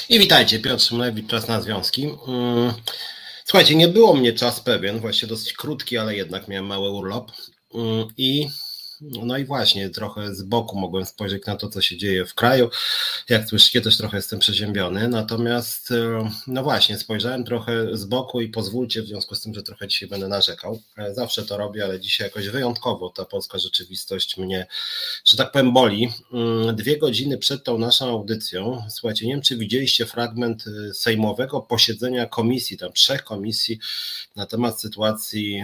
I witajcie, Piotr Szymlewicz, Czas na Związki. Słuchajcie, nie było mnie czas pewien, właściwie dosyć krótki, ale jednak miałem mały urlop. No i właśnie, trochę z boku mogłem spojrzeć na to, co się dzieje w kraju. Jak słyszycie, też trochę jestem przeziębiony, natomiast no właśnie, spojrzałem trochę z boku i pozwólcie, w związku z tym, że trochę dzisiaj będę narzekał. Zawsze to robię, ale dzisiaj jakoś wyjątkowo ta polska rzeczywistość mnie, że tak powiem, boli. 2 godziny przed tą naszą audycją, słuchajcie, nie wiem, czy widzieliście fragment sejmowego posiedzenia komisji, tam 3 komisji na temat sytuacji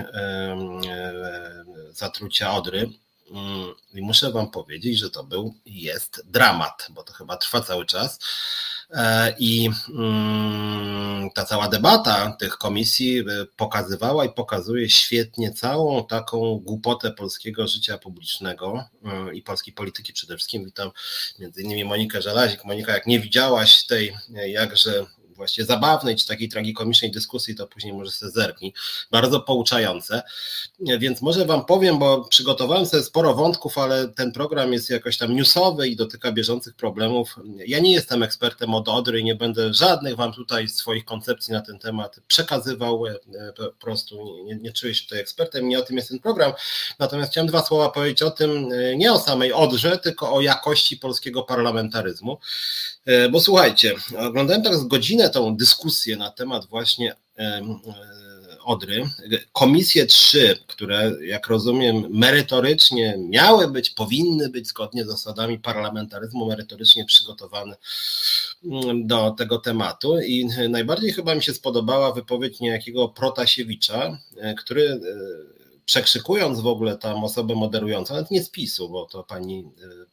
zatrucia Odry. I muszę wam powiedzieć, że to był i jest dramat, bo to chyba trwa cały czas. I ta cała debata tych komisji pokazywała i pokazuje świetnie całą taką głupotę polskiego życia publicznego i polskiej polityki przede wszystkim. Witam między innymi Monikę Żelazik. Monika, jak nie widziałaś tej jakże właśnie zabawnej czy takiej tragikomicznej dyskusji, to później może sobie zerknij. Bardzo pouczające. Więc może wam powiem, bo przygotowałem sobie sporo wątków, ale ten program jest jakoś tam newsowy i dotyka bieżących problemów. Ja nie jestem ekspertem od Odry i nie będę żadnych wam tutaj swoich koncepcji na ten temat przekazywał. Po prostu nie czuję się tutaj ekspertem, nie o tym jest ten program. Natomiast chciałem 2 słowa powiedzieć o tym, nie o samej Odrze, tylko o jakości polskiego parlamentaryzmu. Bo słuchajcie, oglądałem tak z godzinę tą dyskusję na temat właśnie Odry. Komisje 3, które, jak rozumiem, merytorycznie powinny być zgodnie z zasadami parlamentaryzmu merytorycznie przygotowane do tego tematu. I najbardziej chyba mi się spodobała wypowiedź niejakiego Protasiewicza, który przekrzykując w ogóle tam osobę moderującą, nawet nie z PiS-u, bo to pani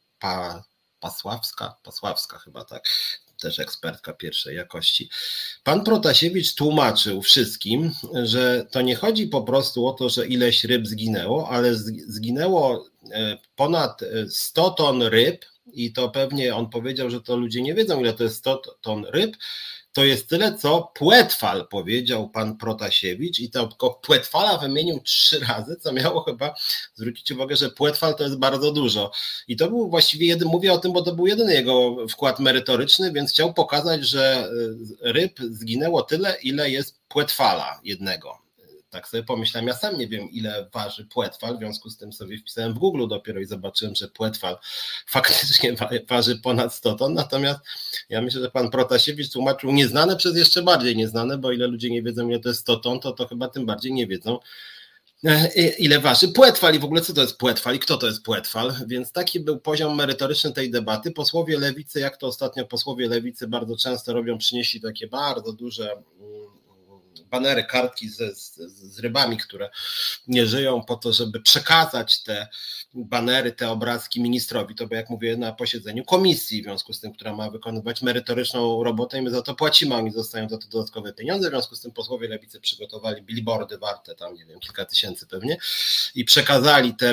Pasławska chyba, tak, też ekspertka pierwszej jakości. Pan Protasiewicz tłumaczył wszystkim, że to nie chodzi po prostu o to, że ileś ryb zginęło, ale zginęło ponad 100 ton ryb i to pewnie on powiedział, że to ludzie nie wiedzą, ile to jest 100 ton ryb. To jest tyle, co płetwal, powiedział pan Protasiewicz i to płetwala wymienił 3 razy, co miało chyba zwrócić uwagę, że płetwal to jest bardzo dużo. I to był właściwie mówię o tym, bo to był jedyny jego wkład merytoryczny, więc chciał pokazać, że ryb zginęło tyle, ile jest płetwala jednego. Tak sobie pomyślałem, ja sam nie wiem, ile waży płetwal, w związku z tym sobie wpisałem w Google dopiero i zobaczyłem, że płetwal faktycznie waży ponad 100 ton, natomiast ja myślę, że pan Protasiewicz tłumaczył nieznane przez jeszcze bardziej nieznane, bo ile ludzie nie wiedzą, ile to jest 100 ton, to chyba tym bardziej nie wiedzą, ile waży płetwal i w ogóle co to jest płetwal i kto to jest płetwal, więc taki był poziom merytoryczny tej debaty. Posłowie lewicy, jak to ostatnio posłowie lewicy bardzo często robią, przynieśli takie bardzo duże banery, kartki z rybami, które nie żyją, po to, żeby przekazać te banery, te obrazki ministrowi. To by, jak mówię, na posiedzeniu komisji, w związku z tym, która ma wykonywać merytoryczną robotę i my za to płacimy, oni dostają za to dodatkowe pieniądze, w związku z tym posłowie lewicy przygotowali billboardy warte tam, nie wiem, kilka tysięcy pewnie i przekazali te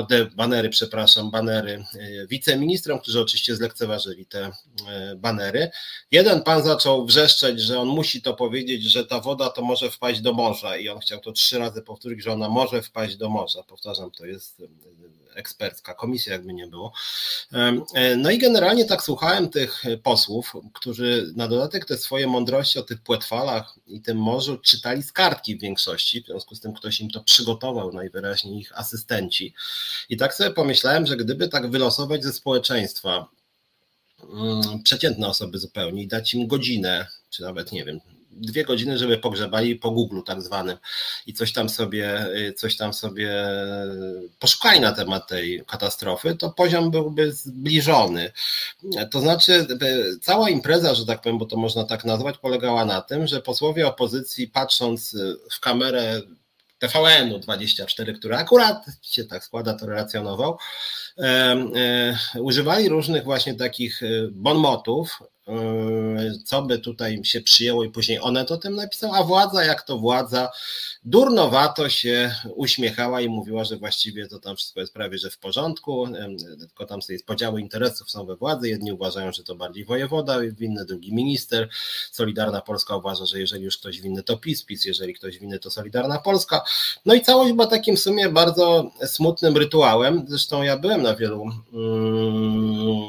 banery wiceministrom, którzy oczywiście zlekceważyli te banery. Jeden pan zaczął wrzeszczeć, że on musi to powiedzieć, że ta woda to może wpaść do morza i on chciał to 3 razy powtórzyć, że ona może wpaść do morza. Powtarzam, to jest ekspercka komisja, jakby nie było. No i generalnie tak słuchałem tych posłów, którzy na dodatek te swoje mądrości o tych płetwalach i tym morzu czytali z kartki w większości, w związku z tym ktoś im to przygotował, najwyraźniej ich asystenci. I tak sobie pomyślałem, że gdyby tak wylosować ze społeczeństwa przeciętne osoby zupełnie i dać im godzinę, czy nawet nie wiem, 2 godziny, żeby pogrzebali po Google tak zwanym i coś tam sobie poszukali na temat tej katastrofy, to poziom byłby zbliżony. To znaczy cała impreza, że tak powiem, bo to można tak nazwać, polegała na tym, że posłowie opozycji, patrząc w kamerę TVN-u 24, który akurat się tak składa, to relacjonował, używali różnych właśnie takich bonmotów, co by tutaj się przyjęło i później Onet o tym napisał, a władza jak to władza durnowato się uśmiechała i mówiła, że właściwie to tam wszystko jest prawie że w porządku, tylko tam sobie podziały interesów są we władzy, jedni uważają, że to bardziej wojewoda winny, drugi minister, Solidarna Polska uważa, że jeżeli już ktoś winny to PiS, jeżeli ktoś winny to Solidarna Polska, no i całość była takim w sumie bardzo smutnym rytuałem, zresztą ja byłem na wielu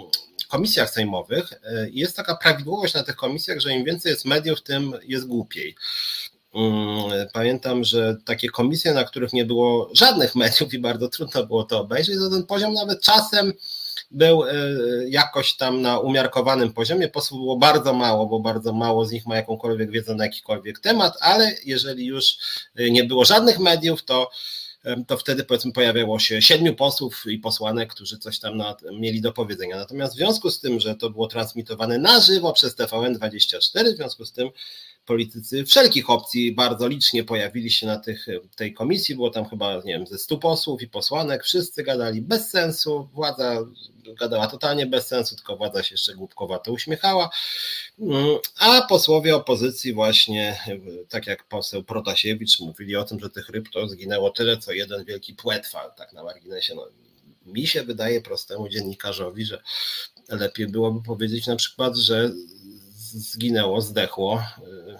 komisjach sejmowych jest taka prawidłowość na tych komisjach, że im więcej jest mediów, tym jest głupiej. Pamiętam, że takie komisje, na których nie było żadnych mediów i bardzo trudno było to obejrzeć, to ten poziom nawet czasem był jakoś tam na umiarkowanym poziomie. Posłów było bardzo mało, bo bardzo mało z nich ma jakąkolwiek wiedzę na jakikolwiek temat, ale jeżeli już nie było żadnych mediów, to wtedy powiedzmy pojawiało się 7 posłów i posłanek, którzy coś tam mieli do powiedzenia. Natomiast w związku z tym, że to było transmitowane na żywo przez TVN24, w związku z tym politycy wszelkich opcji bardzo licznie pojawili się na tej komisji, było tam chyba, nie wiem, ze 100 posłów i posłanek, wszyscy gadali bez sensu, władza gadała totalnie bez sensu, tylko władza się jeszcze głupkowato uśmiechała, a posłowie opozycji właśnie, tak jak poseł Protasiewicz, mówili o tym, że tych ryb to zginęło tyle, co jeden wielki płetwal, tak na marginesie. No, mi się wydaje prostemu dziennikarzowi, że lepiej byłoby powiedzieć na przykład, że zdechło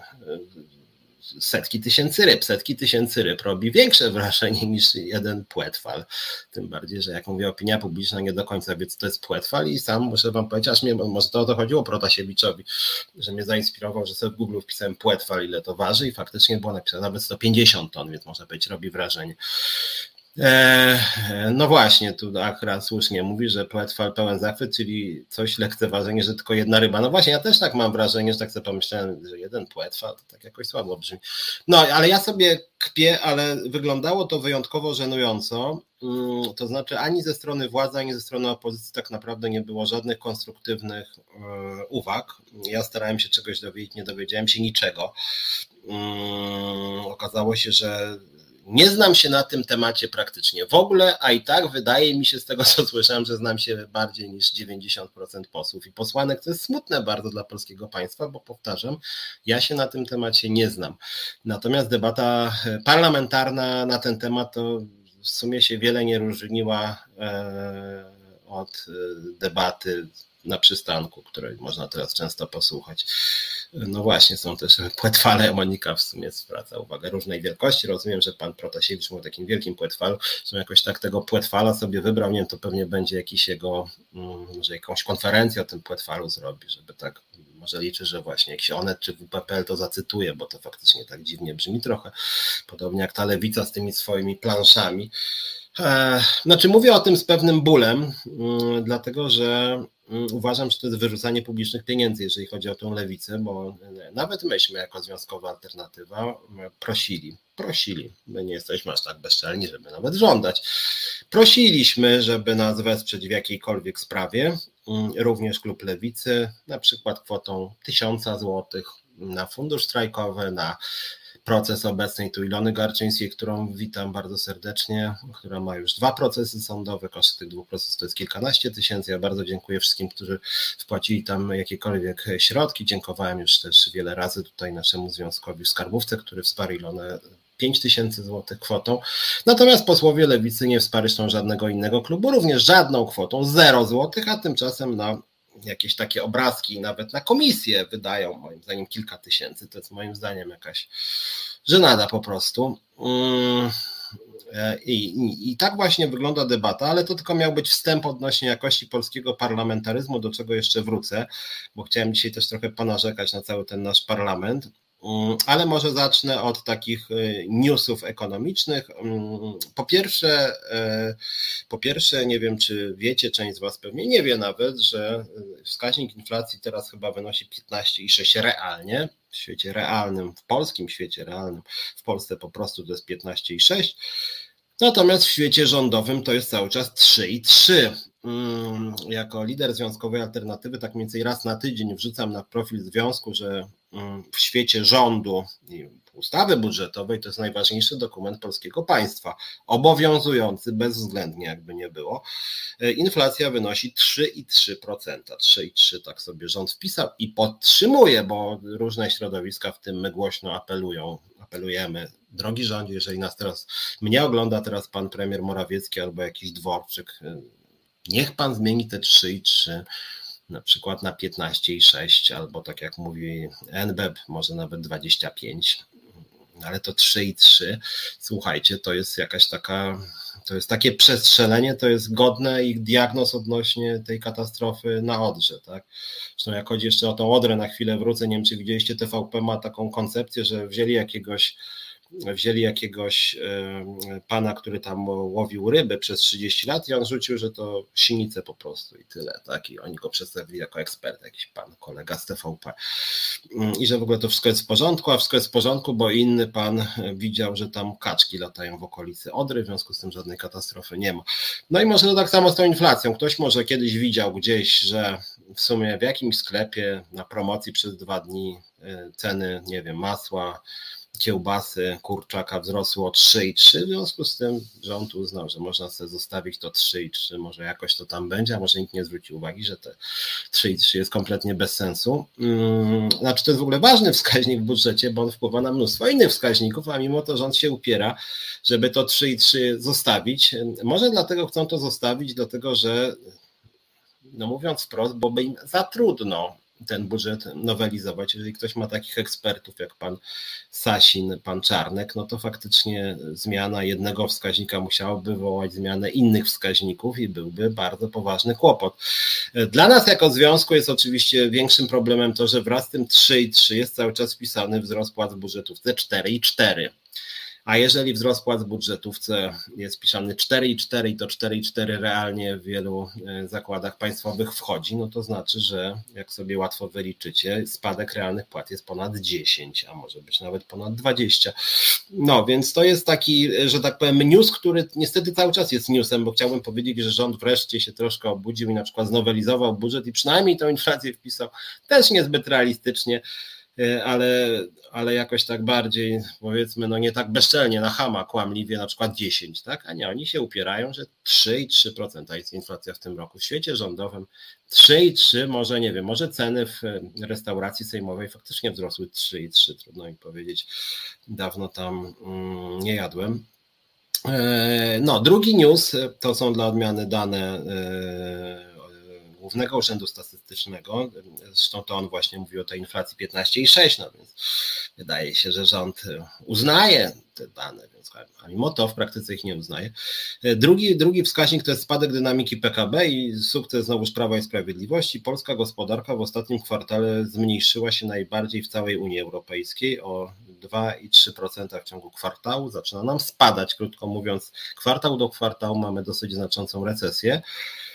setki tysięcy ryb. Setki tysięcy ryb robi większe wrażenie niż jeden płetwal. Tym bardziej, że jak mówię, opinia publiczna nie do końca wie, co to jest płetwal i sam muszę wam powiedzieć, aż mnie, może to o to chodziło Protasiewiczowi, że mnie zainspirował, że sobie w Google wpisałem płetwal, ile to waży i faktycznie było napisane nawet 150 ton, więc można powiedzieć, robi wrażenie. No właśnie, tu akurat słusznie mówi, że płetwal pełen zachwyt, czyli coś lekceważenie, że tylko jedna ryba. No właśnie, ja też tak mam wrażenie, że tak sobie pomyślałem, że jeden płetwal to tak jakoś słabo brzmi. No, ale ja sobie kpię, ale wyglądało to wyjątkowo żenująco. To znaczy ani ze strony władzy, ani ze strony opozycji tak naprawdę nie było żadnych konstruktywnych uwag. Ja starałem się czegoś dowiedzieć, nie dowiedziałem się niczego. Okazało się, że nie znam się na tym temacie praktycznie w ogóle, a i tak wydaje mi się z tego, co słyszałem, że znam się bardziej niż 90% posłów i posłanek. To jest smutne bardzo dla polskiego państwa, bo powtarzam, ja się na tym temacie nie znam. Natomiast debata parlamentarna na ten temat to w sumie się wiele nie różniła od debaty na przystanku, której można teraz często posłuchać. No właśnie, są też płetwale, Monika w sumie zwraca uwagę różnej wielkości. Rozumiem, że pan Protasiewicz mówił o takim wielkim płetwalu, że jakoś tak tego płetwala sobie wybrał, nie wiem, to pewnie będzie jakiś jego, może jakąś konferencję o tym płetwalu zrobi, żeby tak, może liczy, że właśnie jakiś Onet czy WPPL to zacytuje, bo to faktycznie tak dziwnie brzmi trochę, podobnie jak ta lewica z tymi swoimi planszami. Znaczy mówię o tym z pewnym bólem, dlatego że uważam, że to jest wyrzucanie publicznych pieniędzy, jeżeli chodzi o tą lewicę, bo nawet myśmy jako związkowa alternatywa prosili, my nie jesteśmy aż tak bezczelni, żeby nawet żądać, prosiliśmy, żeby nas wesprzeć w jakiejkolwiek sprawie, również klub Lewicy, na przykład kwotą 1000 złotych na fundusz strajkowy, na proces obecnej tu Ilony Garczyńskiej, którą witam bardzo serdecznie, która ma już 2 procesy sądowe, koszt tych 2 procesów to jest kilkanaście tysięcy. Ja bardzo dziękuję wszystkim, którzy wpłacili tam jakiekolwiek środki. Dziękowałem już też wiele razy tutaj naszemu związkowi w Skarbówce, który wsparł Ilonę 5000 złotych kwotą. Natomiast posłowie Lewicy nie wsparli żadnego innego klubu, również żadną kwotą, 0 złotych, a tymczasem na jakieś takie obrazki, nawet na komisję wydają moim zdaniem kilka tysięcy. To jest moim zdaniem jakaś żenada po prostu. I tak właśnie wygląda debata, ale to tylko miał być wstęp odnośnie jakości polskiego parlamentaryzmu, do czego jeszcze wrócę, bo chciałem dzisiaj też trochę ponarzekać na cały ten nasz parlament. Ale może zacznę od takich newsów ekonomicznych. Po pierwsze, nie wiem, czy wiecie, część z Was pewnie nie wie nawet, że wskaźnik inflacji teraz chyba wynosi 15,6 realnie, w świecie realnym, w polskim świecie realnym, w Polsce po prostu to jest 15,6, natomiast w świecie rządowym to jest cały czas 3,3. Jako lider związkowej alternatywy tak mniej więcej raz na tydzień wrzucam na profil związku, że w świecie rządu i ustawy budżetowej to jest najważniejszy dokument polskiego państwa, obowiązujący bezwzględnie, jakby nie było. Inflacja wynosi 3,3%. 3,3 tak sobie rząd wpisał i podtrzymuje, bo różne środowiska, w tym my głośno apelujemy. Drogi rządzie, jeżeli mnie ogląda teraz pan premier Morawiecki albo jakiś Dworczyk, niech pan zmieni te 3,3 na przykład na 15,6 albo tak jak mówi NBP, może nawet 25. ale to 3,3, słuchajcie, to jest jakaś taka, to jest takie przestrzelenie, to jest godne ich diagnoz odnośnie tej katastrofy na Odrze, tak? Zresztą jak chodzi jeszcze o tą Odrę, na chwilę wrócę, nie wiem czy widzieliście, TVP ma taką koncepcję, że wzięli jakiegoś pana, który tam łowił ryby przez 30 lat i on rzucił, że to sinice po prostu i tyle, tak? I oni go przedstawili jako ekspert, jakiś pan, kolega z TVP. I że w ogóle to wszystko jest w porządku, a wszystko jest w porządku, bo inny pan widział, że tam kaczki latają w okolicy Odry, w związku z tym żadnej katastrofy nie ma. No i może to tak samo z tą inflacją. Ktoś może kiedyś widział gdzieś, że w sumie w jakimś sklepie na promocji przez 2 dni ceny, nie wiem, masła, kiełbasy, kurczaka wzrosły o 3,3, w związku z tym rząd uznał, że można sobie zostawić to 3,3, może jakoś to tam będzie, a może nikt nie zwróci uwagi, że te 3,3 jest kompletnie bez sensu. Znaczy to jest w ogóle ważny wskaźnik w budżecie, bo on wpływa na mnóstwo innych wskaźników, a mimo to rząd się upiera, żeby to 3,3 zostawić. Może dlatego chcą to zostawić, dlatego że, no mówiąc wprost, byłoby im za trudno ten budżet nowelizować. Jeżeli ktoś ma takich ekspertów jak pan Sasin, pan Czarnek, no to faktycznie zmiana jednego wskaźnika musiałaby wywołać zmianę innych wskaźników i byłby bardzo poważny kłopot. Dla nas jako związku jest oczywiście większym problemem to, że wraz z tym 3,3 jest cały czas wpisany wzrost płac w budżetówce 4,4. A jeżeli wzrost płac w budżetówce jest pisany 4,4 i to 4,4 realnie w wielu zakładach państwowych wchodzi, no to znaczy, że jak sobie łatwo wyliczycie, spadek realnych płac jest ponad 10, a może być nawet ponad 20. No więc to jest taki, że tak powiem, news, który niestety cały czas jest newsem, bo chciałbym powiedzieć, że rząd wreszcie się troszkę obudził i na przykład znowelizował budżet i przynajmniej tą inflację wpisał też niezbyt realistycznie, ale jakoś tak bardziej, powiedzmy, no nie tak bezczelnie, na chama, kłamliwie, na przykład 10, tak? A nie, oni się upierają, że 3,3% jest inflacja w tym roku. W świecie rządowym 3,3, może nie wiem, może ceny w restauracji sejmowej faktycznie wzrosły 3,3, trudno mi powiedzieć, dawno tam nie jadłem. No, drugi news to są dla odmiany dane Głównego Urzędu Statystycznego, zresztą to on właśnie mówił o tej inflacji 15,6, no więc wydaje się, że rząd uznaje te dane, więc, a mimo to w praktyce ich nie uznaje. Drugi wskaźnik to jest spadek dynamiki PKB i sukces znowuż Prawa i Sprawiedliwości. Polska gospodarka w ostatnim kwartale zmniejszyła się najbardziej w całej Unii Europejskiej o 2,3% w ciągu kwartału. Zaczyna nam spadać, krótko mówiąc, kwartał do kwartału mamy dosyć znaczącą recesję.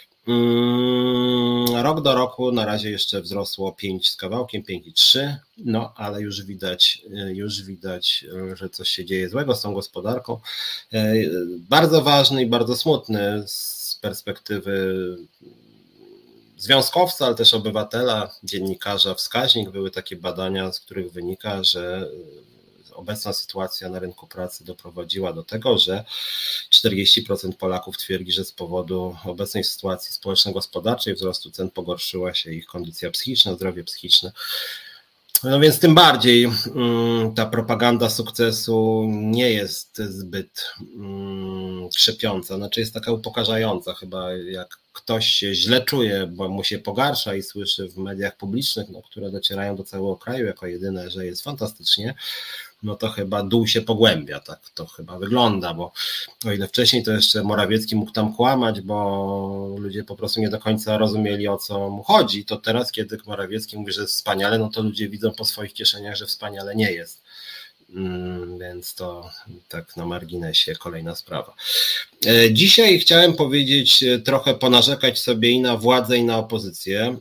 Rok do roku na razie jeszcze wzrosło 5 z kawałkiem, 5,3, no ale już widać, że coś się dzieje złego z tą gospodarką. Bardzo ważny i bardzo smutny z perspektywy związkowca, ale też obywatela, dziennikarza wskaźnik. Były takie badania, z których wynika, że obecna sytuacja na rynku pracy doprowadziła do tego, że 40% Polaków twierdzi, że z powodu obecnej sytuacji społeczno-gospodarczej, wzrostu cen pogorszyła się ich kondycja psychiczna, zdrowie psychiczne. No więc tym bardziej ta propaganda sukcesu nie jest zbyt krzepiąca, znaczy jest taka upokarzająca, chyba jak ktoś się źle czuje, bo mu się pogarsza i słyszy w mediach publicznych, no, które docierają do całego kraju jako jedyne, że jest fantastycznie, no to chyba dół się pogłębia, tak to chyba wygląda, bo o ile wcześniej to jeszcze Morawiecki mógł tam kłamać, bo ludzie po prostu nie do końca rozumieli, o co mu chodzi, to teraz, kiedy Morawiecki mówi, że jest wspaniale, no to ludzie widzą po swoich kieszeniach, że wspaniale nie jest. Więc to tak na marginesie kolejna sprawa. Dzisiaj chciałem powiedzieć, trochę ponarzekać sobie i na władzę, i na opozycję.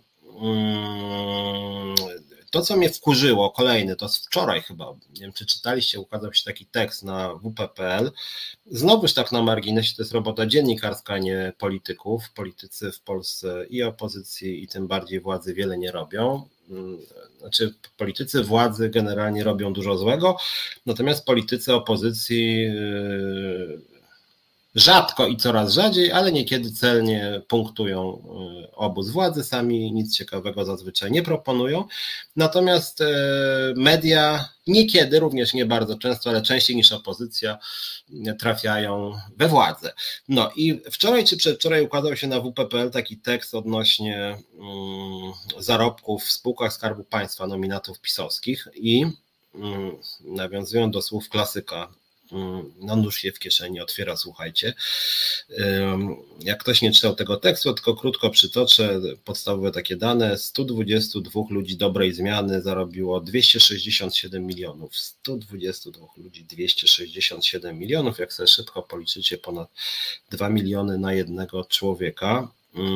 To, co mnie wkurzyło, kolejny, to wczoraj chyba, nie wiem, czy czytaliście, ukazał się taki tekst na wp.pl. Znowuż tak na marginesie, to jest robota dziennikarska, a nie polityków. Politycy w Polsce i opozycji, i tym bardziej władzy wiele nie robią. Znaczy politycy władzy generalnie robią dużo złego, natomiast politycy opozycji rzadko i coraz rzadziej, ale niekiedy celnie punktują obóz władzy, sami nic ciekawego zazwyczaj nie proponują, natomiast media niekiedy, również nie bardzo często, ale częściej niż opozycja, trafiają we władzę. No i wczoraj czy przedwczoraj ukazał się na wp.pl taki tekst odnośnie zarobków w spółkach Skarbu Państwa, nominatów pisowskich i nawiązując do słów klasyka, no nóż je w kieszeni otwiera, słuchajcie. Jak ktoś nie czytał tego tekstu, tylko krótko przytoczę podstawowe takie dane. 122 ludzi dobrej zmiany zarobiło 267 milionów. 122 ludzi 267 milionów. Jak sobie szybko policzycie, ponad 2 miliony na jednego człowieka.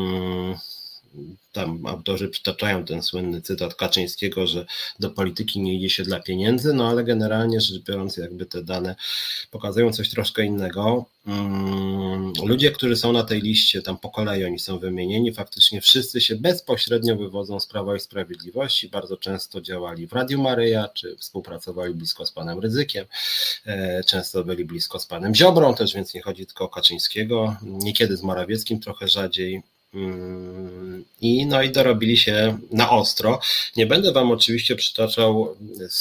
Tam autorzy przytaczają ten słynny cytat Kaczyńskiego, że do polityki nie idzie się dla pieniędzy, no ale generalnie rzecz biorąc jakby te dane pokazują coś troszkę innego. Ludzie, którzy są na tej liście, tam po kolei oni są wymienieni, faktycznie wszyscy się bezpośrednio wywodzą z Prawa i Sprawiedliwości, bardzo często działali w Radiu Maryja, czy współpracowali blisko z panem Rydzykiem, często byli blisko z panem Ziobrą też, więc nie chodzi tylko o Kaczyńskiego, niekiedy z Morawieckim trochę rzadziej. I dorobili się na ostro. Nie będę wam oczywiście przytaczał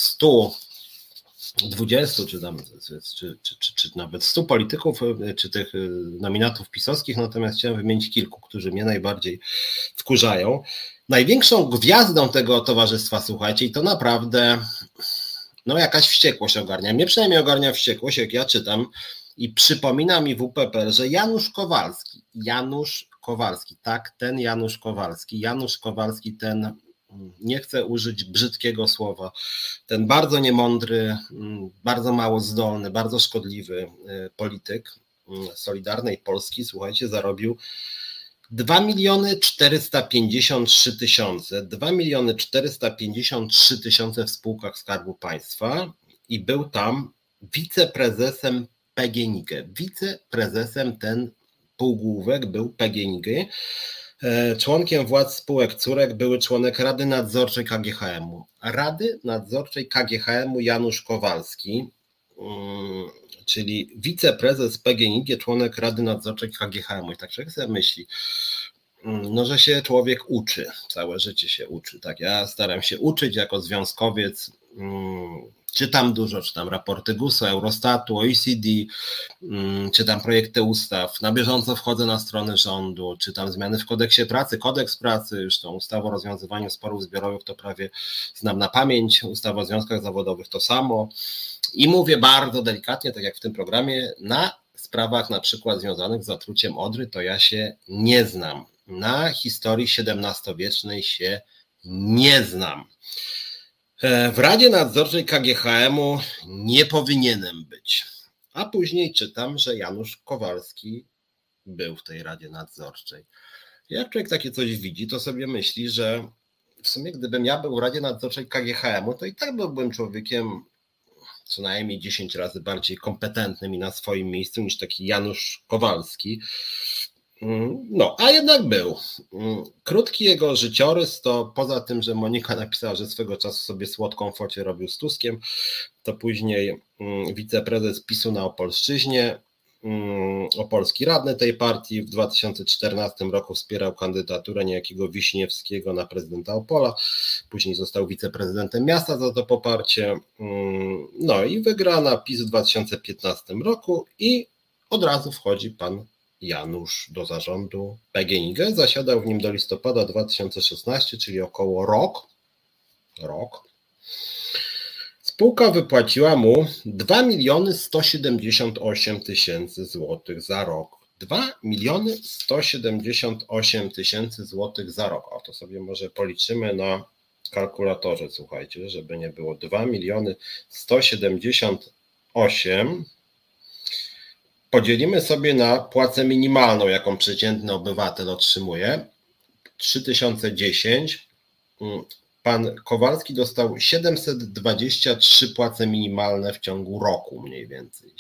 120 czy nawet 100 polityków, czy tych nominatów pisowskich, natomiast chciałem wymienić kilku, którzy mnie najbardziej wkurzają. Największą gwiazdą tego towarzystwa, słuchajcie, i to naprawdę jakaś wściekłość ogarnia. Mnie przynajmniej ogarnia wściekłość, jak ja czytam i przypomina mi WPP, że Janusz Kowalski, tak, ten Janusz Kowalski, ten, nie chcę użyć brzydkiego słowa, ten bardzo niemądry, bardzo mało zdolny, bardzo szkodliwy polityk Solidarnej Polski, słuchajcie, zarobił 2 453 000, 2 453 000 w spółkach Skarbu Państwa i był tam wiceprezesem PGNiG. Wiceprezesem ten półgłówek był PGNiG. Członkiem władz spółek córek były członek Rady Nadzorczej KGHM-u. Rady Nadzorczej KGHM-u Janusz Kowalski, czyli wiceprezes PGNiG, członek Rady Nadzorczej KGHM-u. I tak człowiek sobie myśli, że się człowiek uczy, całe życie się uczy. Tak, ja staram się uczyć jako związkowiec, czytam dużo, czytam raporty GUS-u, Eurostatu, OECD, czytam projekty ustaw, na bieżąco wchodzę na stronę rządu, czytam zmiany w kodeksie pracy, kodeks pracy, już tą ustawę o rozwiązywaniu sporów zbiorowych to prawie znam na pamięć, ustawę o związkach zawodowych to samo i mówię bardzo delikatnie, tak jak w tym programie, na sprawach na przykład związanych z zatruciem Odry to ja się nie znam, na historii XVII-wiecznej się nie znam. W Radzie Nadzorczej KGHM-u nie powinienem być. A później czytam, że Janusz Kowalski był w tej Radzie Nadzorczej. Jak człowiek takie coś widzi, to sobie myśli, że w sumie gdybym ja był w Radzie Nadzorczej KGHM-u, to i tak byłbym człowiekiem co najmniej 10 razy bardziej kompetentnym i na swoim miejscu niż taki Janusz Kowalski. A jednak był. Krótki jego życiorys to poza tym, że Monika napisała, że swego czasu sobie słodką focię robił z Tuskiem, to później wiceprezes PiS-u na Opolszczyźnie, opolski radny tej partii, w 2014 roku wspierał kandydaturę niejakiego Wiśniewskiego na prezydenta Opola, później został wiceprezydentem miasta za to poparcie, i wygrana PiS w 2015 roku i od razu wchodzi pan Janusz do zarządu PGNiG, zasiadał w nim do listopada 2016, czyli około rok. Spółka wypłaciła mu 2 178 000 złotych za rok. 2 178 000 złotych za rok. O, to sobie może policzymy na kalkulatorze, słuchajcie, żeby nie było 2 178 podzielimy sobie na płacę minimalną, jaką przeciętny obywatel otrzymuje, 3010. Pan Kowalski dostał 723 płace minimalne w ciągu roku mniej więcej.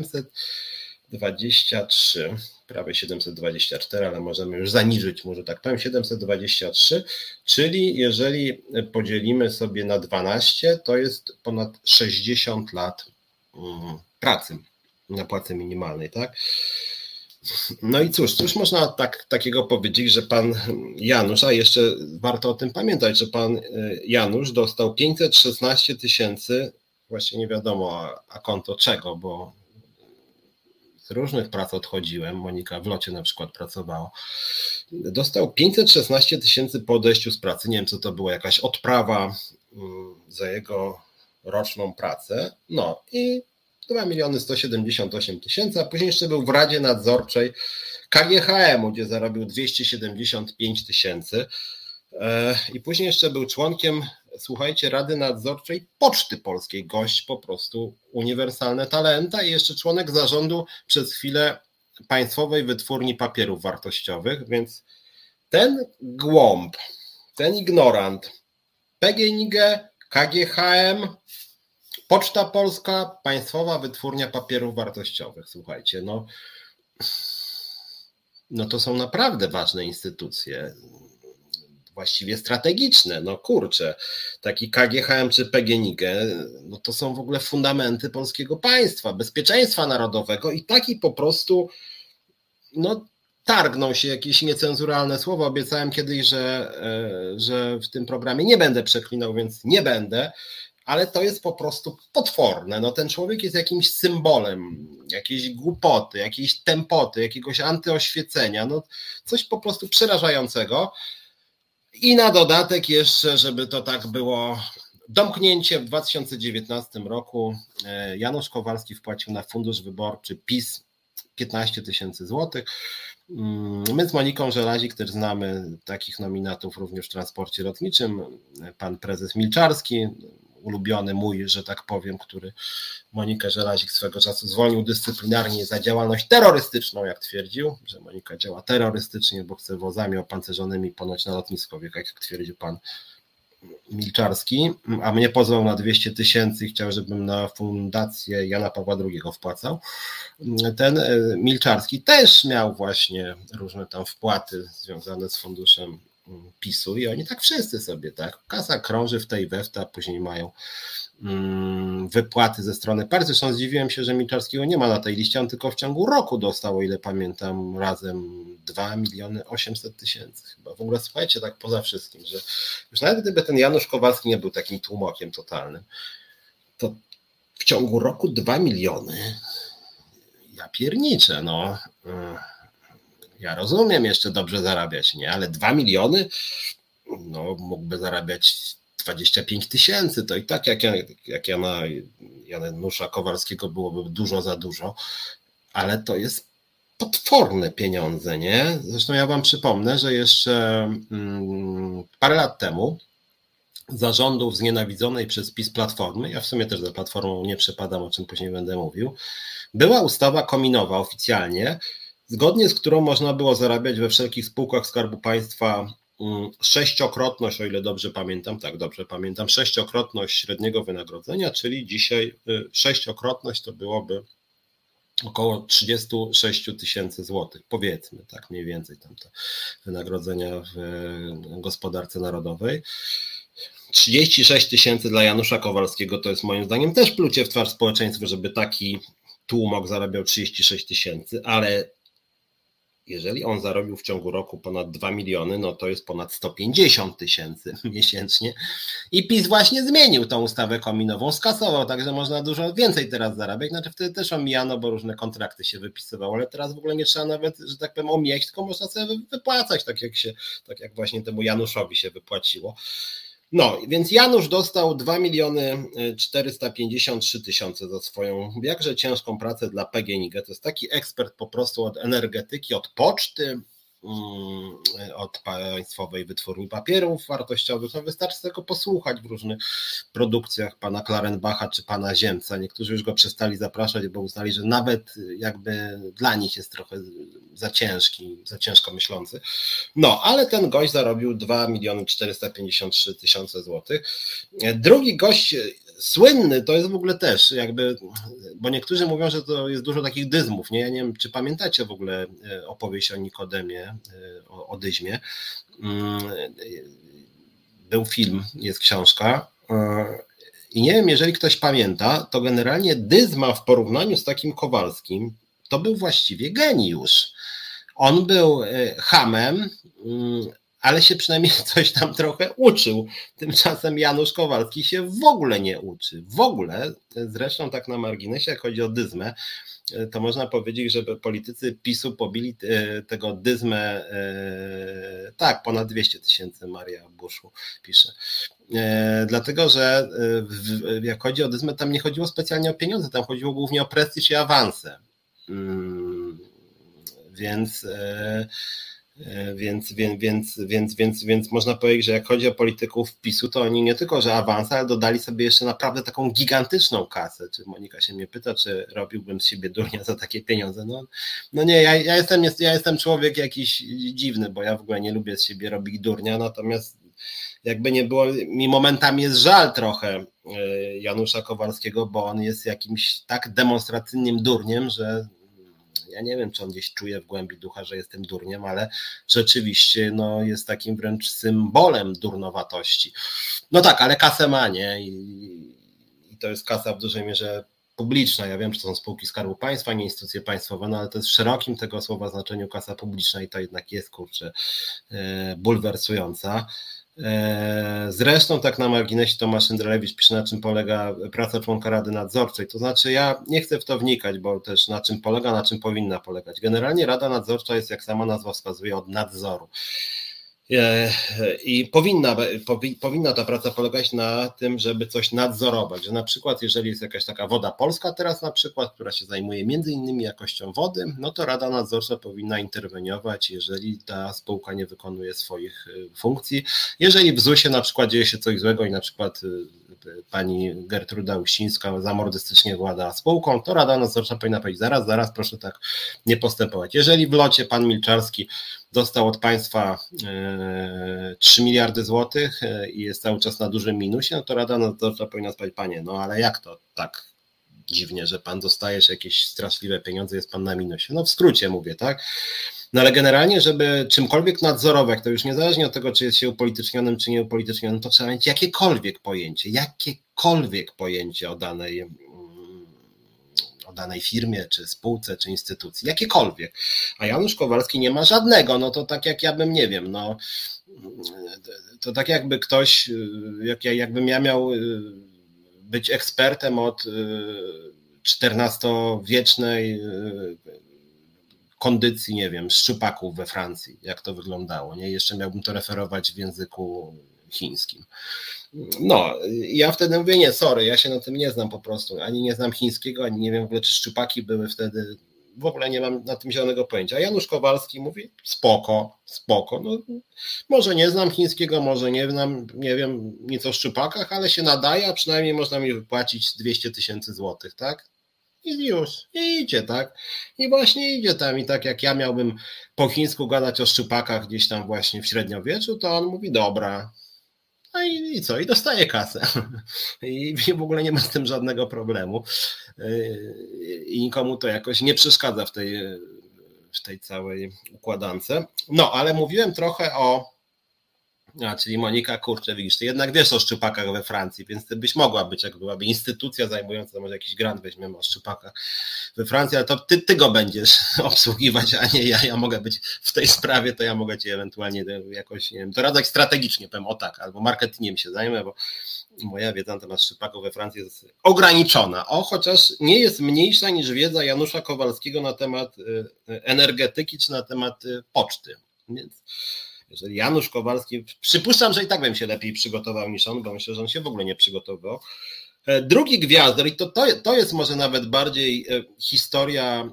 723, prawie 724, ale możemy już zaniżyć, może tak powiem, 723, czyli jeżeli podzielimy sobie na 12, to jest ponad 60 lat pracy na płacy minimalnej, tak? No i cóż można takiego powiedzieć, że pan Janusz, a jeszcze warto o tym pamiętać, że pan Janusz dostał 516 000, właśnie nie wiadomo a konto czego, bo z różnych prac odchodziłem, Monika w locie na przykład pracowała, dostał 516 000 po odejściu z pracy, nie wiem co to było, jakaś odprawa za jego roczną pracę, no i 2 178 000, a później jeszcze był w Radzie Nadzorczej KGHM-u, gdzie zarobił 275 000 i później jeszcze był członkiem, słuchajcie, Rady Nadzorczej Poczty Polskiej, gość po prostu uniwersalne talenta i jeszcze członek zarządu przez chwilę Państwowej Wytwórni Papierów Wartościowych, więc ten głąb, ten ignorant, PGNiG, KGHM, Poczta Polska, Państwowa Wytwórnia Papierów Wartościowych, słuchajcie, no to są naprawdę ważne instytucje, właściwie strategiczne, no kurczę, taki KGHM czy PGNiG, no to są w ogóle fundamenty polskiego państwa, bezpieczeństwa narodowego i taki po prostu, no targną się jakieś niecenzuralne słowa, obiecałem kiedyś, że w tym programie nie będę przeklinał, więc nie będę, ale to jest po prostu potworne, no ten człowiek jest jakimś symbolem jakiejś głupoty, jakiejś tempoty, jakiegoś antyoświecenia, no coś po prostu przerażającego. I na dodatek jeszcze, żeby to tak było domknięcie, w 2019 roku Janusz Kowalski wpłacił na fundusz wyborczy PiS 15 000 złotych. My z Moniką Żelazik też znamy takich nominatów również w transporcie lotniczym. Pan prezes Milczarski, ulubiony mój, że tak powiem, który Monikę Żelazik swego czasu zwolnił dyscyplinarnie za działalność terrorystyczną, jak twierdził, że Monika działa terrorystycznie, bo chce wozami opancerzonymi ponoć na lotnisko wjechać, jak twierdził pan Milczarski, a mnie pozwał na 200 000 i chciał, żebym na fundację Jana Pawła II wpłacał. Ten Milczarski też miał właśnie różne tam wpłaty związane z funduszem PiS-u i oni tak wszyscy sobie, tak, kasa krąży w tej we w te, a później mają wypłaty ze strony partii. Zresztą zdziwiłem się, że Milczarskiego nie ma na tej liście, on tylko w ciągu roku dostał, o ile pamiętam, razem 2 800 000 chyba. W ogóle słuchajcie, tak poza wszystkim, że już nawet gdyby ten Janusz Kowalski nie był takim tłumokiem totalnym, to w ciągu roku 2 miliony, ja pierniczę, no. Ja rozumiem jeszcze dobrze zarabiać, nie? Ale 2 miliony, no mógłby zarabiać 25 000, to i tak jak Janusza Kowalskiego byłoby dużo za dużo, ale to jest potworne pieniądze, nie? Zresztą ja wam przypomnę, że jeszcze parę lat temu zarządów znienawidzonej przez PiS Platformy, ja w sumie też za Platformą nie przepadam, o czym później będę mówił, była ustawa kominowa oficjalnie, zgodnie z którą można było zarabiać we wszelkich spółkach Skarbu Państwa 6-krotność, o ile dobrze pamiętam, tak dobrze pamiętam, 6-krotność średniego wynagrodzenia, czyli dzisiaj 6-krotność to byłoby około 36 000 złotych, powiedzmy, tak mniej więcej tam te wynagrodzenia w gospodarce narodowej. 36 000 dla Janusza Kowalskiego to jest moim zdaniem też plucie w twarz społeczeństwu, żeby taki tłumok zarabiał 36 000, ale jeżeli on zarobił w ciągu roku ponad 2 miliony, no to jest ponad 150 000 miesięcznie i PiS właśnie zmienił tą ustawę kominową, skasował, także można dużo więcej teraz zarabiać, znaczy wtedy też omijano, bo różne kontrakty się wypisywało, ale teraz w ogóle nie trzeba nawet, że tak powiem, omijać, tylko można sobie wypłacać, tak jak właśnie temu Januszowi się wypłaciło. No, więc Janusz dostał 2 453 000 za swoją jakże ciężką pracę dla PGNiG. To jest taki ekspert po prostu od energetyki, od poczty, od Państwowej Wytwórni Papierów Wartościowych. No wystarczy tego posłuchać w różnych produkcjach pana Klarenbacha czy pana Ziemca. Niektórzy już go przestali zapraszać, bo uznali, że nawet jakby dla nich jest trochę za ciężki, za ciężko myślący. No, ale ten gość zarobił 2 453 000 złotych. Drugi gość słynny to jest w ogóle też jakby, bo niektórzy mówią, że to jest dużo takich dyzmów, nie? Ja nie wiem, czy pamiętacie w ogóle opowieść o Nikodemie, o dyzmie. Był film, jest książka i nie wiem, jeżeli ktoś pamięta, to generalnie Dyzma w porównaniu z takim Kowalskim to był właściwie geniusz. On był chamem, ale się przynajmniej coś tam trochę uczył. Tymczasem Janusz Kowalski się w ogóle nie uczy. W ogóle, zresztą tak na marginesie, jak chodzi o Dyzmę, to można powiedzieć, że politycy PiS-u pobili tego Dyzmę, tak, ponad 200 000, Maria Buszu pisze. Dlatego, że jak chodzi o Dyzmę, tam nie chodziło specjalnie o pieniądze, tam chodziło głównie o prestiż i awanse. Więc można powiedzieć, że jak chodzi o polityków PiS-u, to oni nie tylko, że awanse, ale dodali sobie jeszcze naprawdę taką gigantyczną kasę. Czy Monika się mnie pyta, czy robiłbym z siebie durnia za takie pieniądze? No nie, ja jestem człowiek jakiś dziwny, bo ja w ogóle nie lubię z siebie robić durnia, natomiast jakby nie było, mi momentami jest żal trochę Janusza Kowalskiego, bo on jest jakimś tak demonstracyjnym durniem, że ja nie wiem, czy on gdzieś czuje w głębi ducha, że jestem durniem, ale rzeczywiście jest takim wręcz symbolem durnowatości. No tak, ale kasę ma, nie? I to jest kasa w dużej mierze publiczna. Ja wiem, że to są spółki Skarbu Państwa, nie instytucje państwowe, ale to jest w szerokim tego słowa znaczeniu kasa publiczna i to jednak jest, bulwersująca. Zresztą tak na marginesie Tomasz Jędrelewicz pisze, na czym polega praca członka Rady Nadzorczej. To znaczy ja nie chcę w to wnikać, bo też na czym polega, na czym powinna polegać. Generalnie Rada Nadzorcza jest, jak sama nazwa wskazuje, od nadzoru. I powinna ta praca polegać na tym, żeby coś nadzorować, że na przykład jeżeli jest jakaś taka Woda Polska teraz na przykład, która się zajmuje między innymi jakością wody, no to Rada Nadzorcza powinna interweniować, jeżeli ta spółka nie wykonuje swoich funkcji. Jeżeli w ZUS-ie na przykład dzieje się coś złego i na przykład pani Gertruda Uścińska zamordystycznie włada spółką, to Rada Nadzorcza powinna powiedzieć zaraz, proszę tak nie postępować. Jeżeli w locie pan Milczarski dostał od państwa 3 miliardy złotych i jest cały czas na dużym minusie, no to Rada Nadzorcza powinna powiedzieć, panie, ale jak to tak dziwnie, że pan dostajesz jakieś straszliwe pieniądze, jest pan na minusie. No w skrócie mówię, tak? No ale generalnie, żeby czymkolwiek nadzorować, to już niezależnie od tego, czy jest się upolitycznionym, czy nieupolitycznionym, to trzeba mieć jakiekolwiek pojęcie o danej firmie, czy spółce, czy instytucji, jakiekolwiek. A Janusz Kowalski nie ma żadnego, no to tak jak ja bym, nie wiem, to tak jakby ktoś, jakbym ja miał być ekspertem od XIV-wiecznej kondycji, nie wiem, szczupaków we Francji, jak to wyglądało, nie? Jeszcze miałbym to referować w języku chińskim. No, ja wtedy mówię, nie, sorry, ja się na tym nie znam po prostu, ani nie znam chińskiego, ani nie wiem w ogóle, czy szczupaki były wtedy, w ogóle nie mam na tym zielonego pojęcia. A Janusz Kowalski mówi, spoko, no, może nie znam chińskiego, może nie wiem nic o szczupakach, ale się nadaje, a przynajmniej można mi wypłacić 200 000 złotych, tak? I już, i idzie, tak? I właśnie idzie tam i tak jak ja miałbym po chińsku gadać o szczupakach gdzieś tam właśnie w średniowieczu, to on mówi, dobra. No i co? I dostaje kasę. I w ogóle nie ma z tym żadnego problemu. I nikomu to jakoś nie przeszkadza w tej całej układance. No, ale mówiłem trochę czyli Monika, kurczę, widzisz, ty jednak wiesz o szczupakach we Francji, więc ty byś mogła być, jak byłaby instytucja zajmująca, może jakiś grant weźmiemy o szczupakach we Francji, ale to ty go będziesz obsługiwać, a nie ja. Ja mogę być w tej sprawie, to ja mogę ci ewentualnie jakoś, nie wiem, doradzać strategicznie, powiem o tak, albo marketingiem się zajmę, bo moja wiedza na temat szczupaków we Francji jest ograniczona, chociaż nie jest mniejsza niż wiedza Janusza Kowalskiego na temat energetyki czy na temat poczty, więc jeżeli Janusz Kowalski, przypuszczam, że i tak bym się lepiej przygotował niż on, bo myślę, że on się w ogóle nie przygotował. Drugi gwiazdor, i to jest może nawet bardziej historia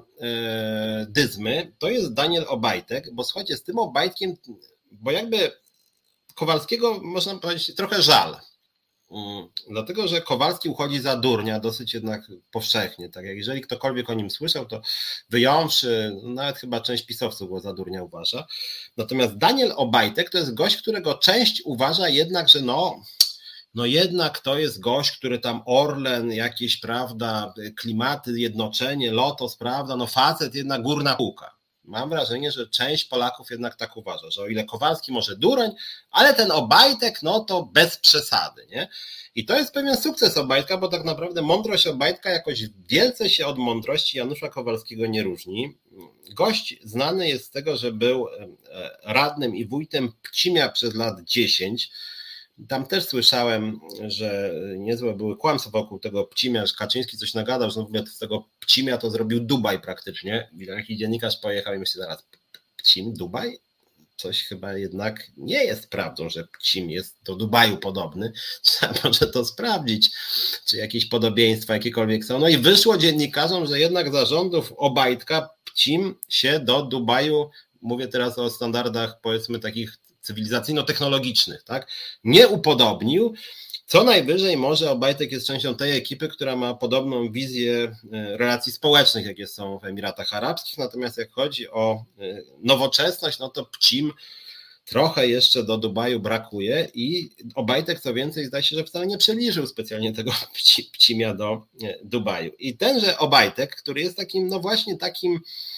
Dyzmy, to jest Daniel Obajtek, bo słuchajcie, z tym Obajtkiem, bo jakby Kowalskiego można powiedzieć trochę żal. Dlatego, że Kowalski uchodzi za durnia dosyć jednak powszechnie. Tak jak jeżeli ktokolwiek o nim słyszał, to wyjąwszy, nawet chyba część pisowców go za durnia uważa. Natomiast Daniel Obajtek to jest gość, którego część uważa jednak, że no jednak to jest gość, który tam Orlen, jakieś, prawda, klimaty, jednoczenie, Lotos, prawda, no facet, jednak górna półka. Mam wrażenie, że część Polaków jednak tak uważa, że o ile Kowalski może dureń, ale ten Obajtek, no to bez przesady, nie? I to jest pewien sukces Obajtka, bo tak naprawdę mądrość Obajtka jakoś wielce się od mądrości Janusza Kowalskiego nie różni. Gość znany jest z tego, że był radnym i wójtem Pcimia przez lat 10. Tam też słyszałem, że niezłe były kłamstwa wokół tego Pcimia, że Kaczyński coś nagadał, że w ogóle z tego Pcimia to zrobił Dubaj praktycznie. Jakiś dziennikarz pojechał i myśli zaraz, Pcim, Dubaj? Coś chyba jednak nie jest prawdą, że Pcim jest do Dubaju podobny. Trzeba może to sprawdzić, czy jakieś podobieństwa jakiekolwiek są. No i wyszło dziennikarzom, że jednak za rządów Obajtka Pcim się do Dubaju, mówię teraz o standardach powiedzmy takich cywilizacyjno-technologicznych, tak, nie upodobnił. Co najwyżej może Obajtek jest częścią tej ekipy, która ma podobną wizję relacji społecznych, jakie są w Emiratach Arabskich, natomiast jak chodzi o nowoczesność, no to Pcim trochę jeszcze do Dubaju brakuje i Obajtek co więcej zdaje się, że wcale nie przybliżył specjalnie tego Pcimia do Dubaju. I tenże Obajtek, który jest takim, no właśnie takim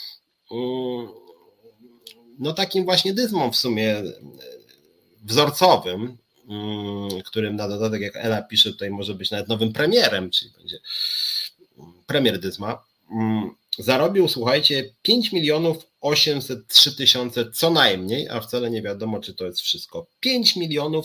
właśnie dyzmą w sumie wzorcowym, którym na dodatek, jak Ela pisze, tutaj może być nawet nowym premierem, czyli będzie premier dyzma, zarobił, słuchajcie, 5 803 000 co najmniej, a wcale nie wiadomo, czy to jest wszystko. 5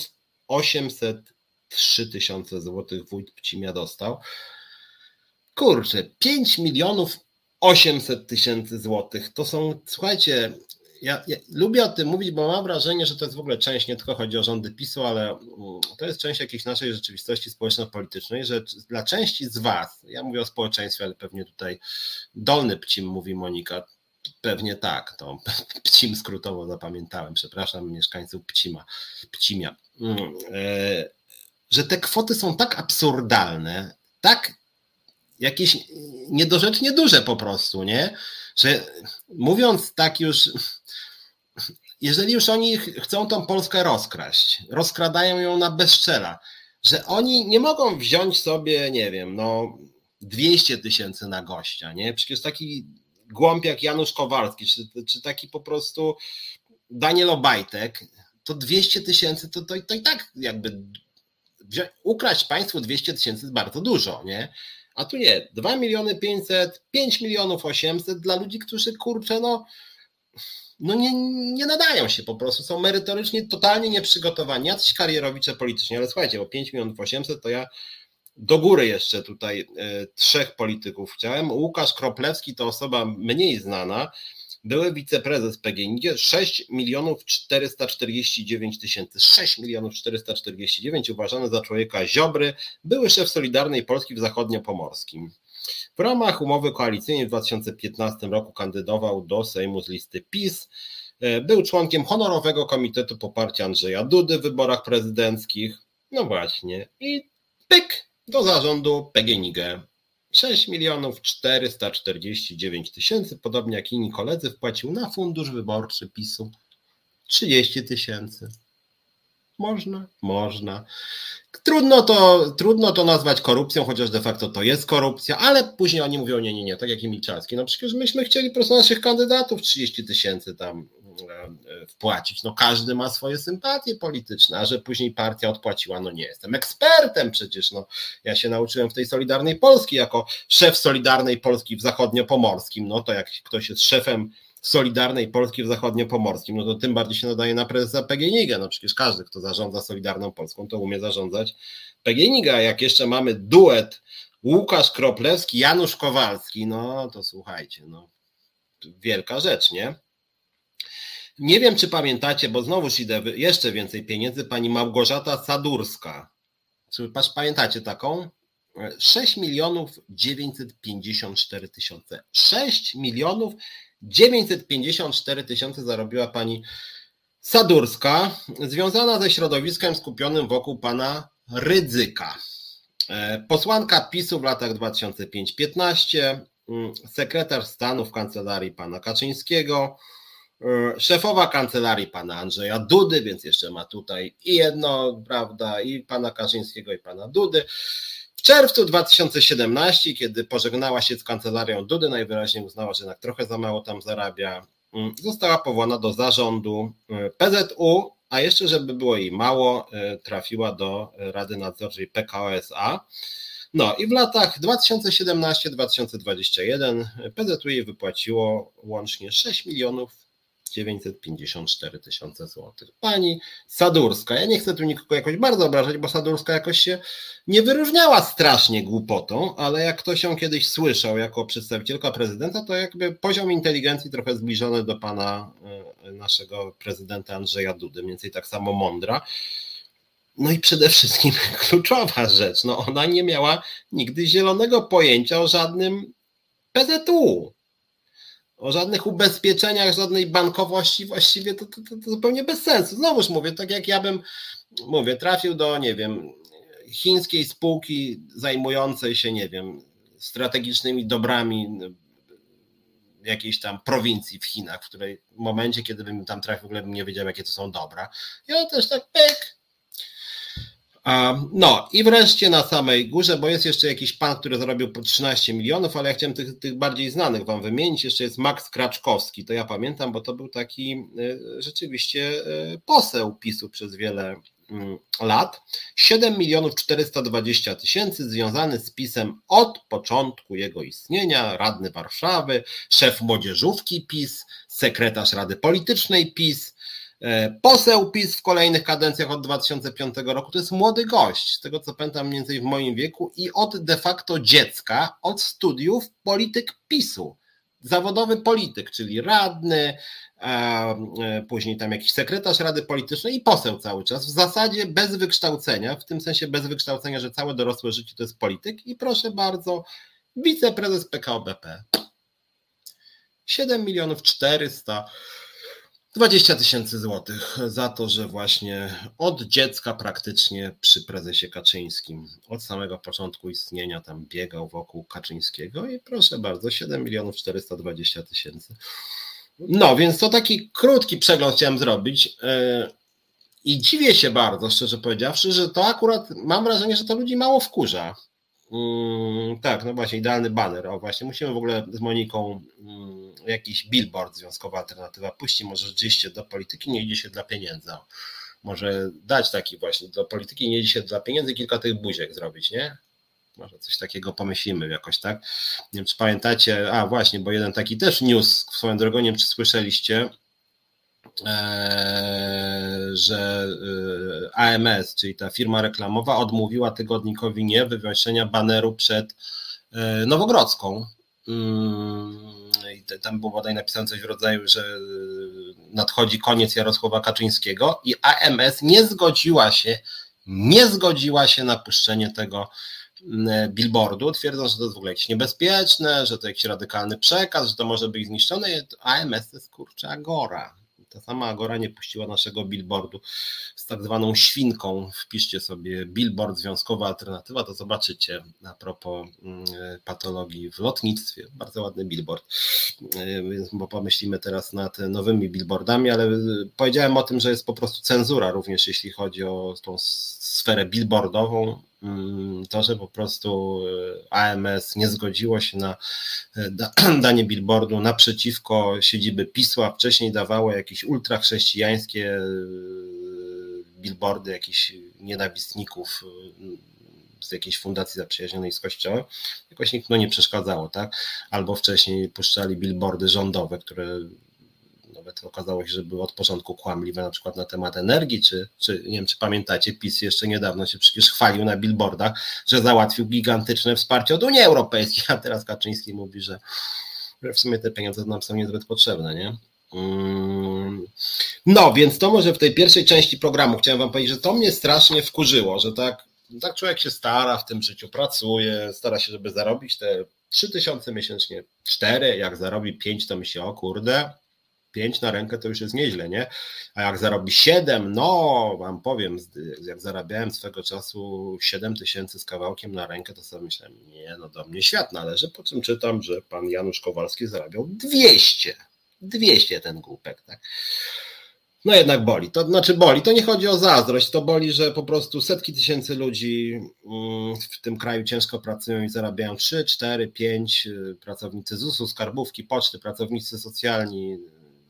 803 000 złotych wójt Pcimia dostał. Kurczę, 5 800 000 złotych, to są, słuchajcie, ja lubię o tym mówić, bo mam wrażenie, że to jest w ogóle część, nie tylko chodzi o rządy PiS-u, ale to jest część jakiejś naszej rzeczywistości społeczno-politycznej, że dla części z was, ja mówię o społeczeństwie, ale pewnie tutaj dolny Pcim, mówi Monika, pewnie tak, to Pcim skrótowo zapamiętałem, przepraszam mieszkańców Pcimia, że te kwoty są tak absurdalne, tak jakieś niedorzecznie duże po prostu, nie? Że mówiąc tak już, jeżeli już oni chcą tą Polskę rozkraść, rozkradają ją na bezczela, że oni nie mogą wziąć sobie, nie wiem, 200 000 na gościa, nie? Przecież taki głąb jak Janusz Kowalski, czy taki po prostu Daniel Obajtek, to 200 000 to i tak jakby ukraść państwu 200 000 jest bardzo dużo, nie? A tu nie, 2 500 000, 5 800 000 dla ludzi, którzy kurczę, nie nadają się po prostu, są merytorycznie totalnie nieprzygotowani, jacyś karierowicze politycznie, ale słuchajcie, o 5 800 000 to ja do góry jeszcze tutaj 3 polityków chciałem. Łukasz Kroplewski to osoba mniej znana, były wiceprezes PGNiG, 6 449 000, 6 449 uważany za człowieka Ziobry, były szef Solidarnej Polski w Zachodniopomorskim. W ramach umowy koalicyjnej w 2015 roku kandydował do Sejmu z listy PiS, był członkiem honorowego komitetu poparcia Andrzeja Dudy w wyborach prezydenckich, no właśnie, i pyk do zarządu PGNiG. 6 449 000, podobnie jak inni koledzy, wpłacił na fundusz wyborczy PiS-u 30 000. Można. Trudno to nazwać korupcją, chociaż de facto to jest korupcja, ale później oni mówią nie, tak jak i Milczarski. No przecież myśmy chcieli po prostu naszych kandydatów 30 000 tam wpłacić. No każdy ma swoje sympatie polityczne, a że później partia odpłaciła, nie jestem ekspertem przecież, ja się nauczyłem w tej Solidarnej Polski jako szef Solidarnej Polski w Zachodniopomorskim, to jak ktoś jest szefem Solidarnej Polski w Zachodniopomorskim, to tym bardziej się nadaje na prezesa PGNiG. Przecież każdy, kto zarządza Solidarną Polską, to umie zarządzać PGNiG. A jak jeszcze mamy duet Łukasz Kroplewski, Janusz Kowalski, to słuchajcie, wielka rzecz, nie? Nie wiem, czy pamiętacie, bo znowuż idę jeszcze więcej pieniędzy, pani Małgorzata Sadurska. Czy pamiętacie taką? 6 954 000. 6 954 000 zarobiła pani Sadurska, związana ze środowiskiem skupionym wokół pana Rydzyka. Posłanka PiS-u w latach 2005-15, sekretarz stanu w kancelarii pana Kaczyńskiego, szefowa kancelarii pana Andrzeja Dudy, więc jeszcze ma tutaj i jedno, prawda, i pana Kaczyńskiego, i pana Dudy. W czerwcu 2017, kiedy pożegnała się z kancelarią Dudy, najwyraźniej uznała, że jednak trochę za mało tam zarabia. została powołana do zarządu PZU, a jeszcze, żeby było jej mało, trafiła do Rady Nadzorczej PKO SA. No i w latach 2017-2021 PZU jej wypłaciło łącznie 6 954 000 złotych. Pani Sadurska, ja nie chcę tu nikogo jakoś bardzo obrażać, bo Sadurska jakoś się nie wyróżniała strasznie głupotą, ale jak ktoś ją kiedyś słyszał jako przedstawicielka prezydenta, to jakby poziom inteligencji trochę zbliżony do pana naszego prezydenta Andrzeja Dudy, mniej więcej tak samo mądra. No i przede wszystkim kluczowa rzecz, no ona nie miała nigdy zielonego pojęcia o żadnym PZU, o żadnych ubezpieczeniach, żadnej bankowości, właściwie to zupełnie bez sensu. Znowuż mówię, tak jak ja bym, trafił do, nie wiem, chińskiej spółki zajmującej się, nie wiem, strategicznymi dobrami jakiejś tam prowincji w Chinach, w której w momencie, kiedy bym tam trafił, w ogóle bym nie wiedział, jakie to są dobra. Ja też tak pyk. No i wreszcie na samej górze, bo jest jeszcze jakiś pan, który zarobił po 13 milionów, ale ja chciałem tych bardziej znanych wam wymienić. Jeszcze jest Max Kraczkowski, to ja pamiętam, bo to był taki rzeczywiście poseł PiS-u przez wiele lat. 7 420 000 związany z PiS-em od początku jego istnienia, radny Warszawy, szef młodzieżówki PiS, sekretarz Rady Politycznej PiS, poseł PiS w kolejnych kadencjach od 2005 roku. To jest młody gość, z tego co pamiętam mniej więcej w moim wieku i od de facto dziecka, od studiów polityk PiS-u. Zawodowy polityk, czyli radny, później tam jakiś sekretarz Rady Politycznej i poseł cały czas. W zasadzie bez wykształcenia, w tym sensie bez wykształcenia, że całe dorosłe życie to jest polityk i proszę bardzo, wiceprezes PKO BP. 7 420 000 złotych za to, że właśnie od dziecka praktycznie przy prezesie Kaczyńskim, od samego początku istnienia tam biegał wokół Kaczyńskiego i proszę bardzo, 7 420 000. No więc to taki krótki przegląd chciałem zrobić i dziwię się bardzo, szczerze powiedziawszy, że to akurat mam wrażenie, że to ludzi mało wkurza. Tak, no właśnie, idealny baner. O właśnie, musimy w ogóle z Moniką jakiś billboard Związkowa Alternatywa puści, może rzeczywiście do polityki nie idzie się dla pieniędzy. Może dać taki właśnie, do polityki nie idzie się dla pieniędzy, kilka tych buziek zrobić, nie? Może coś takiego pomyślimy jakoś, tak? Nie wiem, czy pamiętacie, właśnie, bo jeden taki też news, swoją drogą, nie wiem, czy słyszeliście, że AMS, czyli ta firma reklamowa, odmówiła tygodnikowi Nie wywieszenia baneru przed Nowogrodzką. I tam było bodaj napisane coś w rodzaju, że nadchodzi koniec Jarosława Kaczyńskiego i AMS nie zgodziła się na puszczenie tego billboardu, twierdząc, że to jest w ogóle jakieś niebezpieczne, że to jakiś radykalny przekaz, że to może być zniszczone. AMS to jest kurczę Agora. Ta sama Agora nie puściła naszego billboardu z tak zwaną świnką. Wpiszcie sobie billboard Związkowa Alternatywa, to zobaczycie a propos patologii w lotnictwie. Bardzo ładny billboard, bo pomyślimy teraz nad nowymi billboardami, ale powiedziałem o tym, że jest po prostu cenzura również jeśli chodzi o tą sferę billboardową. To, że po prostu AMS nie zgodziło się na danie billboardu naprzeciwko siedziby PiS-u, a wcześniej dawało jakieś ultrachrześcijańskie billboardy jakichś nienawistników z jakiejś fundacji zaprzyjaźnionej z Kościołem, jakoś nikt nie przeszkadzało, tak? Albo wcześniej puszczali billboardy rządowe, które nawet okazało się, że były od początku kłamliwe, na przykład na temat energii, czy nie wiem, czy pamiętacie, PiS jeszcze niedawno się przecież chwalił na billboardach, że załatwił gigantyczne wsparcie od Unii Europejskiej, a teraz Kaczyński mówi, że w sumie te pieniądze nam są niezbyt potrzebne, nie? No, więc to może w tej pierwszej części programu chciałem wam powiedzieć, że to mnie strasznie wkurzyło, że tak człowiek się stara w tym życiu, pracuje, stara się, żeby zarobić te 3000 miesięcznie, 4, jak zarobi 5, to myśli, o kurde, 5 na rękę to już jest nieźle, nie? A jak zarobi 7, no wam powiem, jak zarabiałem swego czasu 7 000 z kawałkiem na rękę, to sobie myślałem, nie, no do mnie świat należy, po czym czytam, że pan Janusz Kowalski zarabiał 200 ten głupek, tak? No jednak boli, to znaczy boli, to nie chodzi o zazdrość, to boli, że po prostu setki tysięcy ludzi w tym kraju ciężko pracują i zarabiają 3, 4, 5, pracownicy ZUS-u, skarbówki, poczty, pracownicy socjalni,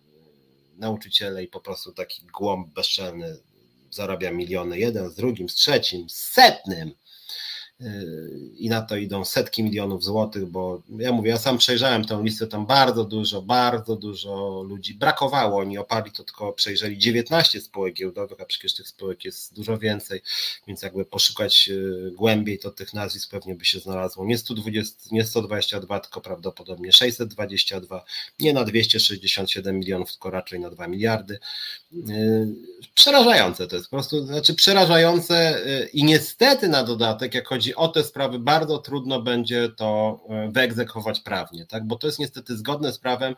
nauczyciele i po prostu taki głąb bezczelny zarabia miliony, jeden z drugim, z trzecim, z setnym. I na to idą setki milionów złotych, bo ja mówię, ja sam przejrzałem tę listę, tam bardzo dużo ludzi brakowało, oni oparli to tylko, przejrzeli 19 spółek giełdowych, a przecież tych spółek jest dużo więcej, więc jakby poszukać głębiej, to tych nazwisk pewnie by się znalazło nie 122, tylko prawdopodobnie 622, nie na 267 milionów, tylko raczej na 2 miliardy. Przerażające to jest, po prostu, znaczy przerażające i niestety na dodatek, jak chodzi o te sprawy, bardzo trudno będzie to wyegzekwować prawnie, tak? Bo to jest niestety zgodne z prawem.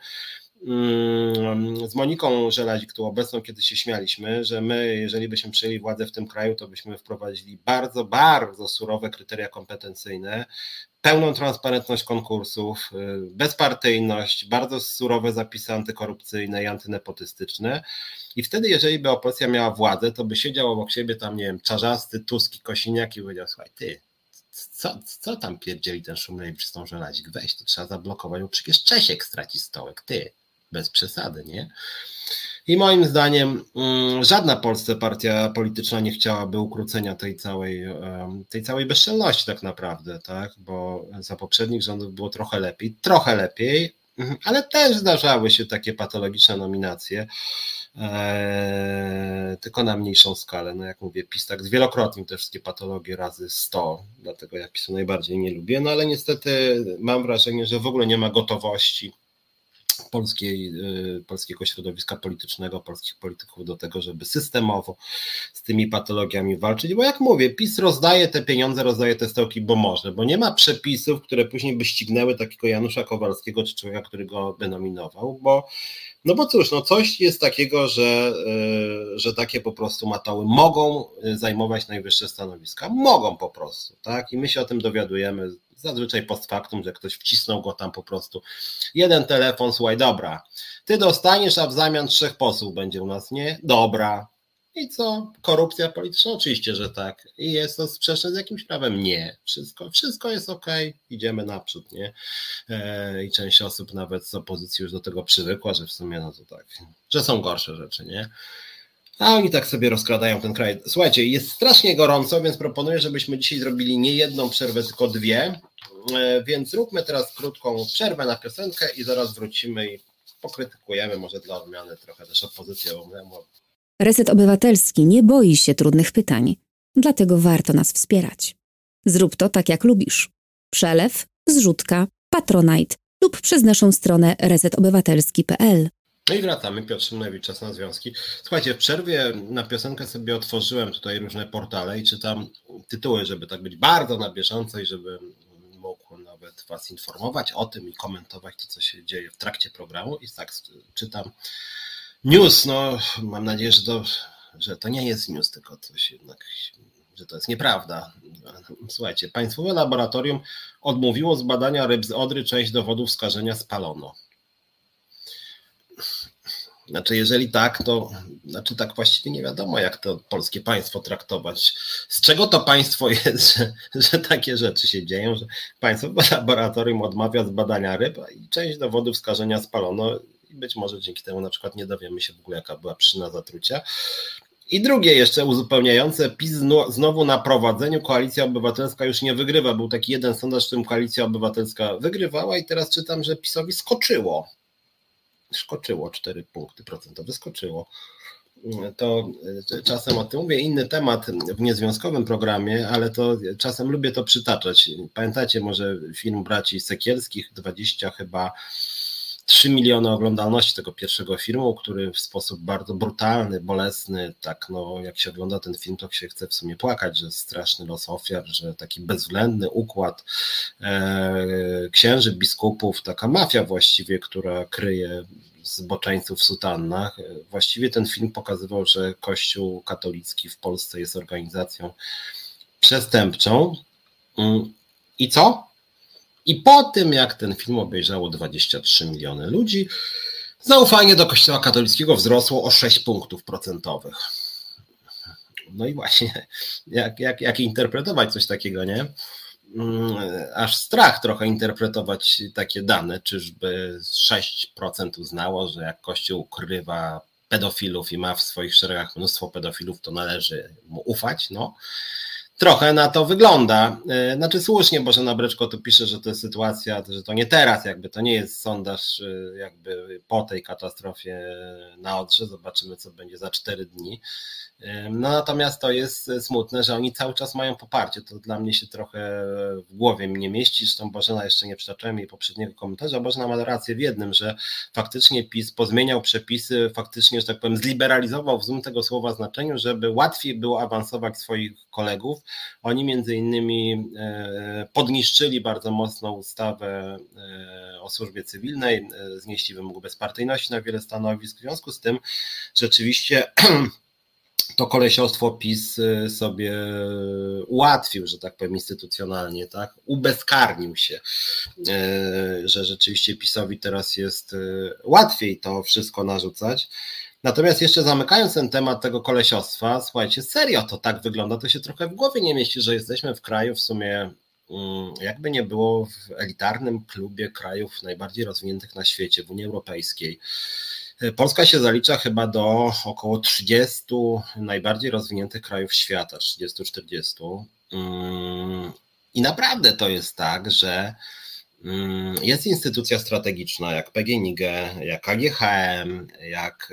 Z Moniką Żelazik, tu obecną, kiedy się śmialiśmy, że my, jeżeli byśmy przyjęli władzę w tym kraju, to byśmy wprowadzili bardzo surowe kryteria kompetencyjne, pełną transparentność konkursów, bezpartyjność, bardzo surowe zapisy antykorupcyjne i antynepotystyczne. I wtedy, jeżeli by opozycja miała władzę, to by siedział obok siebie tam, nie wiem, Czarzasty, Tusk i Kosiniak i powiedział, słuchaj, ty, co tam pierdzieli ten Szumlewicz z tą Żelazik? Weź, to trzeba zablokować, bo przecież Czesiek straci stołek, ty, bez przesady, nie? I moim zdaniem żadna polska partia polityczna nie chciałaby ukrócenia tej całej bezczelności tak naprawdę, tak? Bo za poprzednich rządów było trochę lepiej, ale też zdarzały się takie patologiczne nominacje, tylko na mniejszą skalę. No jak mówię, PiS tak zwielokrotnił te wszystkie patologie razy 100, dlatego ja PiS-u najbardziej nie lubię, no ale niestety mam wrażenie, że w ogóle nie ma gotowości polskiego środowiska politycznego, polskich polityków do tego, żeby systemowo z tymi patologiami walczyć, bo jak mówię, PiS rozdaje te pieniądze, rozdaje te stołki, bo może, bo nie ma przepisów, które później by ścignęły takiego Janusza Kowalskiego, czy człowieka, który go by nominował, bo cóż, no coś jest takiego, że takie po prostu matoły mogą zajmować najwyższe stanowiska, mogą po prostu, tak, i my się o tym dowiadujemy zazwyczaj post factum, że ktoś wcisnął go tam po prostu. Jeden telefon, słuchaj, dobra, ty dostaniesz, a w zamian 3 posłów będzie u nas, nie? Dobra. I co? Korupcja polityczna? Oczywiście, że tak. I jest to sprzeczne z jakimś prawem? Nie. Wszystko jest okej, idziemy naprzód, nie? I część osób nawet z opozycji już do tego przywykła, że w sumie no to tak, że są gorsze rzeczy, nie? A oni tak sobie rozkradają ten kraj. Słuchajcie, jest strasznie gorąco, więc proponuję, żebyśmy dzisiaj zrobili nie jedną przerwę, tylko 2. Więc zróbmy teraz krótką przerwę na piosenkę i zaraz wrócimy i pokrytykujemy może dla odmiany trochę też opozycję. Reset Obywatelski nie boi się trudnych pytań, dlatego warto nas wspierać. Zrób to tak jak lubisz. Przelew, zrzutka, Patronite lub przez naszą stronę resetobywatelski.pl. No i wracamy, Piotr Szymlewicz, Czas na związki. Słuchajcie, w przerwie na piosenkę sobie otworzyłem tutaj różne portale i czytam tytuły, żeby tak być bardzo na bieżąco i żeby mógł nawet was informować o tym i komentować to, co się dzieje w trakcie programu. I tak czytam news, no mam nadzieję, że to nie jest news, tylko coś jednak, że to jest nieprawda. Słuchajcie, Państwowe Laboratorium odmówiło z badania ryb z Odry, część dowodów skażenia spalono. Znaczy, jeżeli tak, to znaczy tak właściwie nie wiadomo, jak to polskie państwo traktować. Z czego to państwo jest, że takie rzeczy się dzieją, że Państwowe Laboratorium odmawia z badania ryb i część dowodów skażenia spalono i być może dzięki temu na przykład nie dowiemy się w ogóle, jaka była przyczyna zatrucia. I drugie jeszcze uzupełniające, PiS znowu na prowadzeniu, Koalicja Obywatelska już nie wygrywa. Był taki jeden sondaż, w którym Koalicja Obywatelska wygrywała i teraz czytam, że PiS-owi skoczyło 4 punkty procentowe, skoczyło. To czasem o tym mówię, inny temat w niezwiązkowym programie, ale to czasem lubię to przytaczać. Pamiętacie może film braci Sekielskich, 3 miliony oglądalności tego pierwszego filmu, który w sposób bardzo brutalny, bolesny, tak no jak się ogląda ten film, to się chce w sumie płakać, że straszny los ofiar, że taki bezwzględny układ księży, biskupów, taka mafia właściwie, która kryje zboczeńców w sutannach. Właściwie ten film pokazywał, że Kościół katolicki w Polsce jest organizacją przestępczą. I co? I po tym, jak ten film obejrzało 23 miliony ludzi, zaufanie do Kościoła katolickiego wzrosło o 6 punktów procentowych. No i właśnie, jak interpretować coś takiego, nie? Aż strach trochę interpretować takie dane, czyżby 6% uznało, że jak Kościół ukrywa pedofilów i ma w swoich szeregach mnóstwo pedofilów, to należy mu ufać, no. Trochę na to wygląda. Znaczy słusznie Bożena Breczko tu pisze, że to jest sytuacja, że to nie teraz, jakby to nie jest sondaż jakby po tej katastrofie na Odrze, zobaczymy co będzie za 4 dni. No natomiast to jest smutne, że oni cały czas mają poparcie, to dla mnie się trochę w głowie mi nie mieści, zresztą Bożena jeszcze nie przytaczyłem jej poprzedniego komentarza, Bożena ma rację w jednym, że faktycznie PiS pozmieniał przepisy, faktycznie, że tak powiem, zliberalizował w złym tego słowa znaczeniu, żeby łatwiej było awansować swoich kolegów. Oni między innymi podniszczyli bardzo mocno ustawę o służbie cywilnej, znieśli wymóg bezpartyjności na wiele stanowisk, w związku z tym rzeczywiście to kolesiostwo PiS sobie ułatwił, że tak powiem, instytucjonalnie, tak? Ubezkarnił się, że rzeczywiście PiS-owi teraz jest łatwiej to wszystko narzucać. Natomiast jeszcze zamykając ten temat tego kolesiostwa, słuchajcie, serio to tak wygląda, to się trochę w głowie nie mieści, że jesteśmy w kraju w sumie, jakby nie było, w elitarnym klubie krajów najbardziej rozwiniętych na świecie, w Unii Europejskiej. Polska się zalicza chyba do około 30 najbardziej rozwiniętych krajów świata, 30-40. I naprawdę to jest tak, że jest instytucja strategiczna jak PGNiG, jak KGHM, jak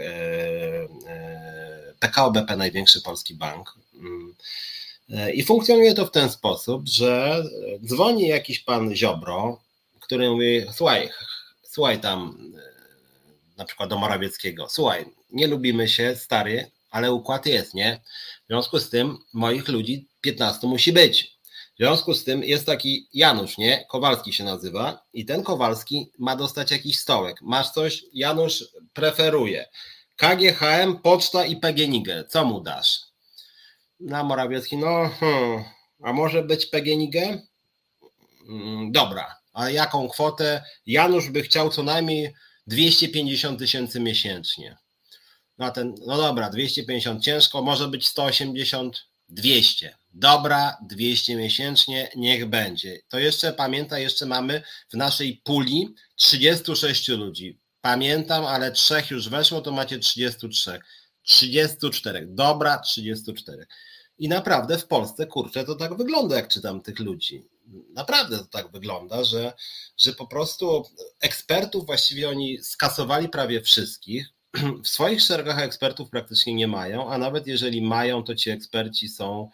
PKO BP, największy polski bank. I funkcjonuje to w ten sposób, że dzwoni jakiś pan Ziobro, który mówi, słuchaj tam, na przykład do Morawieckiego, słuchaj, nie lubimy się, stary, ale układ jest, nie? W związku z tym moich ludzi 15 musi być. W związku z tym jest taki Janusz, nie? Kowalski się nazywa i ten Kowalski ma dostać jakiś stołek. Masz coś? Janusz preferuje. KGHM, Poczta i PGNiG. Co mu dasz? Na Morawiecki, a może być PGNiG? Dobra, a jaką kwotę? Janusz by chciał co najmniej 250 000 miesięcznie. No dobra, 250 ciężko, może być 180, 200. Dobra, 200 miesięcznie, niech będzie. To jeszcze pamiętaj, jeszcze mamy w naszej puli 36 ludzi. Pamiętam, ale 3 już weszło, to macie 33. 34, dobra, 34. I naprawdę w Polsce, kurczę, to tak wygląda, jak czytam tych ludzi. Naprawdę to tak wygląda, że po prostu ekspertów właściwie oni skasowali prawie wszystkich. W swoich szeregach ekspertów praktycznie nie mają, a nawet jeżeli mają, to ci eksperci są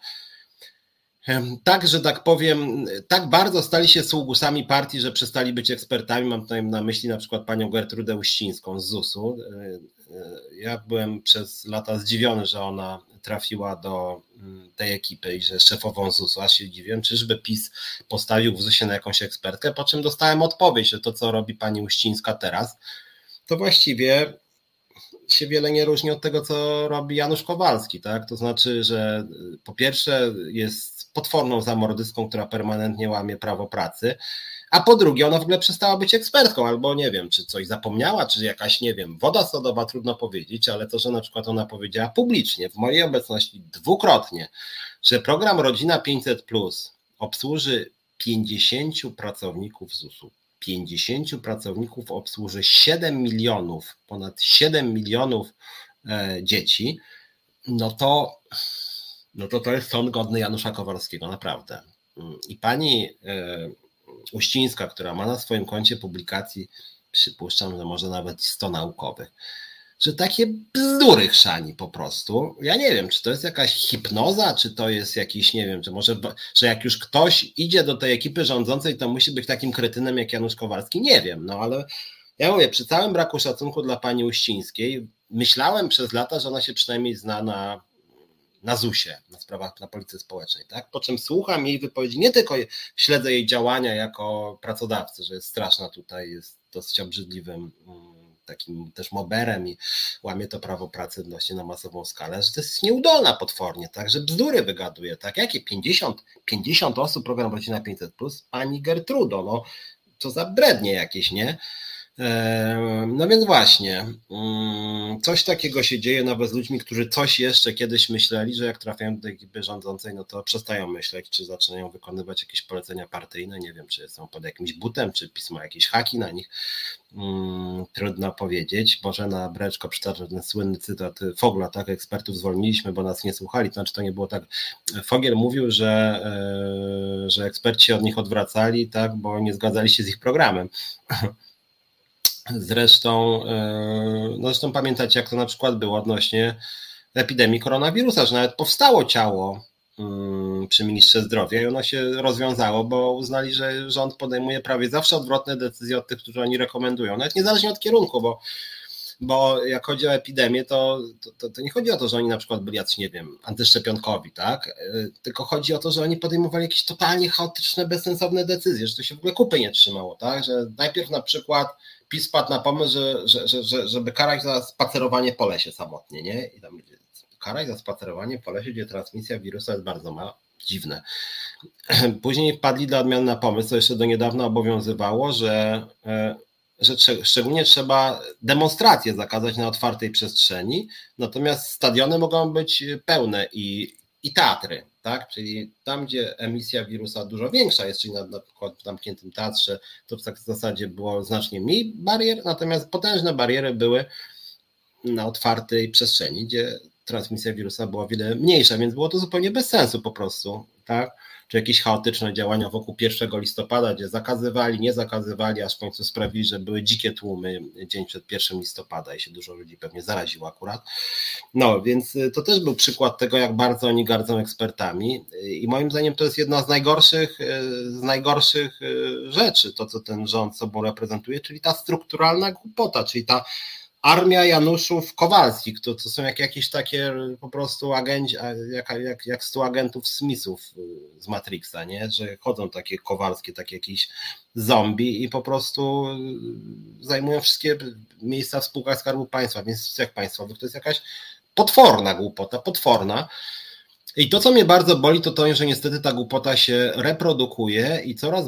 tak, że tak powiem, tak bardzo stali się sługusami partii, że przestali być ekspertami. Mam tutaj na myśli na przykład panią Gertrudę Uścińską z ZUS-u. Ja byłem przez lata zdziwiony, że ona trafiła do tej ekipy i że szefową ZUS-u, aż się dziwiłem, czyżby PiS postawił w ZUS-ie na jakąś ekspertkę, po czym dostałem odpowiedź, że to, co robi pani Uścińska teraz, to właściwie się wiele nie różni od tego, co robi Janusz Kowalski, tak? To znaczy, że po pierwsze jest potworną zamordystką, która permanentnie łamie prawo pracy, a po drugie ona w ogóle przestała być ekspertką, albo nie wiem, czy coś zapomniała, czy jakaś, nie wiem, woda sodowa, trudno powiedzieć, ale to, że na przykład ona powiedziała publicznie, w mojej obecności dwukrotnie, że program Rodzina 500+ obsłuży 50 pracowników ZUS-u. 50 pracowników obsłuży 7 milionów, ponad 7 milionów dzieci, no to jest sąd godny Janusza Kowalskiego, naprawdę. I pani Uścińska, która ma na swoim koncie publikacji, przypuszczam, że może nawet 100 naukowych, że takie bzdury chrzani po prostu. Ja nie wiem, czy to jest jakaś hipnoza, czy to jest jakiś, nie wiem, czy może, że jak już ktoś idzie do tej ekipy rządzącej, to musi być takim kretynem jak Janusz Kowalski. Nie wiem, no ale ja mówię, przy całym braku szacunku dla pani Uścińskiej, myślałem przez lata, że ona się przynajmniej zna na ZUS-ie, na sprawach, na polityce społecznej, tak? Po czym słucham jej wypowiedzi, nie tylko śledzę jej działania jako pracodawcy, że jest straszna tutaj, jest dosyć obrzydliwym takim też moberem i łamie to prawo pracy właśnie na masową skalę, że to jest nieudolna potwornie, tak, że bzdury wygaduje, tak, jakie 50 osób, program Rodzina 500+, pani Gertrudo, no, co za brednie jakieś, nie? No więc właśnie, coś takiego się dzieje nawet z ludźmi, którzy coś jeszcze kiedyś myśleli, że jak trafiają do ekipy rządzącej, no to przestają myśleć, czy zaczynają wykonywać jakieś polecenia partyjne, nie wiem, czy są pod jakimś butem, czy pismo jakieś haki na nich, trudno powiedzieć. Bożena Breczko przytacza ten słynny cytat Fogla, tak, ekspertów zwolniliśmy, bo nas nie słuchali, to znaczy to nie było tak. Fogiel mówił, że eksperci się od nich odwracali, tak, bo nie zgadzali się z ich programem. Zresztą pamiętacie, jak to na przykład było odnośnie epidemii koronawirusa, że nawet powstało ciało przy ministrze zdrowia i ono się rozwiązało, bo uznali, że rząd podejmuje prawie zawsze odwrotne decyzje od tych, którzy oni rekomendują, nawet niezależnie od kierunku, bo jak chodzi o epidemię, to nie chodzi o to, że oni na przykład byli jacyś, nie wiem, antyszczepionkowi, tak? Tylko chodzi o to, że oni podejmowali jakieś totalnie chaotyczne, bezsensowne decyzje, że to się w ogóle kupy nie trzymało, tak? Że najpierw na przykład PiS padł na pomysł, żeby karać za spacerowanie po lesie samotnie, nie? I tam karać za spacerowanie po lesie, gdzie transmisja wirusa jest bardzo mała. Dziwne. Później wpadli dla odmiany na pomysł, co jeszcze do niedawna obowiązywało, że szczególnie trzeba demonstracje zakazać na otwartej przestrzeni, natomiast stadiony mogą być pełne i teatry, tak? Czyli tam, gdzie emisja wirusa dużo większa jest, czyli na przykład w zamkniętym teatrze, to w zasadzie było znacznie mniej barier, natomiast potężne bariery były na otwartej przestrzeni, gdzie transmisja wirusa była o wiele mniejsza, więc było to zupełnie bez sensu po prostu, tak? Czy jakieś chaotyczne działania wokół 1 listopada, gdzie zakazywali, nie zakazywali, aż w końcu sprawili, że były dzikie tłumy dzień przed 1 listopada i się dużo ludzi pewnie zaraziło akurat. No, więc to też był przykład tego, jak bardzo oni gardzą ekspertami i moim zdaniem to jest jedna z najgorszych rzeczy, to co ten rząd sobą reprezentuje, czyli ta strukturalna głupota, czyli ta armia Januszów Kowalskich, to są jakieś takie po prostu agenci, jak 100 agentów Smithów z Matrixa, nie? Że chodzą takie kowalskie, takie jakieś zombie i po prostu zajmują wszystkie miejsca w spółkach Skarbu Państwa, w instytucjach państwowych. To jest jakaś potworna głupota, potworna. I to, co mnie bardzo boli, to, że niestety ta głupota się reprodukuje i coraz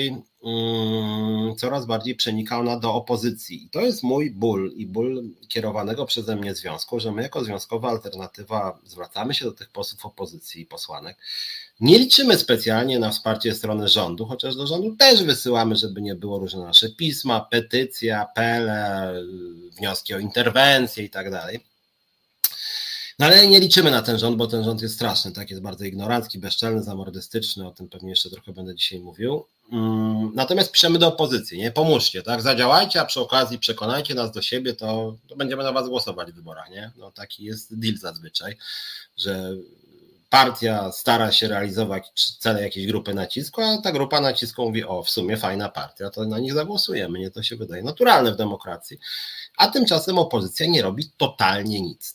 bardziej przenika ona do opozycji. I to jest mój ból i ból kierowanego przeze mnie związku, że my jako związkowa alternatywa zwracamy się do tych posłów opozycji i posłanek. Nie liczymy specjalnie na wsparcie strony rządu, chociaż do rządu też wysyłamy, żeby nie było różne nasze pisma, petycje, apele, wnioski o interwencję i tak dalej. No ale nie liczymy na ten rząd, bo ten rząd jest straszny, tak, jest bardzo ignorancki, bezczelny, zamordystyczny, o tym pewnie jeszcze trochę będę dzisiaj mówił. Natomiast piszemy do opozycji, nie, pomóżcie, tak, zadziałajcie, a przy okazji przekonajcie nas do siebie, to będziemy na was głosować w wyborach, nie, no taki jest deal zazwyczaj, że partia stara się realizować cele jakiejś grupy nacisku, a ta grupa nacisku mówi, o, w sumie fajna partia, to na nich zagłosujemy, nie, to się wydaje naturalne w demokracji, a tymczasem opozycja nie robi totalnie nic.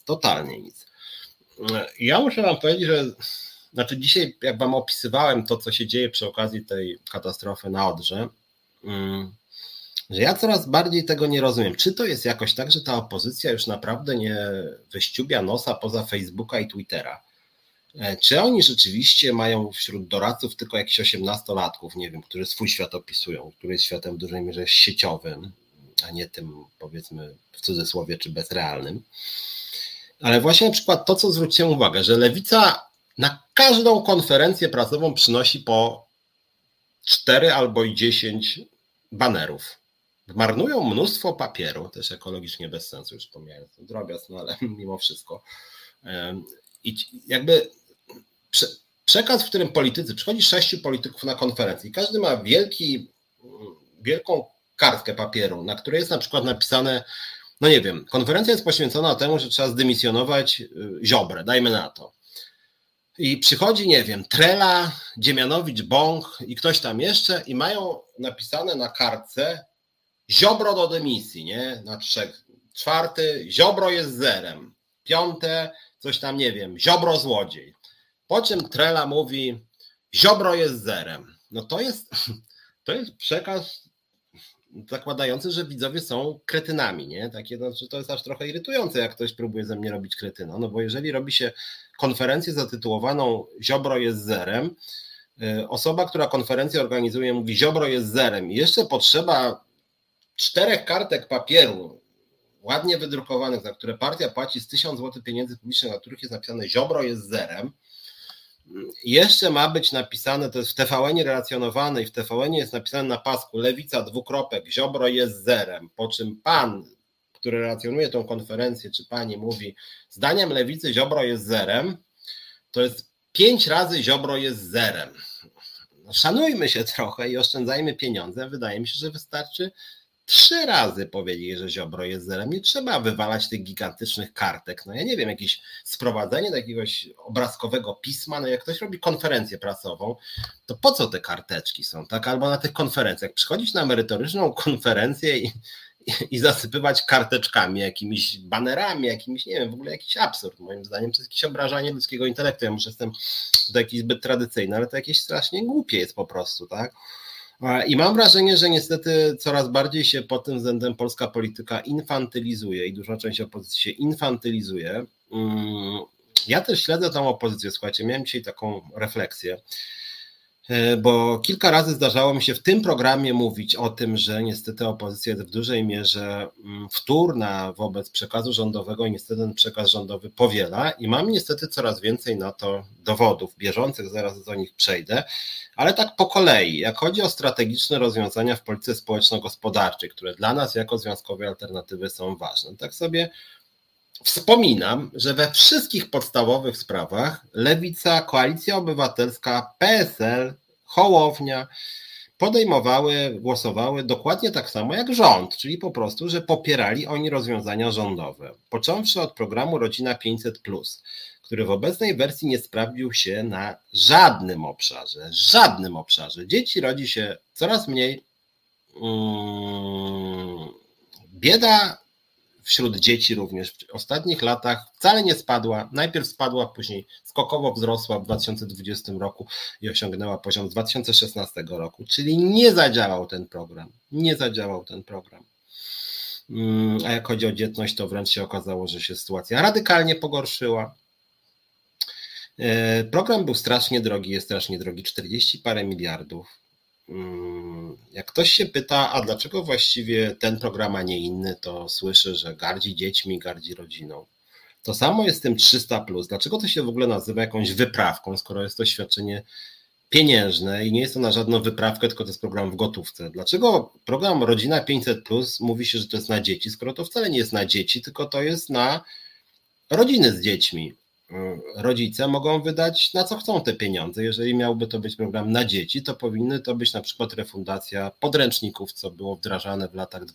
Ja muszę wam powiedzieć, że dzisiaj jak wam opisywałem to, co się dzieje przy okazji tej katastrofy na Odrze, że ja coraz bardziej tego nie rozumiem. Czy to jest jakoś tak, że ta opozycja już naprawdę nie wyściubia nosa poza Facebooka i Twittera? Czy oni rzeczywiście mają wśród doradców tylko jakichś 18-latków, nie wiem, którzy swój świat opisują, który jest światem w dużej mierze sieciowym, a nie tym, powiedzmy, w cudzysłowie, czy bezrealnym. Ale właśnie na przykład to, co zwróciłem uwagę, że Lewica na każdą konferencję prasową przynosi po 4 albo i 10 banerów. Marnują mnóstwo papieru, też ekologicznie bez sensu, już pomijając drobiazg, no ale mimo wszystko. I jakby przekaz, w którym politycy, przychodzi 6 polityków na konferencję i każdy ma wielką kartkę papieru, na której jest na przykład napisane, no nie wiem, konferencja jest poświęcona temu, że trzeba zdymisjonować Ziobrę, dajmy na to. I przychodzi, nie wiem, Trela, Dziemianowicz, Bąk i ktoś tam jeszcze i mają napisane na kartce Ziobro do dymisji, nie? Na 4, Ziobro jest zerem. 5, coś tam, nie wiem, Ziobro złodziej. Po czym Trela mówi, Ziobro jest zerem. No to jest przekaz zakładający, że widzowie są kretynami, nie? Takie, znaczy to jest aż trochę irytujące, jak ktoś próbuje ze mnie robić kretyna, no bo jeżeli robi się konferencję zatytułowaną Ziobro jest zerem, osoba, która konferencję organizuje, mówi Ziobro jest zerem i jeszcze potrzeba 4 kartek papieru ładnie wydrukowanych, za które partia płaci z 1000 zł pieniędzy publicznych, na których jest napisane Ziobro jest zerem, jeszcze ma być napisane, to jest w TVN-ie relacjonowane i w TVN-ie jest napisane na pasku Lewica : Ziobro jest zerem, po czym pan, który relacjonuje tą konferencję, czy pani mówi, zdaniem Lewicy Ziobro jest zerem, to jest 5 razy Ziobro jest zerem. No, szanujmy się trochę i oszczędzajmy pieniądze. Wydaje mi się, że wystarczy 3 razy powiedzieć, że Ziobro jest zerem. Nie trzeba wywalać tych gigantycznych kartek. No ja nie wiem, jakieś sprowadzenie do jakiegoś obrazkowego pisma, no jak ktoś robi konferencję prasową, to po co te karteczki są, tak? Albo na tych konferencjach przychodzić na merytoryczną konferencję i zasypywać karteczkami, jakimiś banerami, jakimiś, nie wiem, w ogóle jakiś absurd. Moim zdaniem to jest jakieś obrażanie ludzkiego intelektu. Ja może jestem tutaj jakiś zbyt tradycyjny, ale to jakieś strasznie głupie jest po prostu, tak? I mam wrażenie, że niestety coraz bardziej się pod tym względem polska polityka infantylizuje i duża część opozycji się infantylizuje. Ja też śledzę tą opozycję, słuchajcie, miałem dzisiaj taką refleksję, bo kilka razy zdarzało mi się w tym programie mówić o tym, że niestety opozycja jest w dużej mierze wtórna wobec przekazu rządowego i niestety ten przekaz rządowy powiela i mam niestety coraz więcej na to dowodów bieżących, zaraz do nich przejdę, ale tak po kolei, jak chodzi o strategiczne rozwiązania w polityce społeczno-gospodarczej, które dla nas jako związkowej alternatywy są ważne, tak sobie wspominam, że we wszystkich podstawowych sprawach Lewica, Koalicja Obywatelska, PSL, Hołownia podejmowały, głosowały dokładnie tak samo jak rząd, czyli po prostu, że popierali oni rozwiązania rządowe. Począwszy od programu Rodzina 500+, który w obecnej wersji nie sprawdził się na żadnym obszarze. Dzieci rodzi się coraz mniej, bieda wśród dzieci również w ostatnich latach wcale nie spadła. Najpierw spadła, później skokowo wzrosła w 2020 roku i osiągnęła poziom z 2016 roku, czyli nie zadziałał ten program. A jak chodzi o dzietność, to wręcz się okazało, że się sytuacja radykalnie pogorszyła. Program był strasznie drogi, jest strasznie drogi, 40 parę miliardów. Jak ktoś się pyta, a dlaczego właściwie ten program, a nie inny, to słyszę, że gardzi dziećmi, gardzi rodziną. To samo jest z tym 300+. Dlaczego to się w ogóle nazywa jakąś wyprawką, skoro jest to świadczenie pieniężne i nie jest to na żadną wyprawkę, tylko to jest program w gotówce? Dlaczego program Rodzina 500+ mówi się, że to jest na dzieci, skoro to wcale nie jest na dzieci, tylko to jest na rodziny z dziećmi? Rodzice mogą wydać na co chcą te pieniądze. Jeżeli miałby to być program na dzieci, to powinny to być na przykład refundacja podręczników, co było wdrażane w latach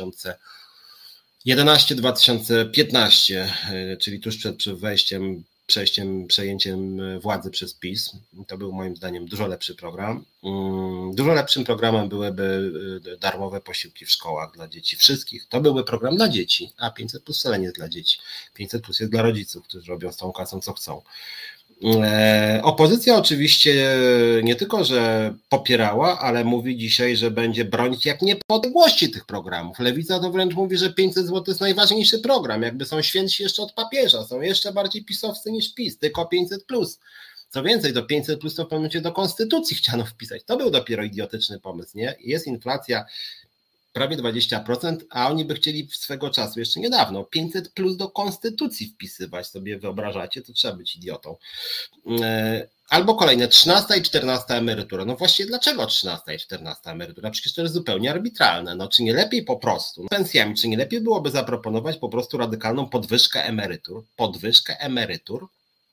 2011-2015, czyli tuż przed przejęciem władzy przez PiS. To był moim zdaniem dużo lepszy program. Dużo lepszym programem byłyby darmowe posiłki w szkołach dla dzieci wszystkich. To byłby program dla dzieci, a 500+ wcale nie jest dla dzieci. 500+ jest dla rodziców, którzy robią z tą kasą co chcą. Opozycja oczywiście nie tylko, że popierała, ale mówi dzisiaj, że będzie bronić jak niepodległości tych programów. Lewica to wręcz mówi, że 500 zł jest najważniejszy program, jakby są świętsi jeszcze od papieża, są jeszcze bardziej pisowscy niż PiS, tylko 500+. Co więcej, do 500+ to w pewnym momencie do konstytucji chciano wpisać. To był dopiero idiotyczny pomysł, nie? Jest inflacja prawie 20%, a oni by chcieli swego czasu, jeszcze niedawno, 500+ do konstytucji wpisywać, sobie wyobrażacie, to trzeba być idiotą. Albo kolejne, 13 i 14 emerytura. No właściwie dlaczego 13 i 14 emerytura? Przecież to jest zupełnie arbitralne. No czy nie lepiej po prostu, pensjami, czy nie lepiej byłoby zaproponować po prostu radykalną podwyżkę emerytur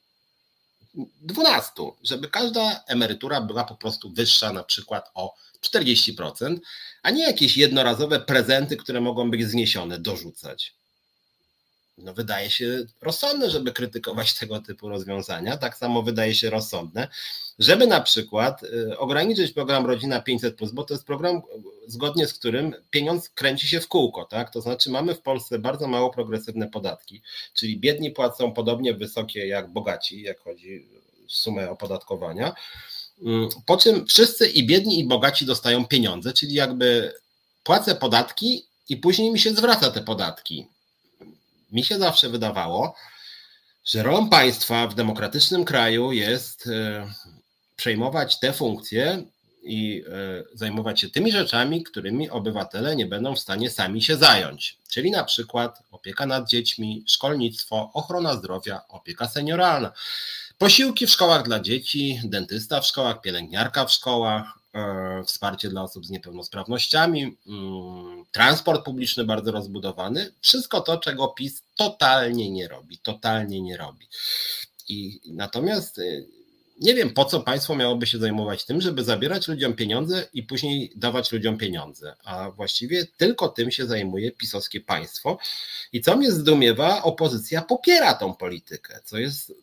12, żeby każda emerytura była po prostu wyższa na przykład o 40%, a nie jakieś jednorazowe prezenty, które mogą być zniesione, dorzucać. No wydaje się rozsądne, żeby krytykować tego typu rozwiązania. Tak samo wydaje się rozsądne, żeby na przykład ograniczyć program Rodzina 500+, bo to jest program, zgodnie z którym pieniądz kręci się w kółko, tak? To znaczy mamy w Polsce bardzo mało progresywne podatki, czyli biedni płacą podobnie wysokie jak bogaci, jak chodzi o sumę opodatkowania, po czym wszyscy i biedni i bogaci dostają pieniądze, czyli jakby płacę podatki i później mi się zwraca te podatki. Mi się zawsze wydawało, że rolą państwa w demokratycznym kraju jest przejmować te funkcje, i zajmować się tymi rzeczami, którymi obywatele nie będą w stanie sami się zająć. Czyli na przykład opieka nad dziećmi, szkolnictwo, ochrona zdrowia, opieka senioralna, posiłki w szkołach dla dzieci, dentysta w szkołach, pielęgniarka w szkołach, wsparcie dla osób z niepełnosprawnościami, transport publiczny bardzo rozbudowany. Wszystko to, czego PiS totalnie nie robi. I natomiast nie wiem, po co państwo miałoby się zajmować tym, żeby zabierać ludziom pieniądze i później dawać ludziom pieniądze, a właściwie tylko tym się zajmuje pisowskie państwo. I co mnie zdumiewa, opozycja popiera tą politykę, co jest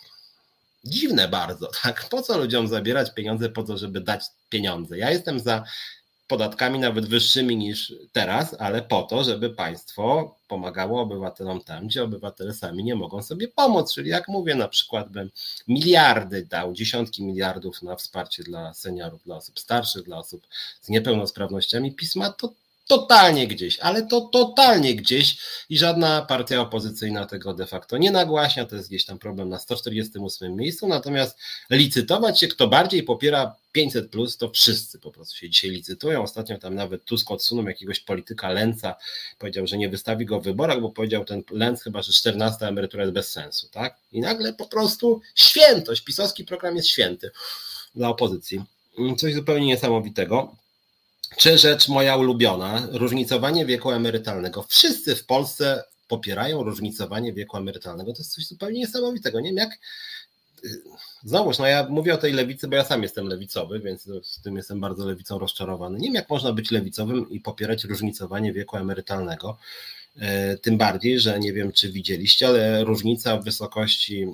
dziwne bardzo, tak? Po co ludziom zabierać pieniądze, po to, żeby dać pieniądze? Ja jestem za podatkami nawet wyższymi niż teraz, ale po to, żeby państwo pomagało obywatelom tam, gdzie obywatele sami nie mogą sobie pomóc. Czyli jak mówię, na przykład bym miliardy dał, dziesiątki miliardów na wsparcie dla seniorów, dla osób starszych, dla osób z niepełnosprawnościami. PiS ma to totalnie gdzieś, ale to totalnie gdzieś i żadna partia opozycyjna tego de facto nie nagłaśnia, to jest gdzieś tam problem na 148 miejscu, natomiast licytować się, kto bardziej popiera 500+, to wszyscy po prostu się dzisiaj licytują. Ostatnio tam nawet Tusk odsunął jakiegoś polityka Lęca, powiedział, że nie wystawi go w wyborach, bo powiedział ten Lęc chyba, że 14 emerytura jest bez sensu, tak? I nagle po prostu świętość, pisowski program jest święty dla opozycji. Coś zupełnie niesamowitego. Czy rzecz moja ulubiona, różnicowanie wieku emerytalnego. Wszyscy w Polsce popierają różnicowanie wieku emerytalnego. To jest coś zupełnie niesamowitego. Nie wiem jak... Znowuż, no ja mówię o tej lewicy, bo ja sam jestem lewicowy, więc z tym jestem bardzo lewicą rozczarowany. Nie wiem jak można być lewicowym i popierać różnicowanie wieku emerytalnego. Tym bardziej, że nie wiem czy widzieliście, ale różnica w wysokości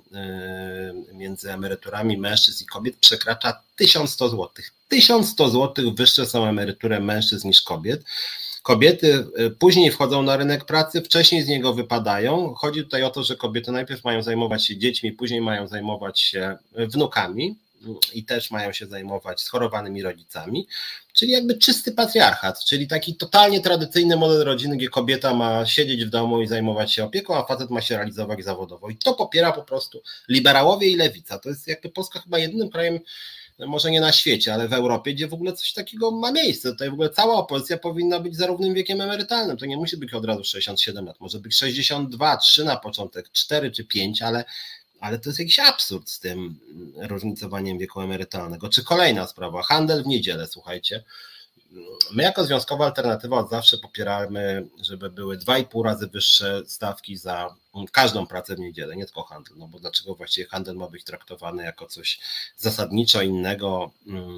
między emeryturami mężczyzn i kobiet przekracza 1100 zł. 1100 zł wyższe są emerytury mężczyzn niż kobiet. Kobiety później wchodzą na rynek pracy, wcześniej z niego wypadają. Chodzi tutaj o to, że kobiety najpierw mają zajmować się dziećmi, później mają zajmować się wnukami i też mają się zajmować schorowanymi rodzicami, czyli jakby czysty patriarchat, czyli taki totalnie tradycyjny model rodziny, gdzie kobieta ma siedzieć w domu i zajmować się opieką, a facet ma się realizować zawodowo. I to popiera po prostu liberałowie i lewica. To jest jakby Polska chyba jedynym krajem, może nie na świecie, ale w Europie, gdzie w ogóle coś takiego ma miejsce. Tutaj w ogóle cała opozycja powinna być za równym wiekiem emerytalnym. To nie musi być od razu 67 lat, może być 62, 3 na początek, 4 czy 5, ale to jest jakiś absurd z tym różnicowaniem wieku emerytalnego. Czy kolejna sprawa, handel w niedzielę, słuchajcie. My jako Związkowa Alternatywa od zawsze popieramy, żeby były 2,5 razy wyższe stawki za każdą pracę w niedzielę, nie tylko handel, no bo dlaczego właściwie handel ma być traktowany jako coś zasadniczo innego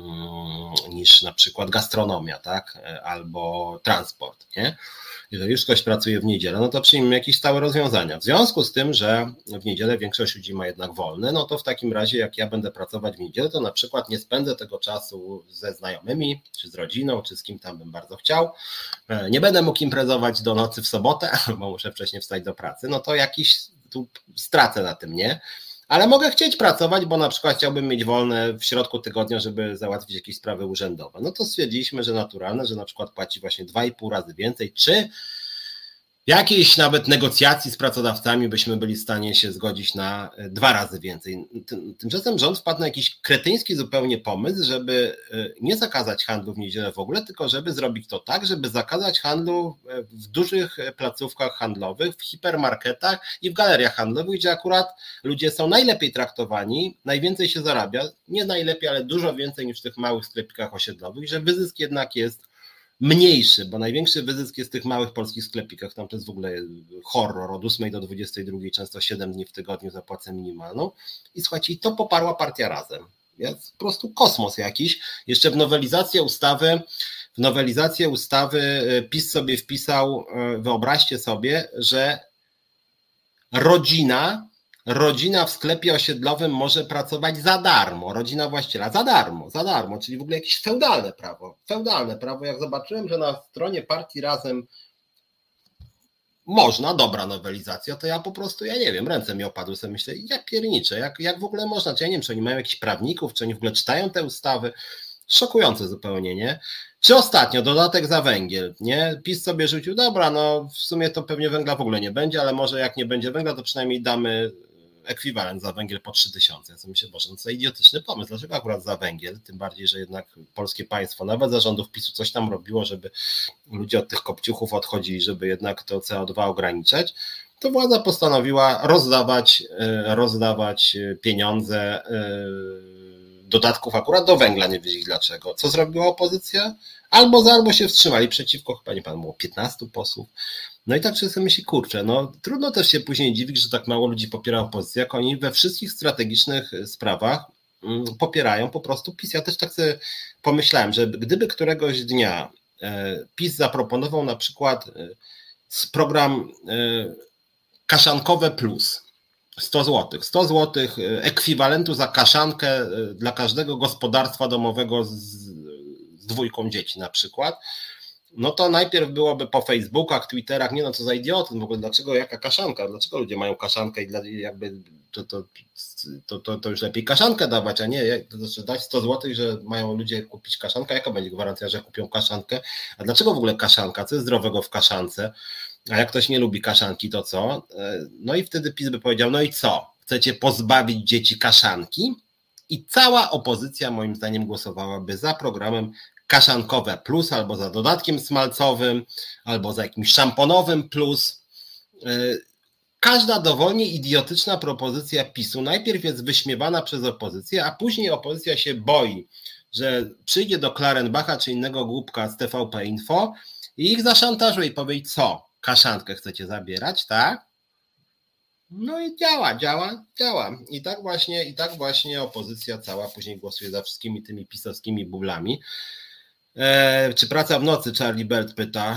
niż na przykład gastronomia, tak, albo transport, nie? Jeżeli już ktoś pracuje w niedzielę, no to przyjmijmy jakieś stałe rozwiązania. W związku z tym, że w niedzielę większość ludzi ma jednak wolne, no to w takim razie jak ja będę pracować w niedzielę, to na przykład nie spędzę tego czasu ze znajomymi, czy z rodziną, czy z kim tam bym bardzo chciał. Nie będę mógł imprezować do nocy w sobotę, bo muszę wcześniej wstać do pracy, no to jakiś tu stracę na tym, nie? Ale mogę chcieć pracować, bo na przykład chciałbym mieć wolne w środku tygodnia, żeby załatwić jakieś sprawy urzędowe. No to stwierdziliśmy, że naturalne, że na przykład płaci właśnie 2,5 razy więcej, czy jakiejś nawet negocjacji z pracodawcami byśmy byli w stanie się zgodzić na 2 razy więcej. Tymczasem rząd wpadł na jakiś kretyński zupełnie pomysł, żeby nie zakazać handlu w niedzielę w ogóle, tylko żeby zrobić to tak, żeby zakazać handlu w dużych placówkach handlowych, w hipermarketach i w galeriach handlowych, gdzie akurat ludzie są najlepiej traktowani, najwięcej się zarabia, nie najlepiej, ale dużo więcej niż w tych małych sklepikach osiedlowych, że wyzysk jednak jest mniejszy, bo największy wyzysk jest w tych małych polskich sklepikach, tam to jest w ogóle horror, od 8 do 22, często 7 dni w tygodniu za płacę minimalną i słuchajcie, i to poparła partia Razem. Jest po prostu kosmos jakiś. Jeszcze w nowelizację ustawy PiS sobie wpisał, wyobraźcie sobie, że rodzina w sklepie osiedlowym może pracować za darmo, rodzina właściciela za darmo, czyli w ogóle jakieś feudalne prawo. Jak zobaczyłem, że na stronie partii Razem można, dobra nowelizacja, to ja po prostu, ja nie wiem, ręce mi opadły, sobie myślę, ja pierniczę, jak w ogóle można, czy ja nie wiem, czy oni mają jakichś prawników, czy oni w ogóle czytają te ustawy, szokujące zupełnie, nie? Czy ostatnio dodatek za węgiel, nie? PiS sobie rzucił, dobra, no w sumie to pewnie węgla w ogóle nie będzie, ale może jak nie będzie węgla, to przynajmniej damy ekwiwalent za węgiel po 3000. Ja sobie myślę, Boże, no co idiotyczny pomysł, dlaczego akurat za węgiel, tym bardziej, że jednak polskie państwo, nawet za rządów PiS-u coś tam robiło, żeby ludzie od tych kopciuchów odchodzili, żeby jednak to CO2 ograniczać, to władza postanowiła rozdawać pieniądze, dodatków akurat do węgla, nie wiedzieli dlaczego. Co zrobiła opozycja? Albo się wstrzymali przeciwko, chyba nie pamiętam, było 15 posłów. No i tak sobie myśli, kurczę, no trudno też się później dziwić, że tak mało ludzi popiera opozycję, jak oni we wszystkich strategicznych sprawach popierają po prostu PiS. Ja też tak sobie pomyślałem, że gdyby któregoś dnia PiS zaproponował na przykład program Kaszankowe Plus, 100 zł. 100 zł ekwiwalentu za kaszankę dla każdego gospodarstwa domowego z 2 dzieci na przykład, no to najpierw byłoby po Facebookach, Twitterach, nie no co za idiotyzm, w ogóle dlaczego, jaka kaszanka, dlaczego ludzie mają kaszankę i jakby to już lepiej kaszankę dawać, a nie to znaczy dać 100 zł, że mają ludzie kupić kaszankę, jaka będzie gwarancja, że kupią kaszankę, a dlaczego w ogóle kaszanka, co jest zdrowego w kaszance? A jak ktoś nie lubi kaszanki, to co? No i wtedy PiS by powiedział, no i co? Chcecie pozbawić dzieci kaszanki? I cała opozycja moim zdaniem głosowałaby za programem Kaszankowe Plus, albo za dodatkiem smalcowym, albo za jakimś szamponowym plus. Każda dowolnie idiotyczna propozycja PiS-u najpierw jest wyśmiewana przez opozycję, a później opozycja się boi, że przyjdzie do Klarenbacha czy innego głupka z TVP Info i ich zaszantażuje i powie, co? Kaszankę chcecie zabierać, tak? No i działa. I tak właśnie opozycja cała później głosuje za wszystkimi tymi pisowskimi bublami. Czy praca w nocy, Charlie Belt pyta.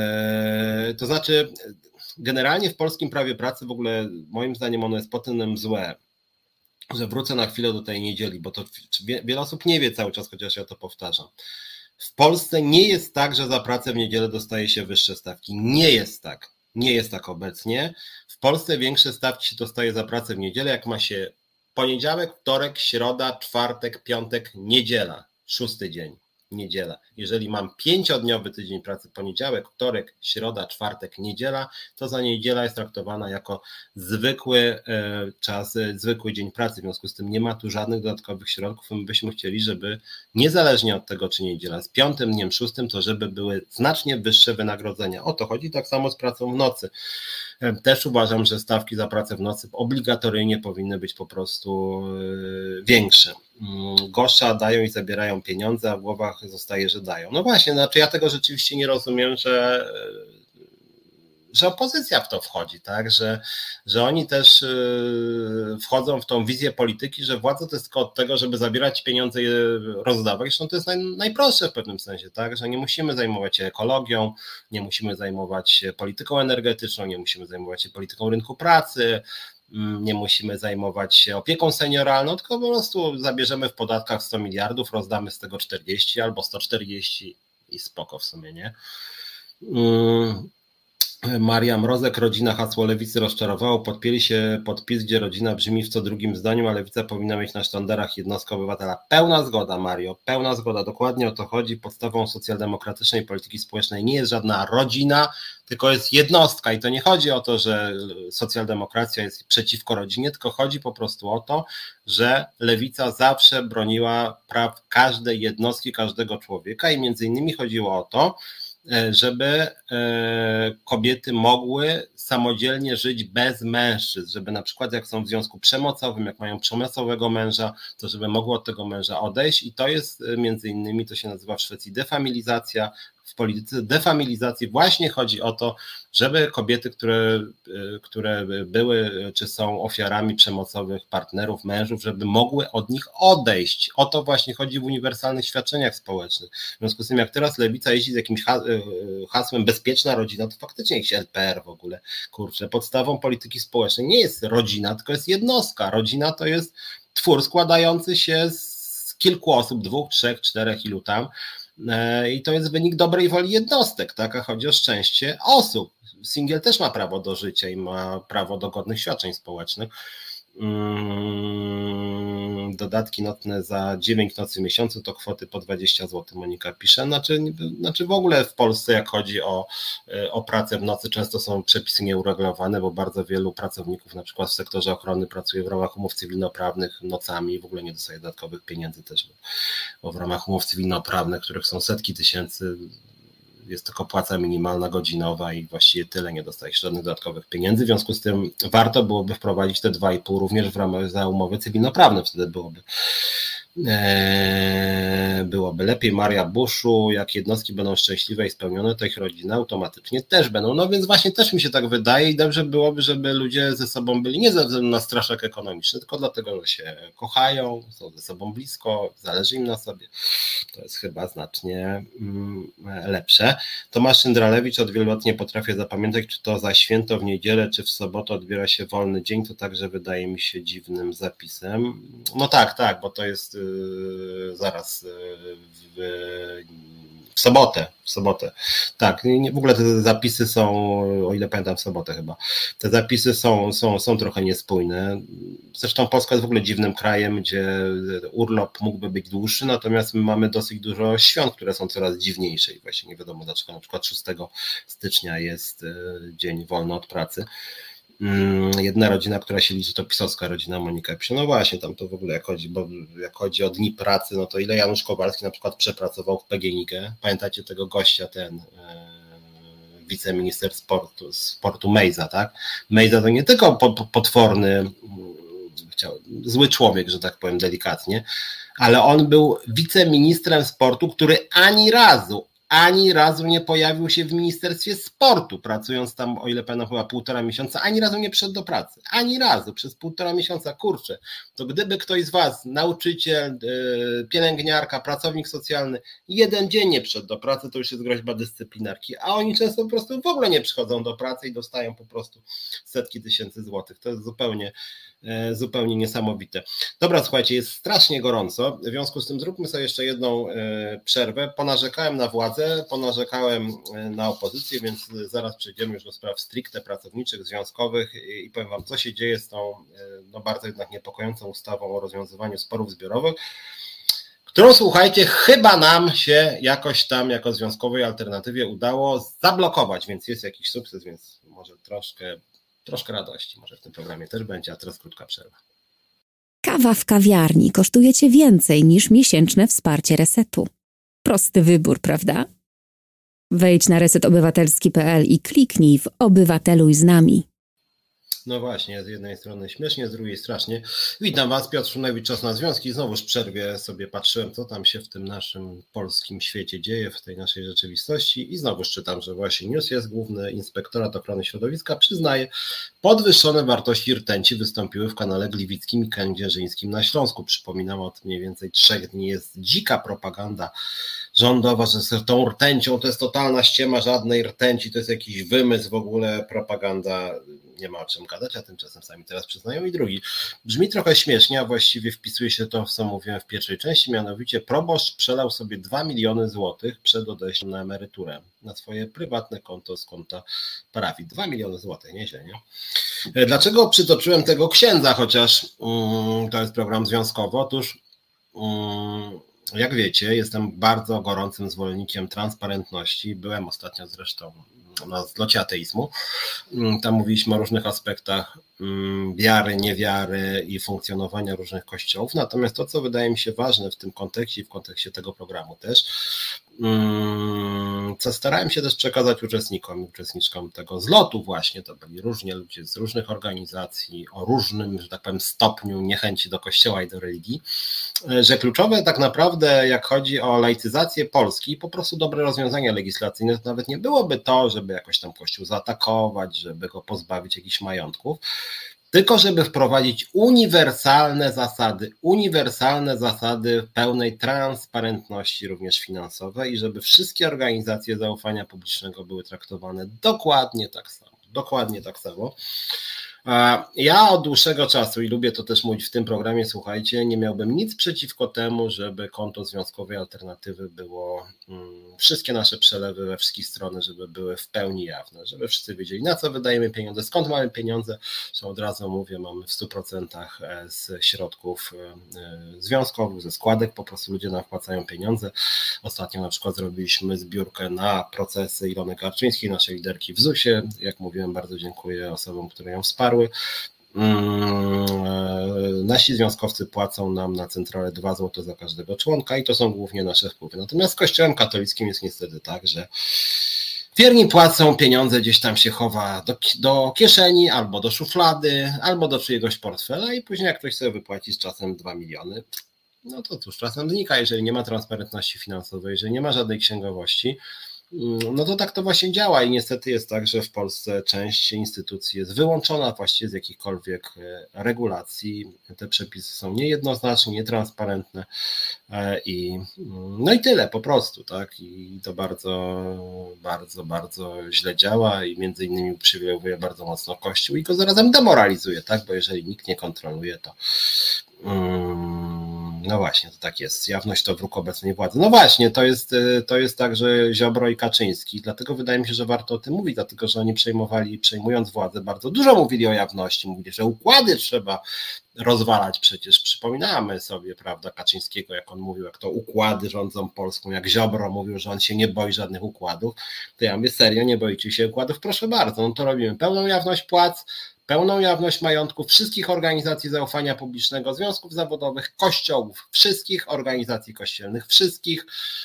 To znaczy, generalnie w polskim prawie pracy w ogóle moim zdaniem ono jest po tym złe, że wrócę na chwilę do tej niedzieli, bo to wiele osób nie wie cały czas, chociaż ja to powtarzam. W Polsce nie jest tak, że za pracę w niedzielę dostaje się wyższe stawki. Nie jest tak. Nie jest tak obecnie. W Polsce większe stawki się dostaje za pracę w niedzielę, jak ma się poniedziałek, wtorek, środa, czwartek, piątek, niedziela. 6. dzień, niedziela. Jeżeli mam 5-dniowy tydzień pracy, poniedziałek, wtorek, środa, czwartek, niedziela, to za niedziela jest traktowana jako zwykły czas, zwykły dzień pracy. W związku z tym nie ma tu żadnych dodatkowych środków. My byśmy chcieli, żeby niezależnie od tego, czy niedziela jest 5. dniem, 6, to żeby były znacznie wyższe wynagrodzenia. O to chodzi, tak samo z pracą w nocy. Też uważam, że stawki za pracę w nocy obligatoryjnie powinny być po prostu większe. Goszcza dają i zabierają pieniądze, a w głowach zostaje, że dają. No właśnie, znaczy ja tego rzeczywiście nie rozumiem, że opozycja w to wchodzi, tak, że oni też wchodzą w tą wizję polityki, że władza to jest tylko od tego, żeby zabierać pieniądze i je rozdawać. Zresztą to jest najprostsze w pewnym sensie, tak, że nie musimy zajmować się ekologią, nie musimy zajmować się polityką energetyczną, nie musimy zajmować się polityką rynku pracy, nie musimy zajmować się opieką senioralną, tylko po prostu zabierzemy w podatkach 100 miliardów, rozdamy z tego 40 albo 140 i spoko w sumie, nie? Maria Mrozek, rodzina hasło Lewicy rozczarowało, podpięli się pod PiS, gdzie rodzina brzmi w co drugim zdaniu, a Lewica powinna mieć na sztandarach jednostkę obywatela. Pełna zgoda, Mario, pełna zgoda, dokładnie o to chodzi. Podstawą socjaldemokratycznej polityki społecznej nie jest żadna rodzina, tylko jest jednostka i to nie chodzi o to, że socjaldemokracja jest przeciwko rodzinie, tylko chodzi po prostu o to, że Lewica zawsze broniła praw każdej jednostki, każdego człowieka i między innymi chodziło o to, żeby kobiety mogły samodzielnie żyć bez mężczyzn, żeby na przykład jak są w związku przemocowym, jak mają przemocowego męża, to żeby mogły od tego męża odejść i to jest między innymi, to się nazywa w Szwecji defamilizacja. W polityce defamilizacji właśnie chodzi o to, żeby kobiety, które były czy są ofiarami przemocowych partnerów, mężów, żeby mogły od nich odejść. O to właśnie chodzi w uniwersalnych świadczeniach społecznych. W związku z tym, jak teraz Lewica jeździ z jakimś hasłem bezpieczna rodzina, to faktycznie jakiś LPR w ogóle, kurczę, podstawą polityki społecznej nie jest rodzina, tylko jest jednostka. Rodzina to jest twór składający się z kilku osób, 2, 3, 4, ilu tam, i to jest wynik dobrej woli jednostek, tak? A chodzi o szczęście osób. Singiel też ma prawo do życia i ma prawo do godnych świadczeń społecznych. dodatki nocne za 9 nocy w miesiącu to kwoty po 20 zł, Monika pisze. Znaczy w ogóle w Polsce jak chodzi o pracę w nocy często są przepisy nieuregulowane, bo bardzo wielu pracowników na przykład w sektorze ochrony pracuje w ramach umów cywilnoprawnych nocami i w ogóle nie dostaje dodatkowych pieniędzy też, bo w ramach umów cywilnoprawnych, których są setki tysięcy, jest tylko płaca minimalna godzinowa i właściwie tyle, nie dostaje żadnych dodatkowych pieniędzy, w związku z tym warto byłoby wprowadzić te 2,5 również w ramach za umowy cywilnoprawne, wtedy byłoby lepiej. Maria Buszu, jak jednostki będą szczęśliwe i spełnione, to ich rodziny automatycznie też będą. No więc właśnie też mi się tak wydaje i dobrze byłoby, żeby ludzie ze sobą byli nie ze względu na straszak ekonomiczny, tylko dlatego, że się kochają, są ze sobą blisko, zależy im na sobie. To jest chyba znacznie lepsze. Tomasz Szyndralewicz, od wielu lat nie potrafię zapamiętać, czy to za święto w niedzielę, czy w sobotę odbiera się wolny dzień, to także wydaje mi się dziwnym zapisem. No tak, bo to jest zaraz w sobotę. Tak, w ogóle te zapisy są, o ile pamiętam, w sobotę chyba. Te zapisy są trochę niespójne. Zresztą Polska jest w ogóle dziwnym krajem, gdzie urlop mógłby być dłuższy, natomiast my mamy dosyć dużo świąt, które są coraz dziwniejsze i właśnie nie wiadomo dlaczego na przykład 6 stycznia jest dzień wolny od pracy. Jedna rodzina, która się liczy, to pisowska rodzina, Monika pisze, no właśnie, tam to w ogóle jak chodzi o dni pracy, no to ile Janusz Kowalski na przykład przepracował w PGNiG, pamiętacie tego gościa, ten wiceminister sportu Mejza, tak? Mejza to nie tylko potworny, zły człowiek, że tak powiem delikatnie, ale on był wiceministrem sportu, który ani razu nie pojawił się w Ministerstwie Sportu, pracując tam, o ile pamiętam, chyba 1,5 miesiąca, ani razu nie przyszedł do pracy, ani razu, przez 1,5 miesiąca, kurczę, to gdyby ktoś z was, nauczyciel, pielęgniarka, pracownik socjalny, 1 dzień nie przyszedł do pracy, to już jest groźba dyscyplinarki, a oni często po prostu w ogóle nie przychodzą do pracy i dostają po prostu setki tysięcy złotych, to jest zupełnie niesamowite. Dobra, słuchajcie, jest strasznie gorąco, w związku z tym zróbmy sobie jeszcze jedną przerwę. Ponarzekałem na władzę, ponarzekałem na opozycję, więc zaraz przejdziemy już do spraw stricte pracowniczych, związkowych i powiem wam, co się dzieje z tą bardzo jednak niepokojącą ustawą o rozwiązywaniu sporów zbiorowych, którą, słuchajcie, chyba nam się jakoś tam jako związkowej alternatywie udało zablokować, więc jest jakiś sukces, więc może troszkę radości może w tym programie też będzie, a teraz krótka przerwa. Kawa w kawiarni kosztuje cię więcej niż miesięczne wsparcie Resetu. Prosty wybór, prawda? Wejdź na resetobywatelski.pl i kliknij w Obywateluj z nami. No właśnie, z jednej strony śmiesznie, z drugiej strasznie. Witam was, Piotr Szumlewicz, Czas na Związki. Znowuż w przerwie sobie patrzyłem, co tam się w tym naszym polskim świecie dzieje, w tej naszej rzeczywistości i znowuż czytam, że właśnie news jest. Główny Inspektorat Ochrony Środowiska przyznaje, podwyższone wartości rtęci wystąpiły w kanale Gliwickim i Kędzierzyńskim na Śląsku. Przypominam, od mniej więcej 3 dni jest dzika propaganda rządowa, że z tą rtęcią to jest totalna ściema, żadnej rtęci, to jest jakiś wymysł, w ogóle propaganda, nie ma o czym gadać, a tymczasem sami teraz przyznają. I drugi, brzmi trochę śmiesznie, a właściwie wpisuje się to, co mówiłem w pierwszej części, mianowicie proboszcz przelał sobie 2 miliony złotych przed odejściem na emeryturę na swoje prywatne konto z konta parafii. 2 miliony złotych, nieźle, nie? Dlaczego przytoczyłem tego księdza, chociaż to jest program związkowy? Otóż jak wiecie, jestem bardzo gorącym zwolennikiem transparentności. Byłem ostatnio zresztą na zlocie ateizmu. Tam mówiliśmy o różnych aspektach wiary, niewiary i funkcjonowania różnych kościołów. Natomiast to, co wydaje mi się ważne w tym kontekście i w kontekście tego programu też, co starałem się też przekazać uczestnikom i uczestniczkom tego zlotu właśnie, to byli różni ludzie z różnych organizacji, o różnym, że tak powiem, stopniu niechęci do kościoła i do religii, że kluczowe tak naprawdę, jak chodzi o laicyzację Polski, po prostu dobre rozwiązania legislacyjne, to nawet nie byłoby to, żeby jakoś tam kościół zaatakować, żeby go pozbawić jakichś majątków, tylko żeby wprowadzić uniwersalne zasady pełnej transparentności również finansowej i żeby wszystkie organizacje zaufania publicznego były traktowane dokładnie tak samo. Ja od dłuższego czasu i lubię to też mówić w tym programie, słuchajcie, nie miałbym nic przeciwko temu, żeby konto Związkowej Alternatywy było, wszystkie nasze przelewy we wszystkich strony, żeby były w pełni jawne, żeby wszyscy wiedzieli, na co wydajemy pieniądze, skąd mamy pieniądze, że od razu mówię, mamy w 100% z środków związkowych, ze składek, po prostu ludzie nam wpłacają pieniądze. Ostatnio na przykład zrobiliśmy zbiórkę na procesy Ilony Garczyńskiej, naszej liderki w ZUS-ie. Jak mówiłem, bardzo dziękuję osobom, które ją wsparły. Nasi związkowcy płacą nam na centralę 2 zł za każdego członka i to są głównie nasze wpływy. Natomiast z Kościołem katolickim jest niestety tak, że wierni płacą, pieniądze gdzieś tam się chowa do kieszeni, albo do szuflady, albo do czyjegoś portfela i później jak ktoś sobie wypłaci z czasem 2 miliony, no to cóż, czasem znika, jeżeli nie ma transparentności finansowej, jeżeli nie ma żadnej księgowości, no to tak to właśnie działa i niestety jest tak, że w Polsce część instytucji jest wyłączona właściwie z jakichkolwiek regulacji. Te przepisy są niejednoznaczne, nietransparentne no i tyle po prostu, tak? I to bardzo źle działa i między innymi uprzywilejowuje bardzo mocno Kościół i go zarazem demoralizuje, tak? Bo jeżeli nikt nie kontroluje, to no właśnie, to tak jest. Jawność to wróg obecnej władzy. No właśnie, to jest tak, że Ziobro i Kaczyński, dlatego wydaje mi się, że warto o tym mówić, dlatego że oni przejmując władzę, bardzo dużo mówili o jawności, mówili, że układy trzeba rozwalać przecież. Przypominamy sobie, prawda, Kaczyńskiego, jak on mówił, jak to układy rządzą Polską, jak Ziobro mówił, że on się nie boi żadnych układów, to ja mówię, serio, nie boicie się układów? Proszę bardzo, no to robimy pełną jawność płac, pełną jawność majątków wszystkich organizacji zaufania publicznego, związków zawodowych, kościołów, wszystkich organizacji kościelnych, wszystkich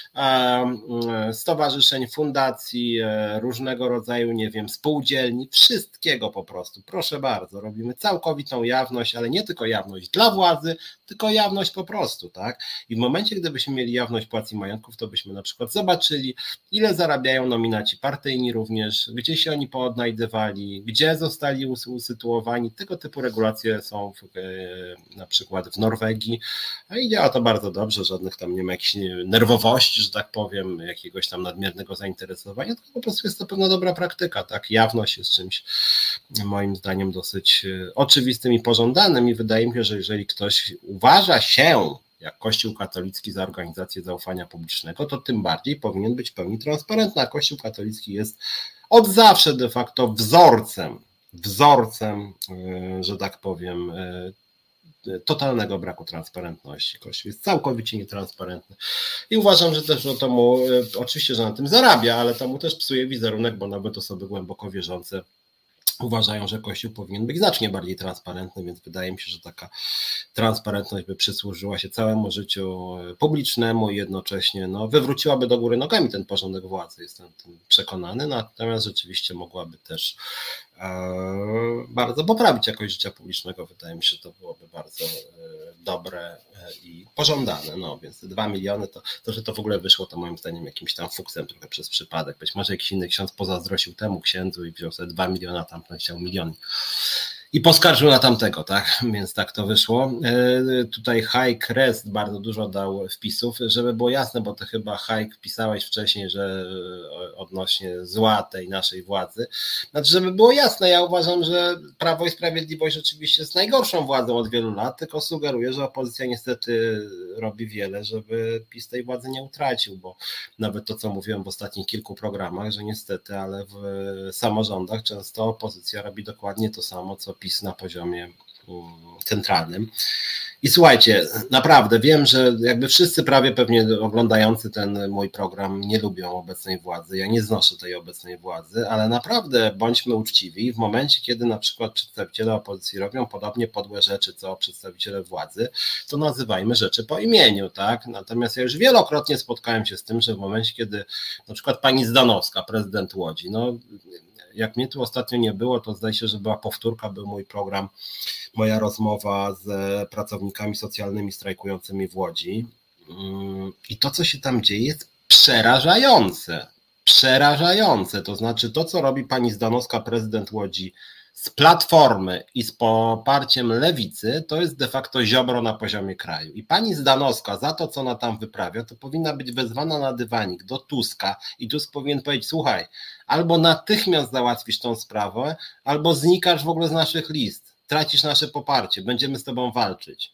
stowarzyszeń, fundacji, różnego rodzaju, nie wiem, spółdzielni, wszystkiego po prostu. Proszę bardzo, robimy całkowitą jawność, ale nie tylko jawność dla władzy, tylko jawność po prostu, tak? I w momencie, gdybyśmy mieli jawność płac i majątków, to byśmy na przykład zobaczyli, ile zarabiają nominaci partyjni również, gdzie się oni poodnajdywali, gdzie zostali usytuowani. Tego typu regulacje są na przykład w Norwegii i działa to bardzo dobrze, żadnych tam nie ma jakichś nerwowości, że tak powiem, jakiegoś tam nadmiernego zainteresowania, to po prostu jest to pewna dobra praktyka, tak? Jawność jest czymś moim zdaniem dosyć oczywistym i pożądanym i wydaje mi się, że jeżeli ktoś uważa się jak Kościół katolicki za organizację zaufania publicznego, to tym bardziej powinien być w pełni transparentny, a Kościół katolicki jest od zawsze de facto wzorcem, że tak powiem, totalnego braku transparentności. Kościół jest całkowicie nietransparentny i uważam, że też to mu, oczywiście, że na tym zarabia, ale to mu też psuje wizerunek, bo nawet osoby głęboko wierzące uważają, że Kościół powinien być znacznie bardziej transparentny, więc wydaje mi się, że taka transparentność by przysłużyła się całemu życiu publicznemu i jednocześnie wywróciłaby do góry nogami ten porządek władzy, jestem tym przekonany, natomiast rzeczywiście mogłaby też bardzo poprawić jakość życia publicznego, wydaje mi się, że to byłoby bardzo dobre i pożądane, więc te 2 miliony, to, że to w ogóle wyszło, to moim zdaniem jakimś tam fuksem trochę przez przypadek, być może jakiś inny ksiądz pozazdrościł temu księdzu i wziął sobie 2 miliona, tamten chciał milion i poskarżył na tamtego, tak, więc tak to wyszło. Tutaj Hike Rest bardzo dużo dał wpisów, żeby było jasne, bo to chyba Hike pisałeś wcześniej, że odnośnie zła tej naszej władzy, znaczy żeby było jasne, ja uważam, że Prawo i Sprawiedliwość rzeczywiście jest najgorszą władzą od wielu lat, tylko sugeruję, że opozycja niestety robi wiele, żeby PiS tej władzy nie utracił, bo nawet to, co mówiłem w ostatnich kilku programach, że niestety, ale w samorządach często opozycja robi dokładnie to samo, co PiS na poziomie centralnym. I słuchajcie, naprawdę wiem, że jakby wszyscy prawie pewnie oglądający ten mój program nie lubią obecnej władzy, ja nie znoszę tej obecnej władzy, ale naprawdę bądźmy uczciwi, w momencie, kiedy na przykład przedstawiciele opozycji robią podobnie podłe rzeczy, co przedstawiciele władzy, to nazywajmy rzeczy po imieniu, tak? Natomiast ja już wielokrotnie spotkałem się z tym, że w momencie, kiedy na przykład pani Zdanowska, prezydent Łodzi, jak mnie tu ostatnio nie było, to zdaje się, że była powtórka, był mój program, moja rozmowa z pracownikami socjalnymi strajkującymi w Łodzi i to, co się tam dzieje, jest przerażające, to znaczy to, co robi pani Zdanowska, prezydent Łodzi, z Platformy i z poparciem Lewicy, to jest de facto Ziobro na poziomie kraju. I pani Zdanowska za to, co ona tam wyprawia, to powinna być wezwana na dywanik do Tuska i Tusk powinien powiedzieć, słuchaj, albo natychmiast załatwisz tą sprawę, albo znikasz w ogóle z naszych list, tracisz nasze poparcie, będziemy z tobą walczyć.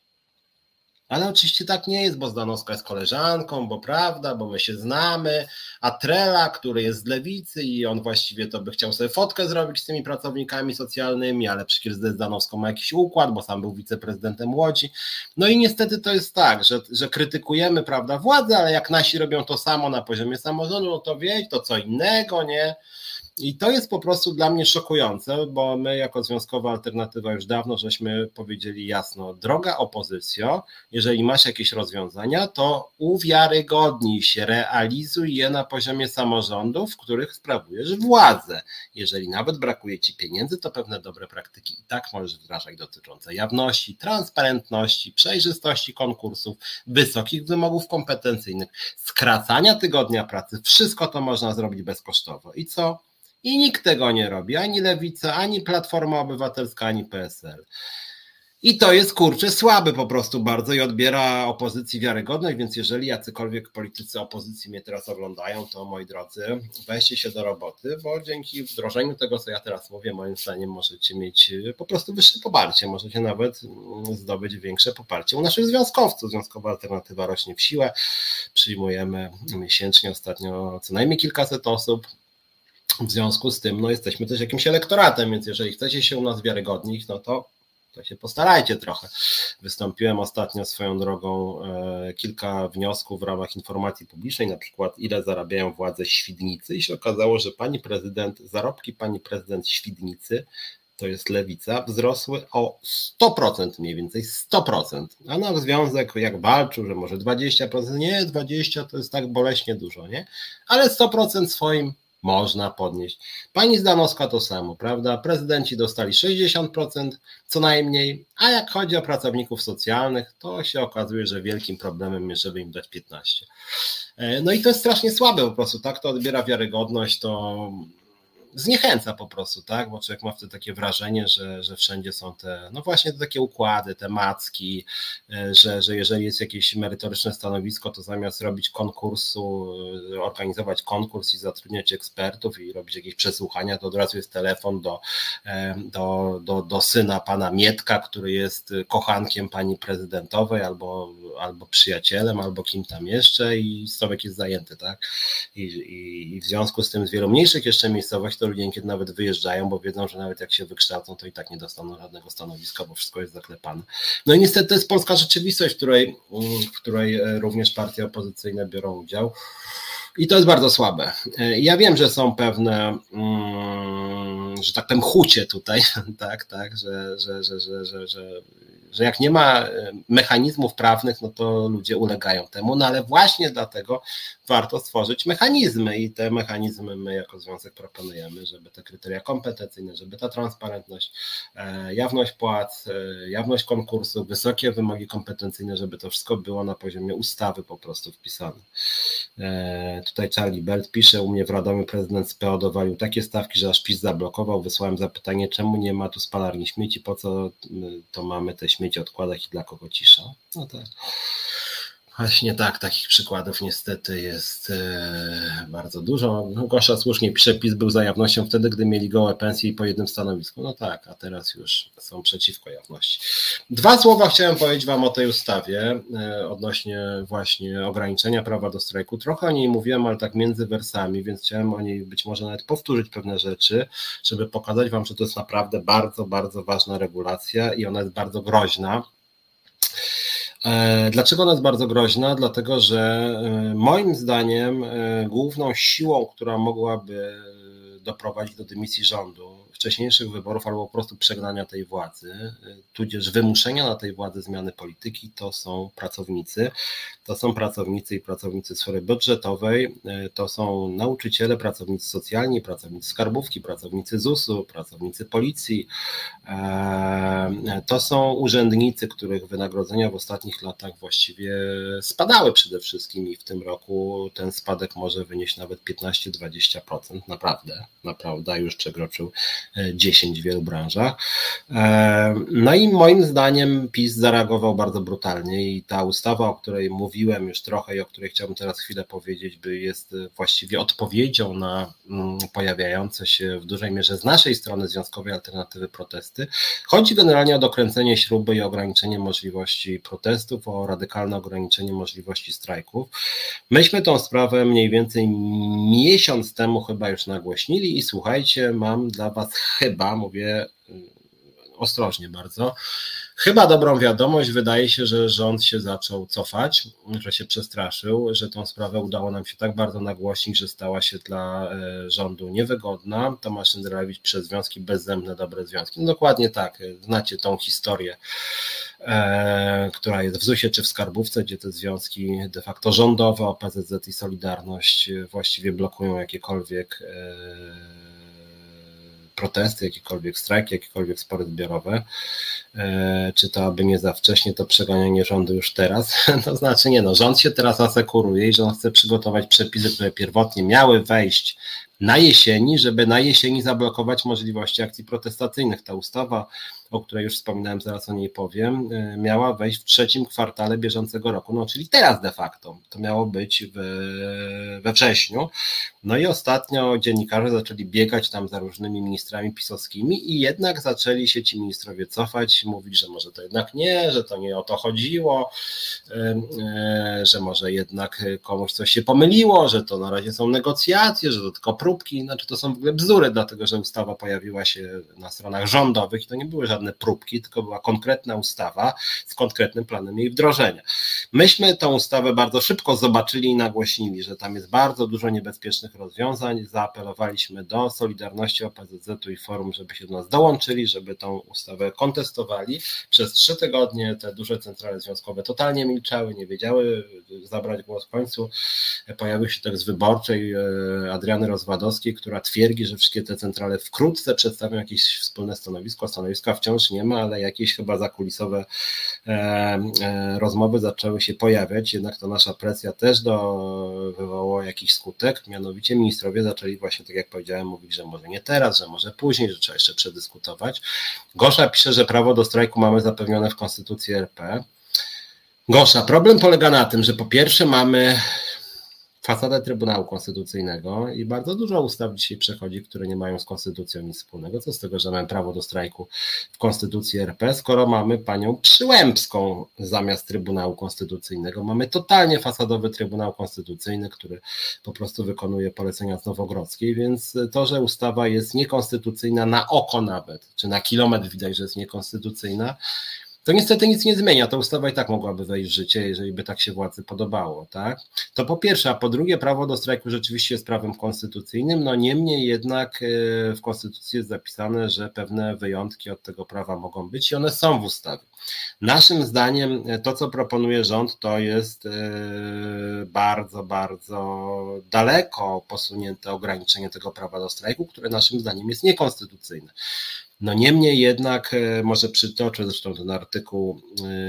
Ale oczywiście tak nie jest, bo Zdanowska jest koleżanką, bo prawda, bo my się znamy, a Trela, który jest z Lewicy i on właściwie to by chciał sobie fotkę zrobić z tymi pracownikami socjalnymi, ale przecież ze Zdanowską ma jakiś układ, bo sam był wiceprezydentem Łodzi. No i niestety to jest tak, że krytykujemy, prawda, władzę, ale jak nasi robią to samo na poziomie samorządu, no to wiecie, to co innego, nie? I to jest po prostu dla mnie szokujące, bo my jako Związkowa Alternatywa już dawno żeśmy powiedzieli jasno, droga opozycjo, jeżeli masz jakieś rozwiązania, to uwiarygodnij się, realizuj je na poziomie samorządów, w których sprawujesz władzę. Jeżeli nawet brakuje ci pieniędzy, to pewne dobre praktyki i tak możesz wdrażać dotyczące jawności, transparentności, przejrzystości konkursów, wysokich wymogów kompetencyjnych, skracania tygodnia pracy, wszystko to można zrobić bezkosztowo. I co? I nikt tego nie robi, ani Lewica, ani Platforma Obywatelska, ani PSL. I to jest, kurczę, słaby po prostu bardzo i odbiera opozycji wiarygodność, więc jeżeli jacykolwiek politycy opozycji mnie teraz oglądają, to moi drodzy, weźcie się do roboty, bo dzięki wdrożeniu tego, co ja teraz mówię, moim zdaniem możecie mieć po prostu wyższe poparcie, możecie nawet zdobyć większe poparcie u naszych związkowców. Związkowa Alternatywa rośnie w siłę, przyjmujemy miesięcznie ostatnio co najmniej kilkaset osób. W związku z tym jesteśmy też jakimś elektoratem, więc jeżeli chcecie się u nas wiarygodnić, no to się postarajcie trochę. Wystąpiłem ostatnio swoją drogą kilka wniosków w ramach informacji publicznej, na przykład ile zarabiają władze Świdnicy i się okazało, że zarobki pani prezydent Świdnicy, to jest Lewica, wzrosły o 100% mniej więcej, 100%. A nasz związek jak walczył, że może 20%, nie 20% to jest tak boleśnie dużo, nie? Ale 100% swoim można podnieść. Pani Zdanowska to samo, prawda? Prezydenci dostali 60% co najmniej, a jak chodzi o pracowników socjalnych, to się okazuje, że wielkim problemem jest, żeby im dać 15%. No i to jest strasznie słabe po prostu, tak? To odbiera wiarygodność, to zniechęca po prostu, tak? Bo człowiek ma wtedy takie wrażenie, że wszędzie są te, no właśnie te takie układy, te macki, że jeżeli jest jakieś merytoryczne stanowisko, to zamiast robić konkursu, organizować konkurs i zatrudniać ekspertów i robić jakieś przesłuchania, to od razu jest telefon do syna pana Mietka, który jest kochankiem pani prezydentowej albo przyjacielem, albo kim tam jeszcze i Słowek jest zajęty, tak? I w związku z tym z wielu mniejszych jeszcze miejscowości to ludzie niekiedy nawet wyjeżdżają, bo wiedzą, że nawet jak się wykształcą, to i tak nie dostaną żadnego stanowiska, bo wszystko jest zaklepane. No i niestety to jest polska rzeczywistość, w której również partie opozycyjne biorą udział. I to jest bardzo słabe. Ja wiem, że są pewne, że tak powiem, chucie tutaj, tak, że jak nie ma mechanizmów prawnych, no to ludzie ulegają temu, no ale właśnie dlatego warto stworzyć mechanizmy i te mechanizmy my jako związek proponujemy, żeby te kryteria kompetencyjne, żeby ta transparentność, jawność płac, jawność konkursu, wysokie wymogi kompetencyjne, żeby to wszystko było na poziomie ustawy po prostu wpisane. Tutaj Charlie Belt pisze, u mnie w Radomiu prezydent z PO dowalił takie stawki, że aż PiS zablokował, wysłałem zapytanie, czemu nie ma tu spalarni śmieci, po co to mamy te śmieci odkładać i dla kogo cisza? No tak. Właśnie tak, takich przykładów niestety jest bardzo dużo. Gosia słusznie pisze, PiS był za jawnością wtedy, gdy mieli gołe pensje i po jednym stanowisku. No tak, a teraz już są przeciwko jawności. 2 słowa chciałem powiedzieć wam o tej ustawie odnośnie właśnie ograniczenia prawa do strajku. Trochę o niej mówiłem, ale tak między wersami, więc chciałem o niej być może nawet powtórzyć pewne rzeczy, żeby pokazać wam, że to jest naprawdę bardzo, bardzo ważna regulacja i ona jest bardzo groźna. Dlaczego ona jest bardzo groźna? Dlatego, że moim zdaniem główną siłą, która mogłaby doprowadzić do dymisji rządu, wcześniejszych wyborów albo po prostu przegnania tej władzy, tudzież wymuszenia na tej władzy zmiany polityki, to są pracownicy. To są pracownicy i pracownicy sfery budżetowej, to są nauczyciele, pracownicy socjalni, pracownicy skarbówki, pracownicy ZUS-u, pracownicy policji. To są urzędnicy, których wynagrodzenia w ostatnich latach właściwie spadały przede wszystkim i w tym roku ten spadek może wynieść nawet 15-20%. Naprawdę już przekroczył 10 w wielu branżach. No i moim zdaniem PiS zareagował bardzo brutalnie i ta ustawa, o której mówiłem już trochę i o której chciałbym teraz chwilę powiedzieć, jest właściwie odpowiedzią na pojawiające się w dużej mierze z naszej strony Związkowej Alternatywy protesty. Chodzi generalnie o dokręcenie śruby i ograniczenie możliwości protestów, o radykalne ograniczenie możliwości strajków. Myśmy tą sprawę mniej więcej miesiąc temu chyba już nagłośnili i słuchajcie, mam dla was chyba, mówię ostrożnie bardzo, chyba dobrą wiadomość. Wydaje się, że rząd się zaczął cofać, że się przestraszył, że tą sprawę udało nam się tak bardzo nagłośnić, że stała się dla rządu niewygodna. Tomasz Szyndelewicz przez związki bezzębne, dobre związki. No dokładnie tak, znacie tą historię, która jest w ZUS-ie czy w Skarbówce, gdzie te związki de facto rządowe, OPZZ i Solidarność właściwie blokują jakiekolwiek protesty, jakiekolwiek strajki, jakiekolwiek spory zbiorowe, czy to aby nie za wcześnie, to przeganianie rządu już teraz, to znaczy nie, rząd się teraz asekuruje i że on chce przygotować przepisy, które pierwotnie miały wejść na jesieni, żeby na jesieni zablokować możliwości akcji protestacyjnych. Ta ustawa, o której już wspominałem, zaraz o niej powiem, miała wejść w 3. kwartale bieżącego roku, czyli teraz de facto, to miało być we wrześniu. No i ostatnio dziennikarze zaczęli biegać tam za różnymi ministrami pisowskimi i jednak zaczęli się ci ministrowie cofać, mówić, że może to jednak nie, że to nie o to chodziło, że może jednak komuś coś się pomyliło, że to na razie są negocjacje, że to tylko próbki, to są w ogóle bzdury, dlatego że ustawa pojawiła się na stronach rządowych i to nie były żadne próbki, tylko była konkretna ustawa z konkretnym planem jej wdrożenia. Myśmy tą ustawę bardzo szybko zobaczyli i nagłośnili, że tam jest bardzo dużo niebezpiecznych rozwiązań. Zaapelowaliśmy do Solidarności, OPZZ-u i Forum, żeby się do nas dołączyli, żeby tą ustawę kontestowali. Przez 3 tygodnie te duże centrale związkowe totalnie milczały, nie wiedziały zabrać głosu. W końcu pojawił się tekst wyborczej Adriany Rozwadowskiej, która twierdzi, że wszystkie te centrale wkrótce przedstawią jakieś wspólne stanowisko. Stanowiska wciąż nie ma, ale jakieś chyba zakulisowe rozmowy zaczęły się pojawiać, jednak to nasza presja też wywołała jakiś skutek, mianowicie ministrowie zaczęli właśnie, tak jak powiedziałem, mówić, że może nie teraz, że może później, że trzeba jeszcze przedyskutować. Gorsza pisze, że prawo do strajku mamy zapewnione w Konstytucji RP. Gorsza, problem polega na tym, że po pierwsze mamy fasadę Trybunału Konstytucyjnego i bardzo dużo ustaw dzisiaj przechodzi, które nie mają z konstytucją nic wspólnego. Co z tego, że mamy prawo do strajku w Konstytucji RP, skoro mamy panią Przyłębską zamiast Trybunału Konstytucyjnego. Mamy totalnie fasadowy Trybunał Konstytucyjny, który po prostu wykonuje polecenia z Nowogrodzkiej, więc to, że ustawa jest niekonstytucyjna na oko nawet, czy na kilometr widać, że jest niekonstytucyjna, to niestety nic nie zmienia. Ta ustawa i tak mogłaby wejść w życie, jeżeli by tak się władzy podobało, tak? To po pierwsze, a po drugie, prawo do strajku rzeczywiście jest prawem konstytucyjnym, niemniej jednak w Konstytucji jest zapisane, że pewne wyjątki od tego prawa mogą być i one są w ustawie. Naszym zdaniem to, co proponuje rząd, to jest bardzo, bardzo daleko posunięte ograniczenie tego prawa do strajku, które naszym zdaniem jest niekonstytucyjne. Niemniej jednak, może przytoczę zresztą ten artykuł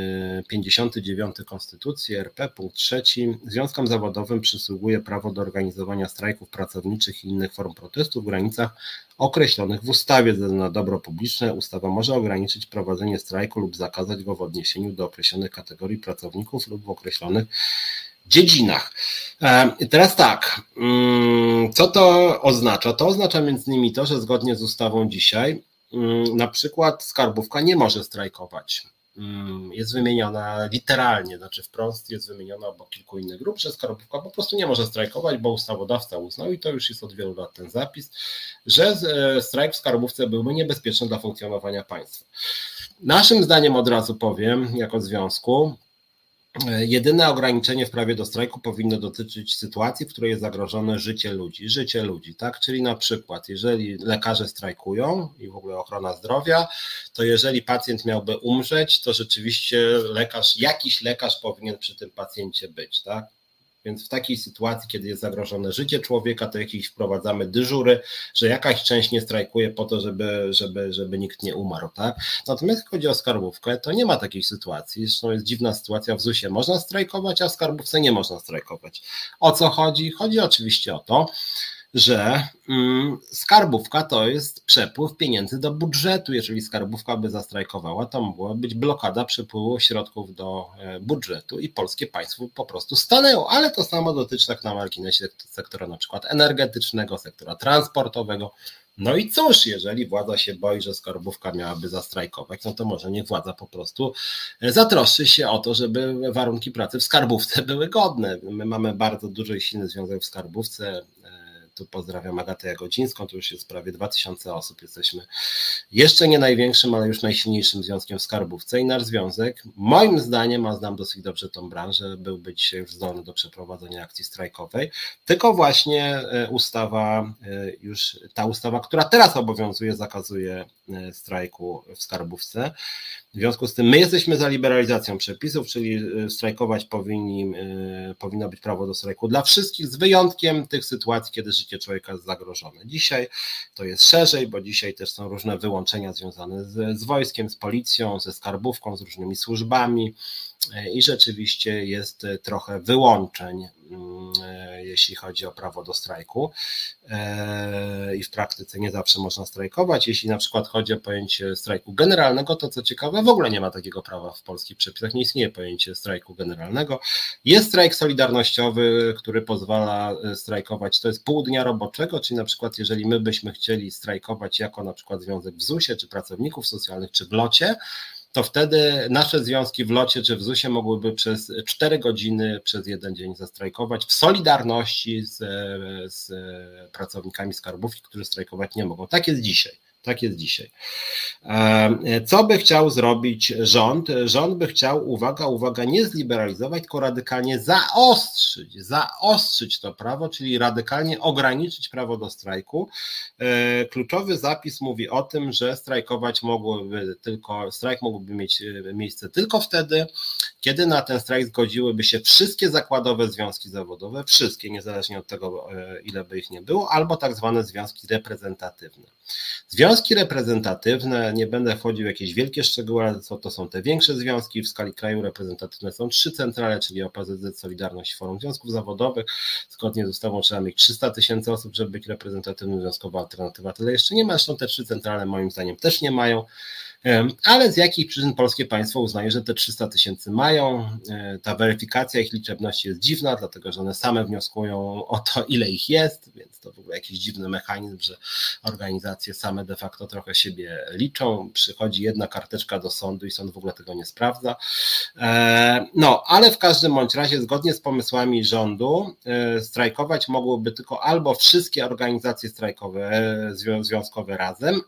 59 Konstytucji RP, punkt 3. Związkom zawodowym przysługuje prawo do organizowania strajków pracowniczych i innych form protestu w granicach określonych w ustawie. Ze względu na dobro publiczne ustawa może ograniczyć prowadzenie strajku lub zakazać go w odniesieniu do określonych kategorii pracowników lub w określonych dziedzinach. I teraz tak, co to oznacza? To oznacza między innymi to, że zgodnie z ustawą dzisiaj na przykład Skarbówka nie może strajkować. Jest wymieniona literalnie, znaczy wprost jest wymieniona obok kilku innych grup, że Skarbówka po prostu nie może strajkować, bo ustawodawca uznał, i to już jest od wielu lat ten zapis, że strajk w Skarbówce byłby niebezpieczny dla funkcjonowania państwa. Naszym zdaniem, od razu powiem, jako związku, jedyne ograniczenie w prawie do strajku powinno dotyczyć sytuacji, w której jest zagrożone życie ludzi, tak? Czyli na przykład, jeżeli lekarze strajkują i w ogóle ochrona zdrowia, to jeżeli pacjent miałby umrzeć, to rzeczywiście jakiś lekarz powinien przy tym pacjencie być, tak? Więc w takiej sytuacji, kiedy jest zagrożone życie człowieka, to jakieś wprowadzamy dyżury, że jakaś część nie strajkuje po to, żeby nikt nie umarł, tak? Natomiast jak chodzi o Skarbówkę, to nie ma takiej sytuacji. Zresztą jest dziwna sytuacja, w ZUS-ie można strajkować, a w Skarbówce nie można strajkować. O co chodzi? Chodzi oczywiście o to, że skarbówka to jest przepływ pieniędzy do budżetu. Jeżeli skarbówka by zastrajkowała, to mogła być blokada przepływu środków do budżetu i polskie państwo po prostu stanęło. Ale to samo dotyczy tak na marginesie sektora na przykład energetycznego, sektora transportowego. No i cóż, jeżeli władza się boi, że skarbówka miałaby zastrajkować, no to może niech władza po prostu zatroszczy się o to, żeby warunki pracy w skarbówce były godne. My mamy bardzo duży i silny związek w skarbówce. Tu pozdrawiam Agatę Jagodzińską, to już jest prawie 2000 osób. Jesteśmy jeszcze nie największym, ale już najsilniejszym związkiem w skarbówce i nasz związek, moim zdaniem, a znam dosyć dobrze tą branżę, byłby dzisiaj już zdolny do przeprowadzenia akcji strajkowej, tylko właśnie ta ustawa, która teraz obowiązuje, zakazuje strajku w skarbówce. W związku z tym my jesteśmy za liberalizacją przepisów, czyli strajkować powinno być prawo do strajku dla wszystkich, z wyjątkiem tych sytuacji, kiedy życie człowieka jest zagrożone. Dzisiaj to jest szerzej, bo dzisiaj też są różne wyłączenia związane z wojskiem, z policją, ze skarbówką, z różnymi służbami i rzeczywiście jest trochę wyłączeń, jeśli chodzi o prawo do strajku i w praktyce nie zawsze można strajkować. Jeśli na przykład chodzi o pojęcie strajku generalnego, to co ciekawe, w ogóle nie ma takiego prawa w polskich przepisach, nie istnieje pojęcie strajku generalnego. Jest strajk solidarnościowy, który pozwala strajkować, to jest pół dnia roboczego, czyli na przykład jeżeli my byśmy chcieli strajkować jako na przykład związek w ZUS-ie, czy pracowników socjalnych, czy w LOT-cie, to wtedy nasze związki w LOT-cie czy w ZUS-ie mogłyby przez 4 godziny przez jeden dzień zastrajkować w solidarności z pracownikami skarbówki, którzy strajkować nie mogą. Tak jest dzisiaj. Tak jest dzisiaj. Co by chciał zrobić rząd? Rząd by chciał, uwaga, nie zliberalizować, tylko radykalnie zaostrzyć to prawo, czyli radykalnie ograniczyć prawo do strajku. Kluczowy zapis mówi o tym, że strajk mógłby mieć miejsce tylko wtedy, kiedy na ten strajk zgodziłyby się wszystkie zakładowe związki zawodowe, wszystkie, niezależnie od tego, ile by ich nie było, albo tak zwane związki reprezentatywne. Związki reprezentatywne, nie będę wchodził w jakieś wielkie szczegóły, ale to są te większe związki. W skali kraju reprezentatywne są 3 centrale, czyli OPZZ, Solidarność i Forum Związków Zawodowych. Zgodnie z ustawą trzeba mieć 300 000 osób, żeby być reprezentatywnym. Związkowa Alternatywa tyle jeszcze nie ma, zresztą te 3 centrale moim zdaniem też nie mają. Ale z jakich przyczyn polskie państwo uznaje, że te 300 000 mają. Ta weryfikacja ich liczebności jest dziwna, dlatego że one same wnioskują o to, ile ich jest, więc to w ogóle jakiś dziwny mechanizm, że organizacje same de facto trochę siebie liczą. Przychodzi jedna karteczka do sądu i sąd w ogóle tego nie sprawdza. No, ale w każdym bądź razie, zgodnie z pomysłami rządu, strajkować mogłyby tylko albo wszystkie organizacje strajkowe, związkowe razem,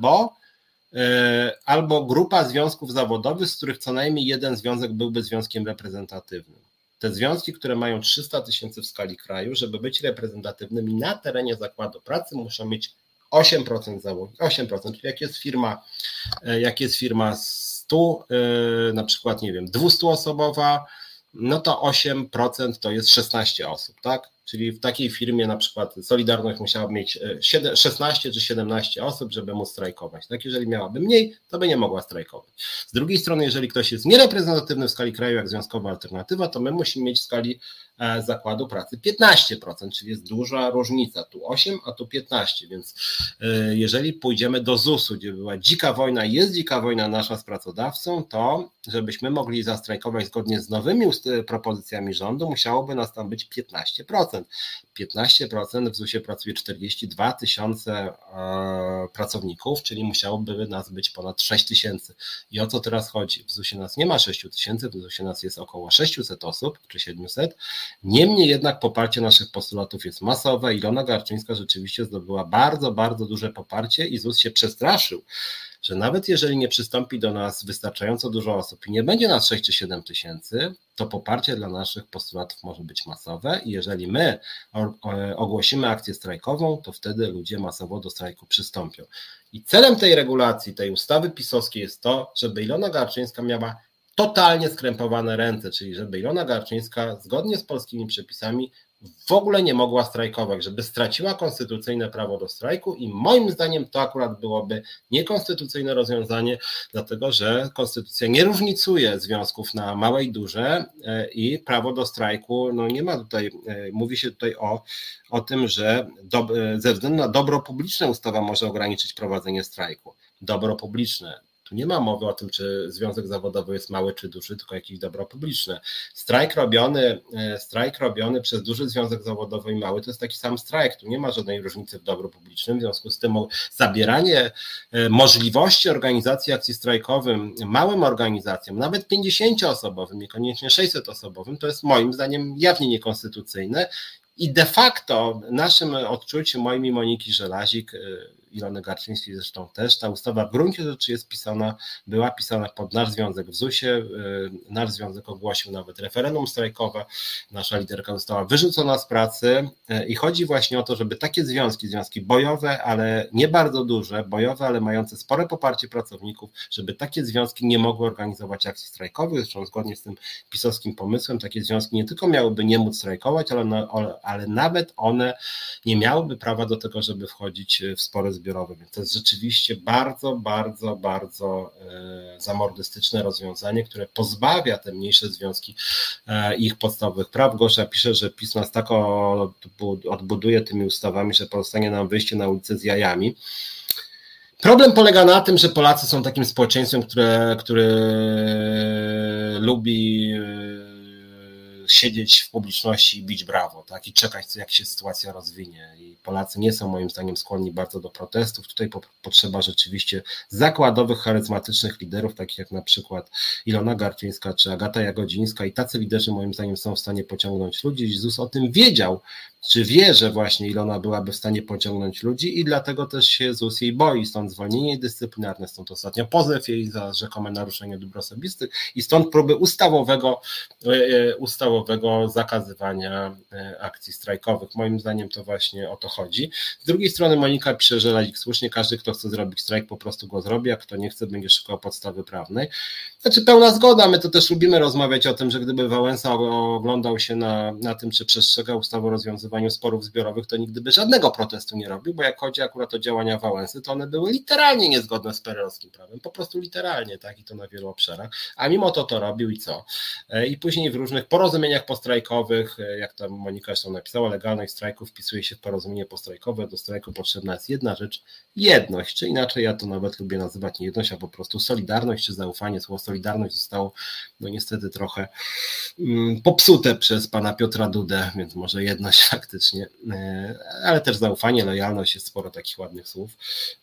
albo grupa związków zawodowych, z których co najmniej jeden związek byłby związkiem reprezentatywnym. Te związki, które mają 300 000 w skali kraju, żeby być reprezentatywnymi na terenie zakładu pracy, muszą mieć 8% załogi. 8%, czyli jak jest firma 100, na przykład, nie wiem, 200-osobowa, no to 8% to jest 16 osób, tak? Czyli w takiej firmie na przykład Solidarność musiałaby mieć 16 czy 17 osób, żeby móc strajkować. Tak, jeżeli miałaby mniej, to by nie mogła strajkować. Z drugiej strony, jeżeli ktoś jest niereprezentatywny w skali kraju, jak Związkowa Alternatywa, to my musimy mieć w skali zakładu pracy 15%, czyli jest duża różnica. Tu 8, a tu 15, więc jeżeli pójdziemy do ZUS-u, gdzie była dzika wojna, jest dzika wojna nasza z pracodawcą, to żebyśmy mogli zastrajkować zgodnie z nowymi propozycjami rządu, musiałoby nas tam być 15%. 15% w ZUS-ie pracuje 42 000 pracowników, czyli musiałoby nas być ponad 6 000. I o co teraz chodzi? W ZUS-ie nas nie ma 6 000, w ZUS-ie nas jest około 600 osób, czy 700. Niemniej jednak poparcie naszych postulatów jest masowe. Ilona Garczyńska rzeczywiście zdobyła bardzo, bardzo duże poparcie i ZUS się przestraszył, że nawet jeżeli nie przystąpi do nas wystarczająco dużo osób i nie będzie nas 6 czy 7 tysięcy, to poparcie dla naszych postulatów może być masowe i jeżeli my ogłosimy akcję strajkową, to wtedy ludzie masowo do strajku przystąpią. I celem tej regulacji, tej ustawy pisowskiej jest to, żeby Ilona Garczyńska miała totalnie skrępowane ręce, czyli żeby Ilona Garczyńska zgodnie z polskimi przepisami w ogóle nie mogła strajkować, żeby straciła konstytucyjne prawo do strajku i moim zdaniem to akurat byłoby niekonstytucyjne rozwiązanie, dlatego że konstytucja nie różnicuje związków na małe i duże i prawo do strajku, no nie ma tutaj, mówi się tutaj o tym, że ze względu na dobro publiczne ustawa może ograniczyć prowadzenie strajku. Dobro publiczne. Tu nie ma mowy o tym, czy związek zawodowy jest mały czy duży, tylko jakieś dobro publiczne. Strajk robiony przez duży związek zawodowy i mały to jest taki sam strajk. Tu nie ma żadnej różnicy w dobru publicznym. W związku z tym zabieranie możliwości organizacji akcji strajkowym małym organizacjom, nawet 50-osobowym, niekoniecznie 600-osobowym, to jest moim zdaniem jawnie niekonstytucyjne. I de facto naszym odczuciem, moim i Moniki Żelazik, Ilony Garczyńskiej zresztą też, ta ustawa w gruncie rzeczy była pisana pod nasz związek w ZUS-ie, nasz związek ogłosił nawet referendum strajkowe, nasza liderka została wyrzucona z pracy i chodzi właśnie o to, żeby takie związki bojowe, ale nie bardzo duże, bojowe, ale mające spore poparcie pracowników, żeby takie związki nie mogły organizować akcji strajkowych, zresztą zgodnie z tym pisowskim pomysłem, takie związki nie tylko miałyby nie móc strajkować, ale nawet one nie miałyby prawa do tego, żeby wchodzić w spory zbiorowe. Więc to jest rzeczywiście bardzo, bardzo, bardzo zamordystyczne rozwiązanie, które pozbawia te mniejsze związki ich podstawowych praw. Gosia pisze, że PiS nas tak odbuduje tymi ustawami, że pozostanie nam wyjście na ulicę z jajami. Problem polega na tym, że Polacy są takim społeczeństwem, które lubi siedzieć w publiczności i bić brawo, tak, i czekać, jak się sytuacja rozwinie. I Polacy nie są moim zdaniem skłonni bardzo do protestów. Tutaj potrzeba rzeczywiście zakładowych, charyzmatycznych liderów, takich jak na przykład Ilona Garczyńska czy Agata Jagodzińska, i tacy liderzy moim zdaniem są w stanie pociągnąć ludzi. ZUS o tym wiedział, czy wie, że właśnie Ilona byłaby w stanie pociągnąć ludzi i dlatego też się ZUS jej boi, stąd zwolnienie dyscyplinarne, stąd ostatnio pozew jej za rzekome naruszenie dóbr osobistych i stąd próby ustawowego zakazywania akcji strajkowych. Moim zdaniem to właśnie o to chodzi. Z drugiej strony Monika pisze, że słusznie, każdy, kto chce zrobić strajk, po prostu go zrobi, a kto nie chce, będzie szukał podstawy prawnej. Znaczy pełna zgoda, my to też lubimy rozmawiać o tym, że gdyby Wałęsa oglądał się na tym, czy przestrzega ustawy o rozwiązywaniu sporów zbiorowych, to nigdy by żadnego protestu nie robił, bo jak chodzi akurat o działania Wałęsy, to one były literalnie niezgodne z PRL-owskim prawem, po prostu literalnie, tak, i to na wielu obszarach, a mimo to robił i co? I później w różnych porozumieniach postrajkowych, jak tam Monika zresztą napisała, legalność strajku wpisuje się w porozumienie postrajkowe, do strajku potrzebna jest jedna rzecz, jedność, czy inaczej ja to nawet lubię nazywać nie jedność, a po prostu solidarność czy zaufanie. Słowo solidarność zostało no niestety trochę popsute przez pana Piotra Dudę, więc może jedność faktycznie, ale też zaufanie, lojalność, jest sporo takich ładnych słów.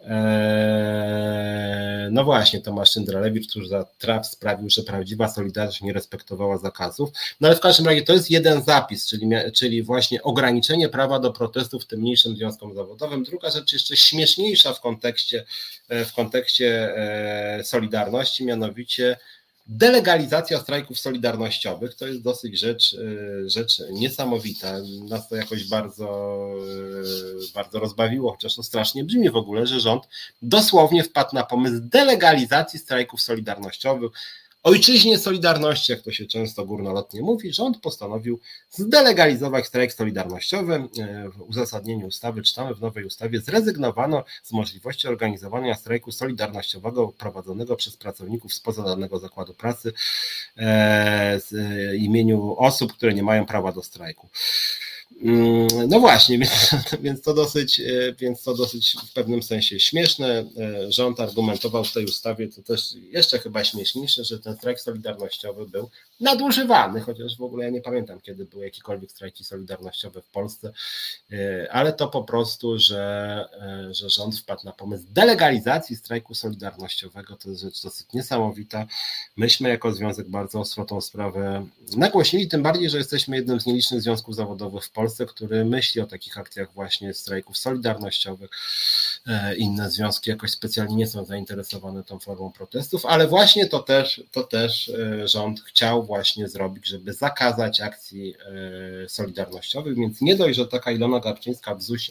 No właśnie, Tomasz Szyndralewicz, który za traf sprawił, że prawdziwa solidarność nie respektowała zakazów, no ale w każdym razie to jest jeden zapis, czyli właśnie ograniczenie prawa do protestów tym mniejszym związkom zawodowym. Druga rzecz jeszcze śmieszniejsza w kontekście solidarności, mianowicie delegalizacja strajków solidarnościowych. To jest dosyć rzecz niesamowita. Nas to jakoś bardzo, bardzo rozbawiło, chociaż to strasznie brzmi w ogóle, że rząd dosłownie wpadł na pomysł delegalizacji strajków solidarnościowych. Ojczyźnie Solidarności, jak to się często górnolotnie mówi, rząd postanowił zdelegalizować strajk solidarnościowy. W uzasadnieniu ustawy czytamy, w nowej ustawie zrezygnowano z możliwości organizowania strajku solidarnościowego prowadzonego przez pracowników spoza danego zakładu pracy w imieniu osób, które nie mają prawa do strajku. No właśnie, więc to dosyć w pewnym sensie śmieszne. Rząd argumentował w tej ustawie, to też jeszcze chyba śmieszniejsze, że ten strajk solidarnościowy był nadużywany, chociaż w ogóle ja nie pamiętam, kiedy były jakiekolwiek strajki solidarnościowe w Polsce, ale to po prostu, że rząd wpadł na pomysł delegalizacji strajku solidarnościowego, to jest rzecz dosyć niesamowita. Myśmy jako związek bardzo ostro tą sprawę nagłośnili, tym bardziej, że jesteśmy jednym z nielicznych związków zawodowych w Polsce, który myśli o takich akcjach właśnie strajków solidarnościowych. Inne związki jakoś specjalnie nie są zainteresowane tą formą protestów, ale właśnie to też rząd chciał właśnie zrobić, żeby zakazać akcji solidarnościowych, więc nie dość, że taka Ilona Garczyńska w ZUS-ie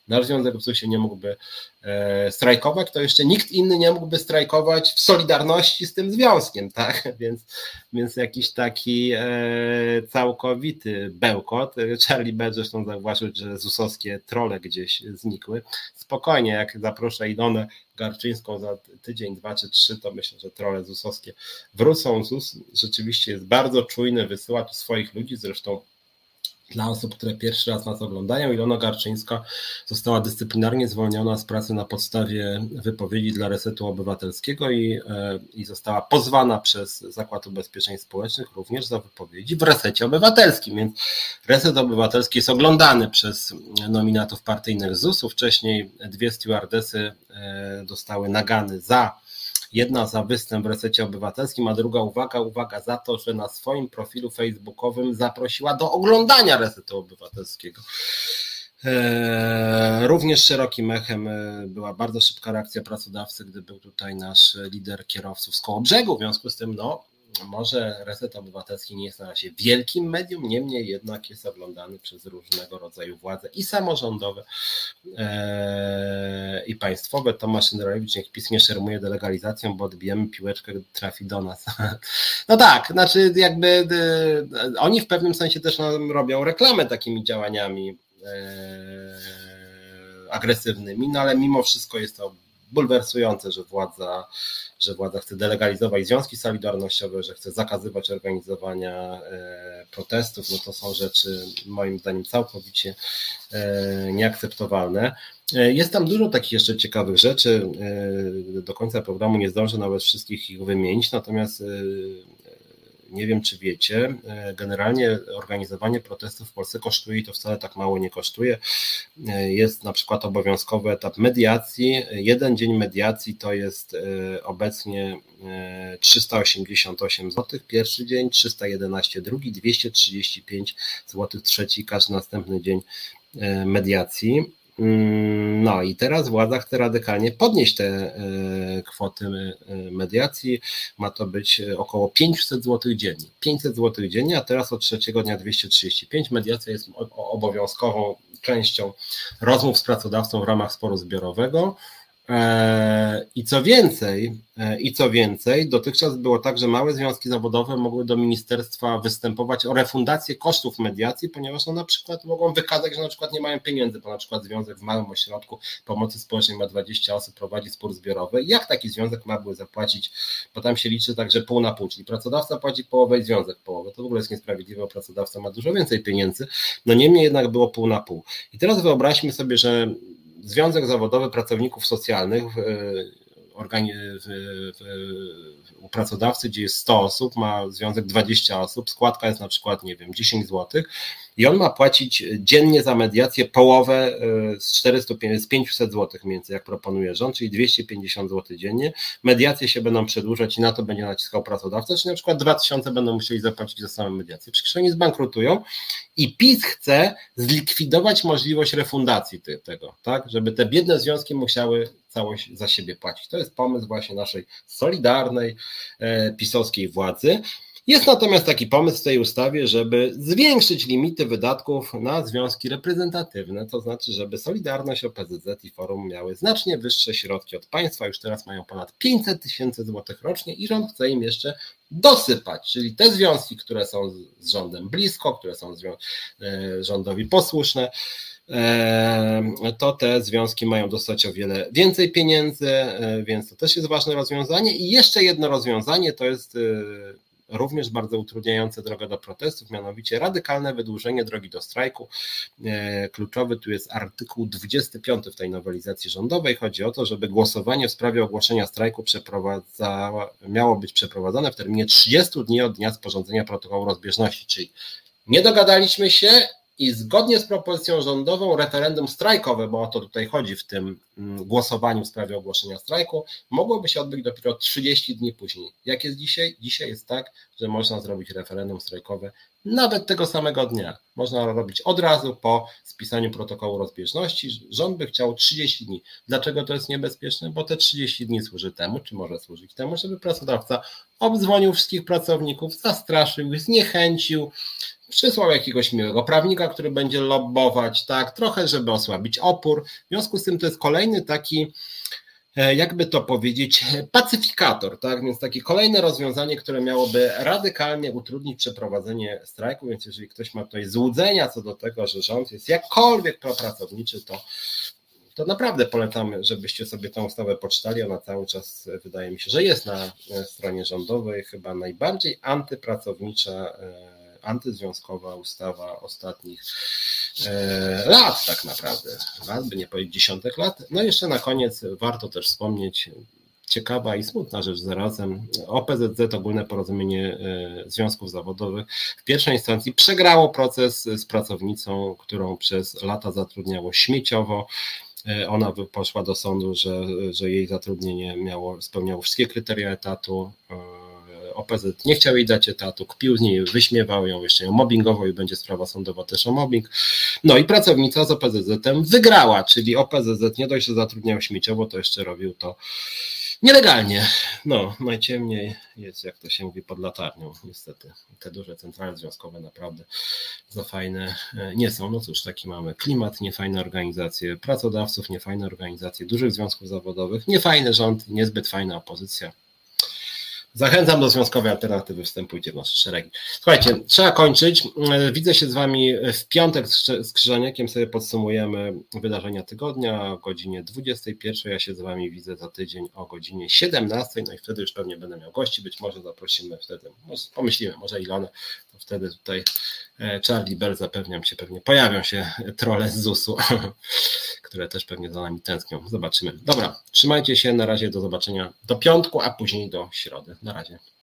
nasz Związek w ZUS-ie nie mógłby strajkować, to jeszcze nikt inny nie mógłby strajkować w solidarności z tym związkiem, tak? Więc jakiś taki całkowity bełkot. Charlie Bell zresztą zauważył, że ZUS-owskie trolle gdzieś znikły. Spokojnie, jak zaproszę Ilonę Garczyńską za tydzień, 2 czy 3, to myślę, że trolle ZUS-owskie wrócą. ZUS rzeczywiście jest bardzo czujny, wysyła tu swoich ludzi, zresztą dla osób, które pierwszy raz nas oglądają, Ilona Garczyńska została dyscyplinarnie zwolniona z pracy na podstawie wypowiedzi dla Resetu Obywatelskiego i została pozwana przez Zakład Ubezpieczeń Społecznych również za wypowiedzi w Resecie Obywatelskim, więc Reset Obywatelski jest oglądany przez nominatów partyjnych ZUS-u. Wcześniej 2 stewardesy dostały nagany jedna za występ w Resecie Obywatelskim, a druga, uwaga, za to, że na swoim profilu facebookowym zaprosiła do oglądania Resetu Obywatelskiego. Również szerokim echem była bardzo szybka reakcja pracodawcy, gdy był tutaj nasz lider kierowców z Kołobrzegu, w związku z tym może Reset Obywatelski nie jest na razie wielkim medium, niemniej jednak jest oglądany przez różnego rodzaju władze i samorządowe, i państwowe. Tomasz Szynderowicz, niech PiS nie szermuje delegalizacją, bo odbijemy piłeczkę, trafi do nas. No tak, znaczy jakby oni w pewnym sensie też nam robią reklamę takimi działaniami agresywnymi, no ale mimo wszystko jest to bulwersujące, że władza chce delegalizować związki solidarnościowe, że chce zakazywać organizowania protestów. No to są rzeczy moim zdaniem całkowicie nieakceptowalne. Jest tam dużo takich jeszcze ciekawych rzeczy. Do końca programu nie zdążę nawet wszystkich ich wymienić, natomiast nie wiem, czy wiecie, generalnie organizowanie protestów w Polsce kosztuje i to wcale tak mało nie kosztuje. Jest na przykład obowiązkowy etap mediacji. 1 dzień mediacji to jest obecnie 388 zł pierwszy dzień, 311 drugi, 235 zł trzeci, każdy następny dzień mediacji. No i teraz władza chce radykalnie podnieść te kwoty mediacji. Ma to być około 500 zł dziennie. 500 zł dziennie, a teraz od 3 dnia 235. Mediacja jest obowiązkową częścią rozmów z pracodawcą w ramach sporu zbiorowego. I co więcej, dotychczas było tak, że małe związki zawodowe mogły do ministerstwa występować o refundację kosztów mediacji, ponieważ na przykład mogą wykazać, że na przykład nie mają pieniędzy, bo na przykład związek w małym ośrodku pomocy społecznej ma 20 osób, prowadzi spór zbiorowy. Jak taki związek ma by zapłacić, bo tam się liczy tak, że pół na pół, czyli pracodawca płaci połowę i związek połowę. To w ogóle jest niesprawiedliwe, bo pracodawca ma dużo więcej pieniędzy, no niemniej jednak było pół na pół. I teraz wyobraźmy sobie, że Związek Zawodowy Pracowników Socjalnych u pracodawcy, gdzie jest 100 osób, ma związek 20 osób, składka jest na przykład, 10 zł i on ma płacić dziennie za mediację połowę z 500 zł mniej więcej, jak proponuje rząd, czyli 250 zł dziennie. Mediacje się będą przedłużać i na to będzie naciskał pracodawca, czyli na przykład 2000 będą musieli zapłacić za samą mediację. Przecież oni zbankrutują i PiS chce zlikwidować możliwość refundacji tego, tak, żeby te biedne związki musiały całość za siebie płacić. To jest pomysł właśnie naszej solidarnej pisowskiej władzy. Jest natomiast taki pomysł w tej ustawie, żeby zwiększyć limity wydatków na związki reprezentatywne, to znaczy, żeby Solidarność, OPZZ i Forum miały znacznie wyższe środki od państwa, już teraz mają ponad 500 000 złotych rocznie i rząd chce im jeszcze dosypać, czyli te związki, które są z rządem blisko, które są rządowi posłuszne, to te związki mają dostać o wiele więcej pieniędzy, więc to też jest ważne rozwiązanie. I jeszcze jedno rozwiązanie to jest również bardzo utrudniające drogę do protestów, mianowicie radykalne wydłużenie drogi do strajku. Kluczowy tu jest artykuł 25 w tej nowelizacji rządowej. Chodzi o to, żeby głosowanie w sprawie ogłoszenia strajku miało być przeprowadzone w terminie 30 dni od dnia sporządzenia protokołu rozbieżności, czyli nie dogadaliśmy się i zgodnie z propozycją rządową referendum strajkowe, bo o to tutaj chodzi w tym głosowaniu w sprawie ogłoszenia strajku, mogłoby się odbyć dopiero 30 dni później. Jak jest dzisiaj? Dzisiaj jest tak, że można zrobić referendum strajkowe nawet tego samego dnia. Można robić od razu po spisaniu protokołu rozbieżności. Rząd by chciał 30 dni. Dlaczego to jest niebezpieczne? Bo te 30 dni służy temu, czy może służyć temu, żeby pracodawca obdzwonił wszystkich pracowników, zastraszył, zniechęcił, przysłał jakiegoś miłego prawnika, który będzie lobbować, tak, trochę, żeby osłabić opór. W związku z tym to jest kolejny taki, jakby to powiedzieć, pacyfikator, tak? Więc takie kolejne rozwiązanie, które miałoby radykalnie utrudnić przeprowadzenie strajku, więc jeżeli ktoś ma tutaj złudzenia co do tego, że rząd jest jakkolwiek propracowniczy, to naprawdę polecamy, żebyście sobie tę ustawę poczytali. Ona cały czas, wydaje mi się, że jest na stronie rządowej, chyba najbardziej antypracownicza, antyzwiązkowa ustawa ostatnich lat tak naprawdę, by nie powiedzieć dziesiątek lat. No i jeszcze na koniec warto też wspomnieć, ciekawa i smutna rzecz zarazem, OPZZ, Ogólne Porozumienie Związków Zawodowych, w pierwszej instancji przegrało proces z pracownicą, którą przez lata zatrudniało śmieciowo. Ona poszła do sądu, że jej zatrudnienie spełniało wszystkie kryteria etatu. OPZZ nie chciał jej dać etatu, kpił z niej, wyśmiewał ją, jeszcze ją mobbingował i będzie sprawa sądowa też o mobbing. No i pracownica z OPZZ-em wygrała, czyli OPZZ nie dość, że zatrudniał śmieciowo, to jeszcze robił to nielegalnie. No, najciemniej jest, jak to się mówi, pod latarnią. Niestety te duże centrale związkowe naprawdę za fajne nie są. No cóż, taki mamy klimat, niefajne organizacje pracodawców, niefajne organizacje dużych związków zawodowych, niefajny rząd, niezbyt fajna opozycja. Zachęcam do związkowej alternatywy, wstępujcie w nasze szeregi. Słuchajcie, trzeba kończyć. Widzę się z Wami w piątek z Krzyżaniakiem, sobie podsumujemy wydarzenia tygodnia o godzinie 21. Ja się z Wami widzę za tydzień o godzinie 17. No i wtedy już pewnie będę miał gości, być może zaprosimy wtedy, pomyślimy, może Ilonę, to wtedy tutaj Charlie Bell, zapewniam się, pewnie pojawią się trolle z ZUS-u, które też pewnie za nami tęsknią. Zobaczymy. Dobra, trzymajcie się, na razie, do zobaczenia do piątku, a później do środy. Na razie.